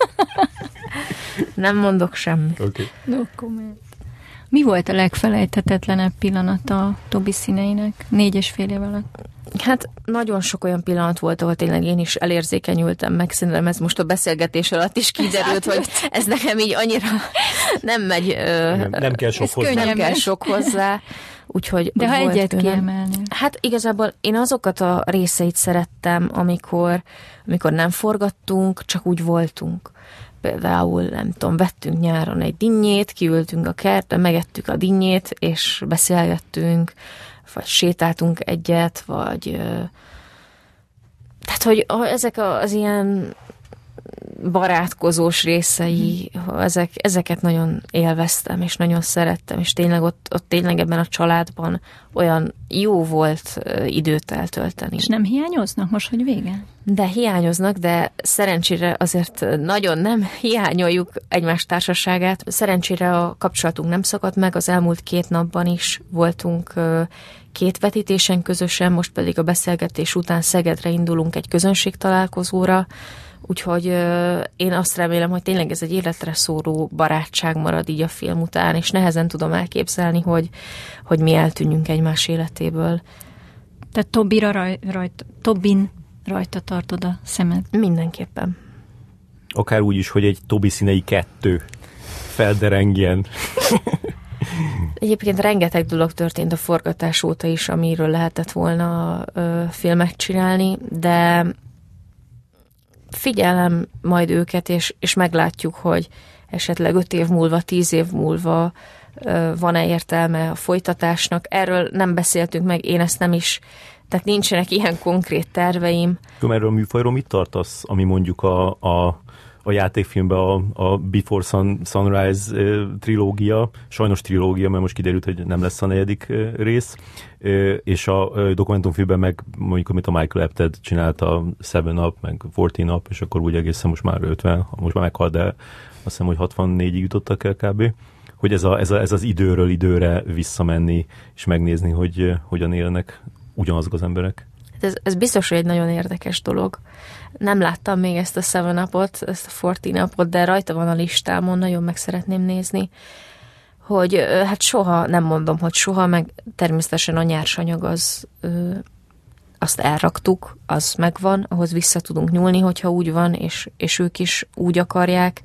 Nem mondok semmit. Okay. No comment. Mi volt a legfelejthetetlenebb pillanata a Tobi színeinek négy és fél év alatt? Hát nagyon sok olyan pillanat volt, ahol tényleg én is elérzékenyültem meg. Szerintem ez most a beszélgetés alatt is kiderült, hogy ez nekem így annyira nem megy. Nem, nem kell sok hozzá. Nem kell sok hozzá. Úgyhogy de ha egyet bőle. kiemelnél. Hát igazából én azokat a részeit szerettem, amikor, amikor nem forgattunk, csak úgy voltunk. Például, nem tudom, vettünk nyáron egy dinnyét, kiültünk a kertbe, megettük a dinnyét, és beszélgettünk, vagy sétáltunk egyet, vagy... Tehát, hogy ezek az ilyen barátkozós részei, ezek, ezeket nagyon élveztem, és nagyon szerettem, és tényleg ott, ott tényleg ebben a családban olyan jó volt időt eltölteni. És nem hiányoznak most, hogy vége? De hiányoznak, de szerencsére azért nagyon nem hiányoljuk egymás társaságát. Szerencsére a kapcsolatunk nem szakadt meg, az elmúlt két napban is voltunk két vetítésen közösen, most pedig a beszélgetés után Szegedre indulunk egy közönségtalálkozóra, úgyhogy euh, én azt remélem, hogy tényleg ez egy életre szóró barátság marad így a film után, és nehezen tudom elképzelni, hogy, hogy mi eltűnjünk egymás életéből. Tehát Tobira raj, rajt, Tobin rajta tartod a szemed? Mindenképpen. Akár úgy is, hogy egy Tobi színei kettő felderengjen. Egyébként rengeteg dolog történt a forgatás óta is, amiről lehetett volna ö, filmet csinálni, de figyelem majd őket, és, és meglátjuk, hogy esetleg öt év múlva, tíz év múlva van-e értelme a folytatásnak. Erről nem beszéltünk meg, én ezt nem is, tehát nincsenek ilyen konkrét terveim. Erről a műfajról mit tartasz, ami mondjuk a, a, a játékfilmben a, a Before Sun, Sunrise eh, trilógia, sajnos trilógia, mert most kiderült, hogy nem lesz a negyedik eh, rész, eh, és a eh, dokumentumfilmben meg mondjuk, amit a Michael Apted csinált a Seven Up, meg Fourteen Up, és akkor úgy egészen most már ötven, most már meghalt, de azt hiszem, hogy hatvannégyig jutottak el kb. Hogy ez, a, ez, a, ez az időről időre visszamenni, és megnézni, hogy eh, hogyan élnek ugyanazok az emberek. Ez, ez biztos, hogy egy nagyon érdekes dolog. Nem láttam még ezt a Seven Up-ot, ezt a Fourteen Up-ot, de rajta van a listámon, nagyon meg szeretném nézni, hogy hát soha, nem mondom, hogy soha, meg természetesen a nyersanyag az, ö, azt elraktuk, az megvan, ahhoz vissza tudunk nyúlni, hogyha úgy van, és, és ők is úgy akarják.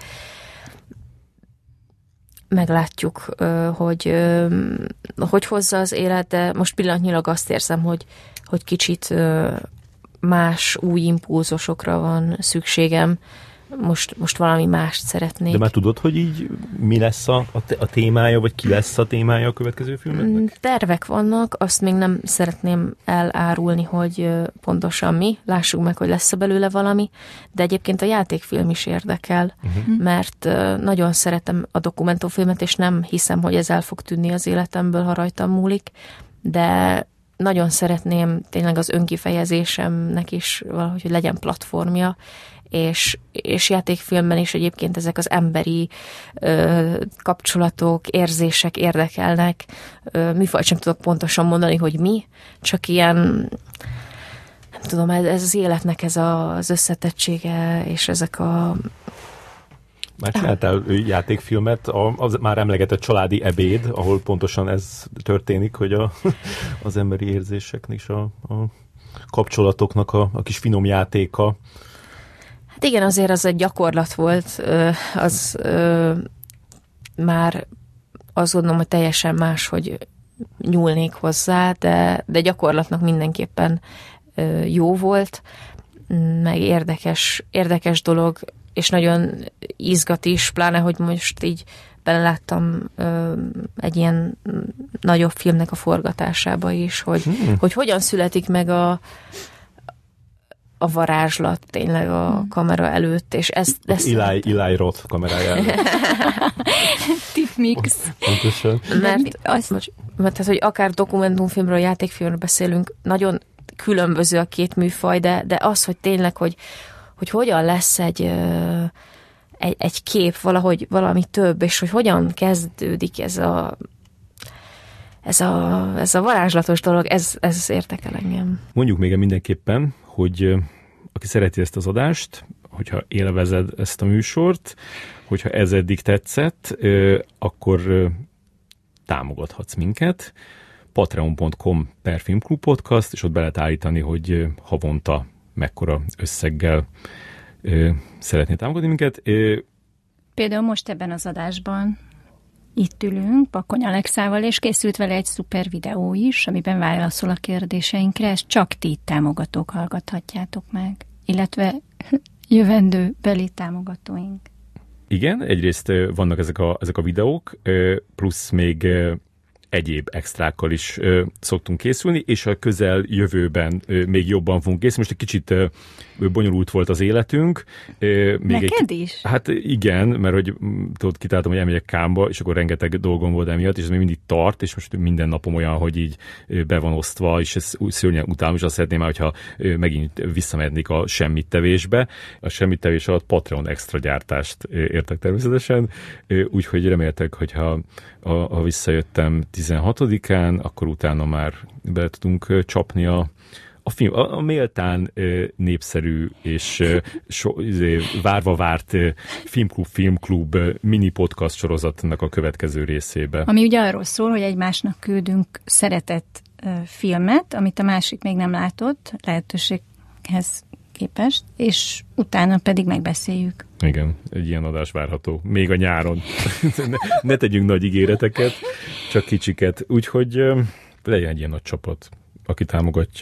Meglátjuk, hogy hogy hozza az élet, de most pillanatnyilag azt érzem, hogy, hogy kicsit más, új impulzusokra van szükségem. Most, most valami mást szeretnék. De már tudod, hogy így mi lesz a, a témája, vagy ki lesz a témája a következő filmeknek? Tervek vannak, azt még nem szeretném elárulni, hogy pontosan mi. Lássuk meg, hogy lesz belőle valami, de egyébként a játékfilm is érdekel, uh-huh. mert nagyon szeretem a dokumentumfilmet, és nem hiszem, hogy ez el fog tűnni az életemből, ha rajtam múlik, de nagyon szeretném tényleg az önkifejezésemnek is valahogy, hogy legyen platformja, és, és játékfilmben is egyébként ezek az emberi ö, kapcsolatok, érzések érdekelnek. Ö, műfajt sem tudok pontosan mondani, hogy mi, csak ilyen, nem tudom, ez az életnek ez a, az összetettsége, és ezek a... Már csináltál játékfilmet, az már emlegetett Családi ebéd, ahol pontosan ez történik, hogy a, az emberi érzéseknek és a, a kapcsolatoknak a, a kis finom játéka. Hát igen, azért az egy gyakorlat volt, az már azt gondolom, hogy teljesen más, hogy nyúlnék hozzá, de, de gyakorlatnak mindenképpen jó volt, meg érdekes, érdekes dolog, és nagyon izgat is, pláne, hogy most így beleláttam ö, egy ilyen nagyobb filmnek a forgatásába is, hogy, hmm. hogy hogyan születik meg a, a varázslat tényleg a hmm. kamera előtt, és ezt... ezt Eli, Eli Roth kamerája előtt. Tip mix. Pontosan. Mert, azt, most, mert tehát, hogy akár dokumentumfilmről, játékfilmről beszélünk, nagyon különböző a két műfaj, de, de az, hogy tényleg, hogy hogy hogyan lesz egy, egy, egy kép, valahogy valami több, és hogy hogyan kezdődik ez a, ez a, ez a varázslatos dolog, ez, ez érdekel engem. Mondjuk még mindenképpen, hogy aki szereti ezt az adást, hogyha élvezed ezt a műsort, hogyha ez eddig tetszett, akkor támogathatsz minket. patreon pont com per Filmklub Podcast, és ott be lehet állítani, hogy havonta mekkora összeggel ö, szeretné támogatni minket. Ö, Például most ebben az adásban itt ülünk Bakony Alexával, és készült vele egy szuper videó is, amiben válaszol a kérdéseinkre, ezt csak ti támogatók hallgathatjátok meg, illetve jövendő beli támogatóink. Igen, egyrészt vannak ezek a, ezek a videók, plusz még egyéb extrákkal is ö, szoktunk készülni, és a közel jövőben ö, még jobban fogunk készülni. Most egy kicsit ö, bonyolult volt az életünk. Ö, még Neked egy, is? Hát igen, mert hogy tudod, kitáltam, hogy elmegyek Kámba, és akkor rengeteg dolgom volt emiatt, és ez még mindig tart, és most minden napom olyan, hogy így be van osztva, és ez szörnyen utálom, és azt szeretném már, hogyha ö, megint visszamennék a semmittevésbe. A semmittevés alatt Patreon extra gyártást ö, értek természetesen, ö, úgyhogy reméltek, hogyha a, a visszajöttem tizenhatodikán, akkor utána már be tudunk csapni a, a film, a, a méltán ö, népszerű és ö, so, izé, várva várt ö, Filmklub, Filmklub ö, mini podcast sorozatnak a következő részébe. Ami ugye arról szól, hogy egymásnak küldünk szeretett ö, filmet, amit a másik még nem látott, lehetőséghez képest, és utána pedig megbeszéljük. Igen, egy ilyen adás várható. Még a nyáron. ne, ne tegyünk nagy ígéreteket, csak kicsiket. Úgyhogy legyen egy ilyen nagy csapat, aki támogatja.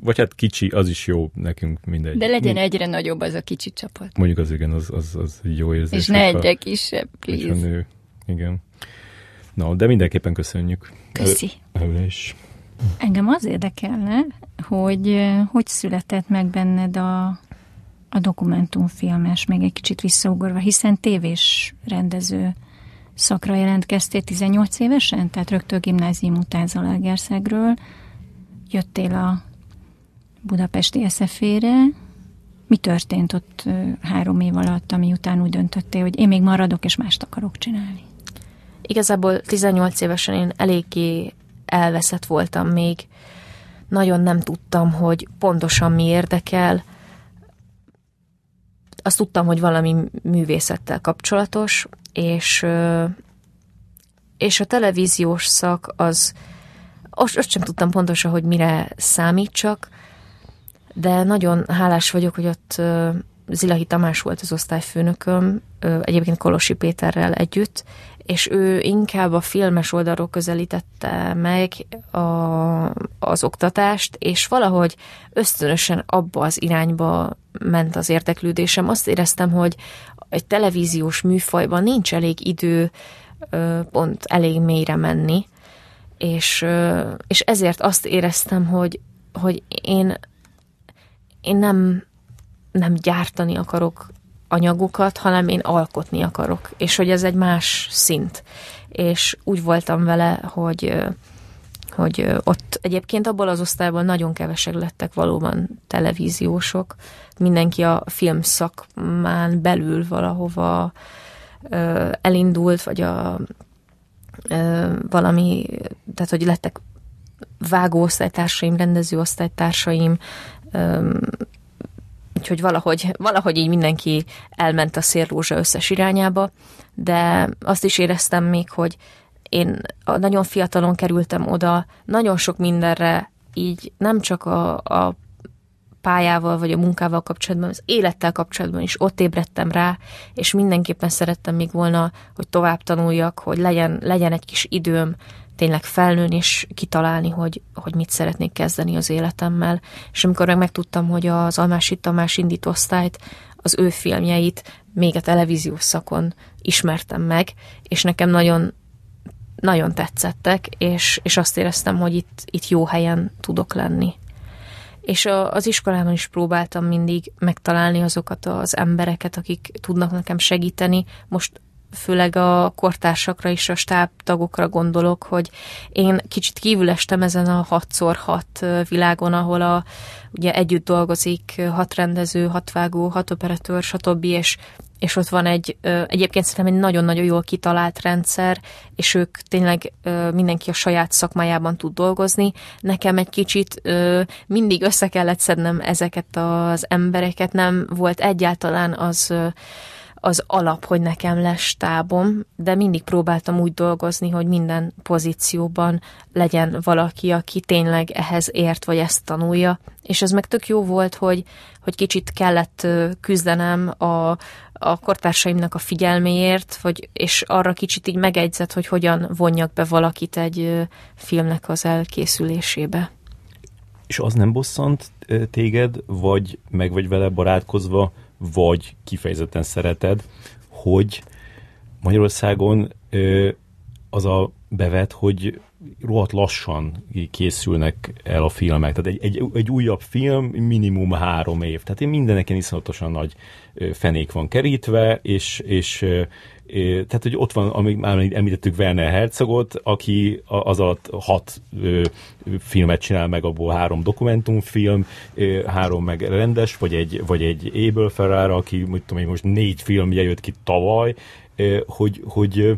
vagy hát kicsi, az is jó nekünk, mindegy. De legyen egyre nagyobb az a kicsi csapat. Mondjuk az igen, az, az, az jó érzés. És ne egyre kisebb, please. És a nő, igen. Na, de mindenképpen köszönjük. Köszi. Előre is. Engem az érdekelne, hogy hogy született meg benned a, a dokumentumfilmes, még egy kicsit visszaugorva, hiszen tévés rendező szakra jelentkeztél tizennyolc évesen, tehát rögtön gimnázium után Zalaegerszegről, jöttél a budapesti es ef é-re. Mi történt ott három év alatt, ami után úgy döntöttél, hogy én még maradok, és mást akarok csinálni? Igazából tizennyolc évesen én eléggé elveszett voltam még. Nagyon nem tudtam, hogy pontosan mi érdekel. Azt tudtam, hogy valami művészettel kapcsolatos, és, és a televíziós szak az, azt, azt sem tudtam pontosan, hogy mire számítsak, de nagyon hálás vagyok, hogy ott Zilahi Tamás volt az osztályfőnököm, egyébként Kolosi Péterrel együtt, és ő inkább a filmes oldalról közelítette meg a, az oktatást, és valahogy ösztönösen abba az irányba ment az érdeklődésem. Azt éreztem, hogy egy televíziós műfajban nincs elég idő pont elég mélyre menni, és, és ezért azt éreztem, hogy, hogy én, én nem, nem gyártani akarok anyagokat, hanem én alkotni akarok, és hogy ez egy más szint. És úgy voltam vele, hogy, hogy ott egyébként abból az osztályban nagyon kevesek lettek valóban televíziósok. Mindenki a filmszakmán belül valahova elindult, vagy a valami, tehát hogy lettek vágóosztálytársaim, rendezőosztálytársaim, úgyhogy valahogy, valahogy így mindenki elment a szélrózsa összes irányába, de azt is éreztem még, hogy én nagyon fiatalon kerültem oda, nagyon sok mindenre így nem csak a, a pályával vagy a munkával kapcsolatban, az élettel kapcsolatban is ott ébredtem rá, és mindenképpen szerettem még volna, hogy tovább tanuljak, hogy legyen, legyen egy kis időm tényleg felnőni és kitalálni, hogy, hogy mit szeretnék kezdeni az életemmel. És amikor meg megtudtam, hogy az Almási Tamás indít osztályt, az ő filmjeit még a televíziós szakon ismertem meg, és nekem nagyon, nagyon tetszettek, és, és azt éreztem, hogy itt, itt jó helyen tudok lenni. És a, az iskolában is próbáltam mindig megtalálni azokat az embereket, akik tudnak nekem segíteni. Most főleg a kortársakra és a stábtagokra gondolok, hogy én kicsit kívül estem ezen a hat szor hat világon, ahol a, ugye együtt dolgozik hat rendező, hat vágó, hat operatőr, stb. És, és ott van egy, egyébként szerintem egy nagyon-nagyon jól kitalált rendszer, és ők tényleg mindenki a saját szakmájában tud dolgozni. Nekem egy kicsit mindig össze kellett szednem ezeket az embereket, nem volt egyáltalán az az alap, hogy nekem lesz stábom, de mindig próbáltam úgy dolgozni, hogy minden pozícióban legyen valaki, aki tényleg ehhez ért, vagy ezt tanulja. És ez meg tök jó volt, hogy, hogy kicsit kellett küzdenem a, a kortársaimnak a figyelméért, vagy, és arra kicsit így megegyzett, hogy hogyan vonjak be valakit egy filmnek az elkészülésébe. És az nem bosszant téged, vagy meg vagy vele barátkozva, vagy kifejezetten szereted, hogy Magyarországon az a bevet, hogy rohadt lassan készülnek el a filmek. Tehát egy, egy, egy újabb film minimum három év. Tehát én mindeneken iszonyatosan nagy fenék van kerítve, és, és tehát, hogy ott van, amíg már említettük Werner Herzogot, aki az alatt hat ö, filmet csinál meg, abból három dokumentumfilm, ö, három meg rendes, vagy egy, vagy egy Abel Ferrara, aki mit tudom én, most négy filmje jött ki tavaly, ö, hogy, hogy ö,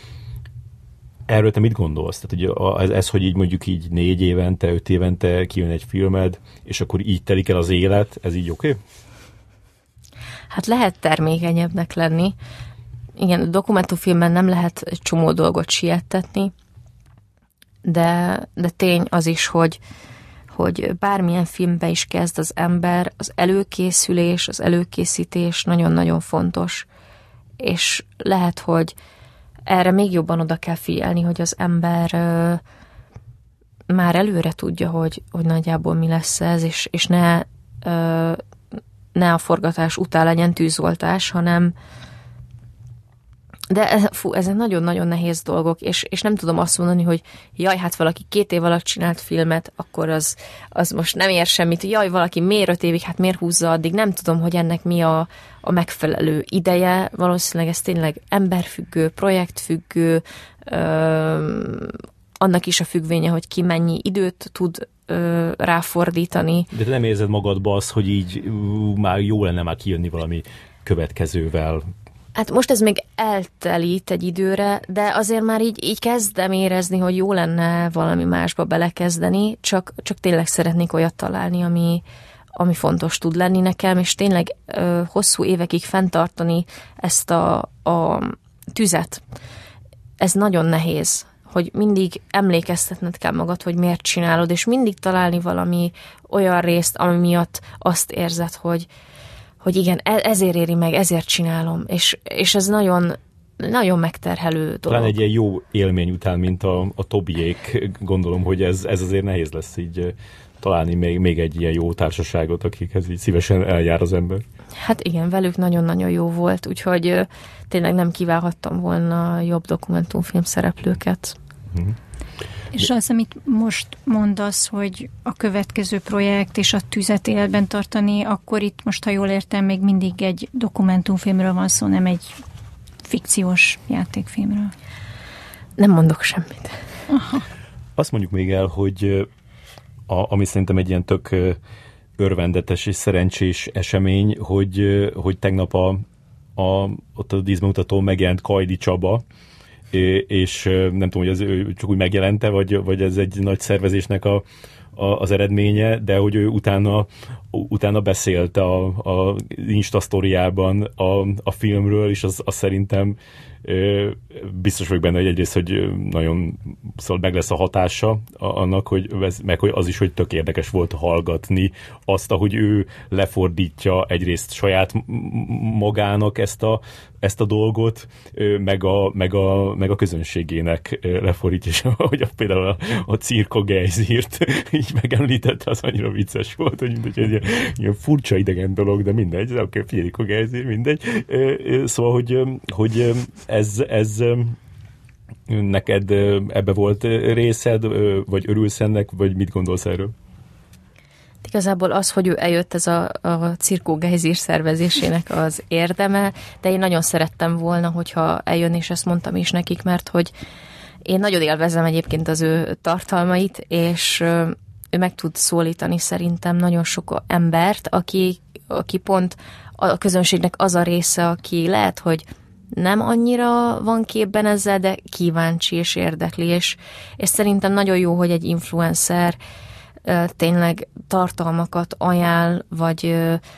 erről te mit gondolsz? Tehát, hogy ez, ez, hogy így mondjuk így négy évente, öt évente kijön egy filmed, és akkor így telik el az élet, ez így oké? Okay? Hát lehet termékenyebbnek lenni. Igen, a dokumentumfilmben nem lehet egy csomó dolgot siettetni, de, de tény az is, hogy, hogy bármilyen filmbe is kezd az ember, az előkészülés, az előkészítés nagyon-nagyon fontos. És lehet, hogy erre még jobban oda kell figyelni, hogy az ember már előre tudja, hogy, hogy nagyjából mi lesz ez, és, és ne, ö, ne a forgatás után legyen tűzoltás, hanem de fú, ezek nagyon-nagyon nehéz dolgok, és, és nem tudom azt mondani, hogy jaj, hát valaki két év alatt csinált filmet, akkor az, az most nem ér semmit. Jaj, valaki miért öt évig, hát miért húzza addig? Nem tudom, hogy ennek mi a, a megfelelő ideje. Valószínűleg ez tényleg emberfüggő, projektfüggő, ö, annak is a függvénye, hogy ki mennyi időt tud ö, ráfordítani. De te nem érzed magadba azt, hogy így ú, már jó lenne már kijönni valami következővel? Hát most ez még eltelít egy időre, de azért már így, így kezdem érezni, hogy jó lenne valami másba belekezdeni, csak, csak tényleg szeretnék olyat találni, ami, ami fontos tud lenni nekem, és tényleg ö, hosszú évekig fenntartani ezt a, a tüzet. Ez nagyon nehéz, hogy mindig emlékeztetned kell magad, hogy miért csinálod, és mindig találni valami olyan részt, ami miatt azt érzed, hogy hogy igen, ezért éri meg, ezért csinálom, és, és ez nagyon, nagyon megterhelő dolog. Talán egy ilyen jó élmény után, mint a, a Tobiék, gondolom, hogy ez, ez azért nehéz lesz így találni még, még egy ilyen jó társaságot, akikhez így szívesen eljár az ember. Hát igen, velük nagyon-nagyon jó volt, úgyhogy tényleg nem kívánhattam volna jobb dokumentumfilm szereplőket. Hmm. És az, amit most mondasz, hogy a következő projekt és a tüzet életben tartani, akkor itt most, ha jól értem, még mindig egy dokumentumfilmről van szó, nem egy fikciós játékfilmről. Nem mondok semmit. Aha. Azt mondjuk még el, hogy a, ami szerintem egy ilyen tök örvendetes és szerencsés esemény, hogy, hogy tegnap a, a, ott a díszbemutatón megjelent Kajdi Csaba, és nem tudom, hogy ez csak úgy megjelente, vagy, vagy ez egy nagy szervezésnek a, a, az eredménye, de hogy ő utána, utána beszélt a, a Insta sztoriában a, a filmről, és az, az szerintem biztos vagyok benne, hogy egyrészt, hogy nagyon szóval meg lesz a hatása annak, hogy, meg hogy az is, hogy tök érdekes volt hallgatni azt, ahogy ő lefordítja egyrészt saját magának ezt a, ezt a dolgot, meg a, meg a, meg a közönségének lefordítja, és ahogy a, például a, a Cirko Gejzírt így megemlítette, az annyira vicces volt, hogy egy ilyen, ilyen furcsa idegen dolog, de mindegy, oké, okay, Cirko Gejzír, mindegy. Szóval, hogy, hogy ez, ez neked ebbe volt részed, vagy örülsz ennek, vagy mit gondolsz erről? Igazából az, hogy ő eljött, ez a, a Cirko Gejzír szervezésének az érdeme, de én nagyon szerettem volna, hogyha eljön, és ezt mondtam is nekik, mert hogy én nagyon élvezem egyébként az ő tartalmait, és ő meg tud szólítani szerintem nagyon sok embert, aki, aki pont a közönségnek az a része, aki lehet, hogy nem annyira van képben ezzel, de kíváncsi és érdekli, és, és szerintem nagyon jó, hogy egy influencer tényleg tartalmakat ajánl, vagy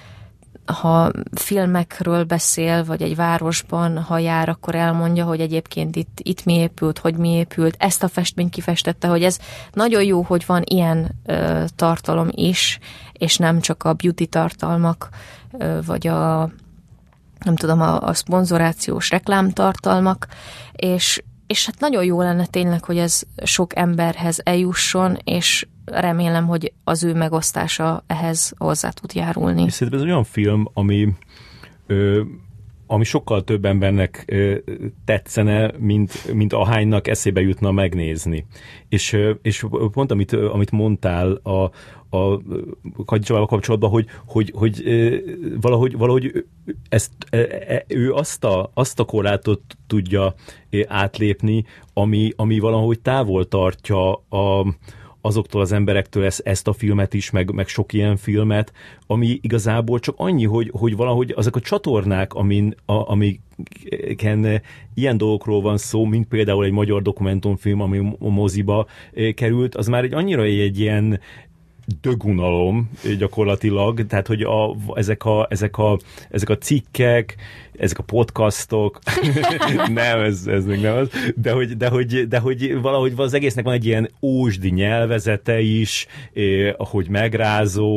ha filmekről beszél, vagy egy városban, ha jár, akkor elmondja, hogy egyébként itt, itt mi épült, hogy mi épült, ezt a festményt kifestette, hogy ez nagyon jó, hogy van ilyen ö, tartalom is, és nem csak a beauty tartalmak, ö, vagy a nem tudom, a, a szponzorációs reklámtartalmak, és, és hát nagyon jó lenne tényleg, hogy ez sok emberhez eljusson, és remélem, hogy az ő megosztása ehhez hozzá tud járulni. És szerintem ez olyan film, ami, ö, ami sokkal több embernek ö, tetszene, mint, mint ahánynak eszébe jutna megnézni. És, ö, és pont amit, amit mondtál a, a Kajdi Csabával kapcsolatban, hogy, hogy, hogy ö, valahogy, valahogy ezt, ő azt a, azt a korlátot tudja átlépni, ami, ami valahogy távol tartja a azoktól az emberektől ezt, ezt a filmet is, meg, meg sok ilyen filmet, ami igazából csak annyi, hogy, hogy valahogy azok a csatornák, amin, a, amiken ilyen dolgokról van szó, mint például egy magyar dokumentumfilm, ami a moziba került, az már egy annyira egy ilyen dögunalom gyakorlatilag, tehát hogy a, ezek, a, ezek, a, ezek a cikkek, ezek a podcastok, nem, ez, ez még nem az, de hogy, de, hogy, de hogy valahogy az egésznek van egy ilyen ósdi nyelvezete is, eh, ahogy megrázó,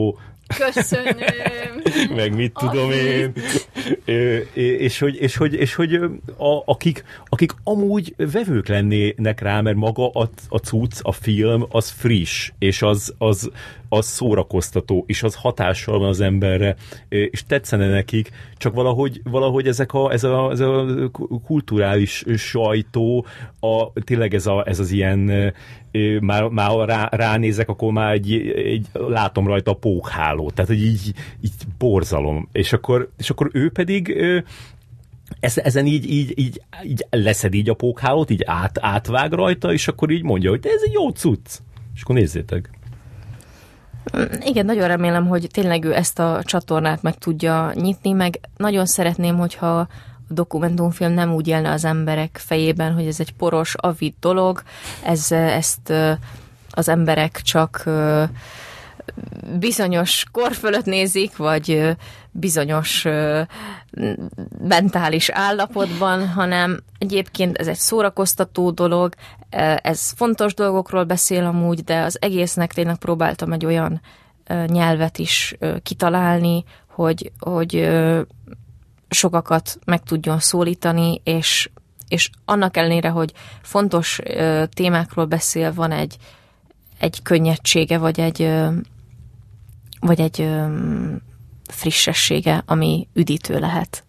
Köszönöm. Meg mit tudom én. És hogy, és hogy, és hogy a, akik, akik amúgy vevők lennének rá, mert maga a, a cucc, a film, az friss, és az, az, az szórakoztató, és az hatással van az emberre, és tetszene nekik, csak valahogy, valahogy ezek a, ez, a, ez a kulturális sajtó, a, tényleg ez, a, ez az ilyen, már, már rá, ránézek, akkor már egy, egy, látom rajta a pókhálót, tehát hogy így, így borzalom. És akkor, és akkor ő pedig ezen így, így, így, így leszed így a pókhálót, így át, átvág rajta, és akkor így mondja, hogy ez egy jó cucc. És akkor nézzétek. Igen, nagyon remélem, hogy tényleg ő ezt a csatornát meg tudja nyitni, meg nagyon szeretném, hogyha a dokumentumfilm nem úgy élne az emberek fejében, hogy ez egy poros, avid dolog, ez, ezt az emberek csak bizonyos kor fölött nézik, vagy bizonyos mentális állapotban, hanem egyébként ez egy szórakoztató dolog, ez fontos dolgokról beszél amúgy, de az egésznek tényleg próbáltam egy olyan nyelvet is kitalálni, hogy, hogy sokakat meg tudjon szólítani, és, és annak ellenére, hogy fontos témákról beszél, van egy, egy könnyedsége, vagy egy vagy egy frissessége, ami üdítő lehet.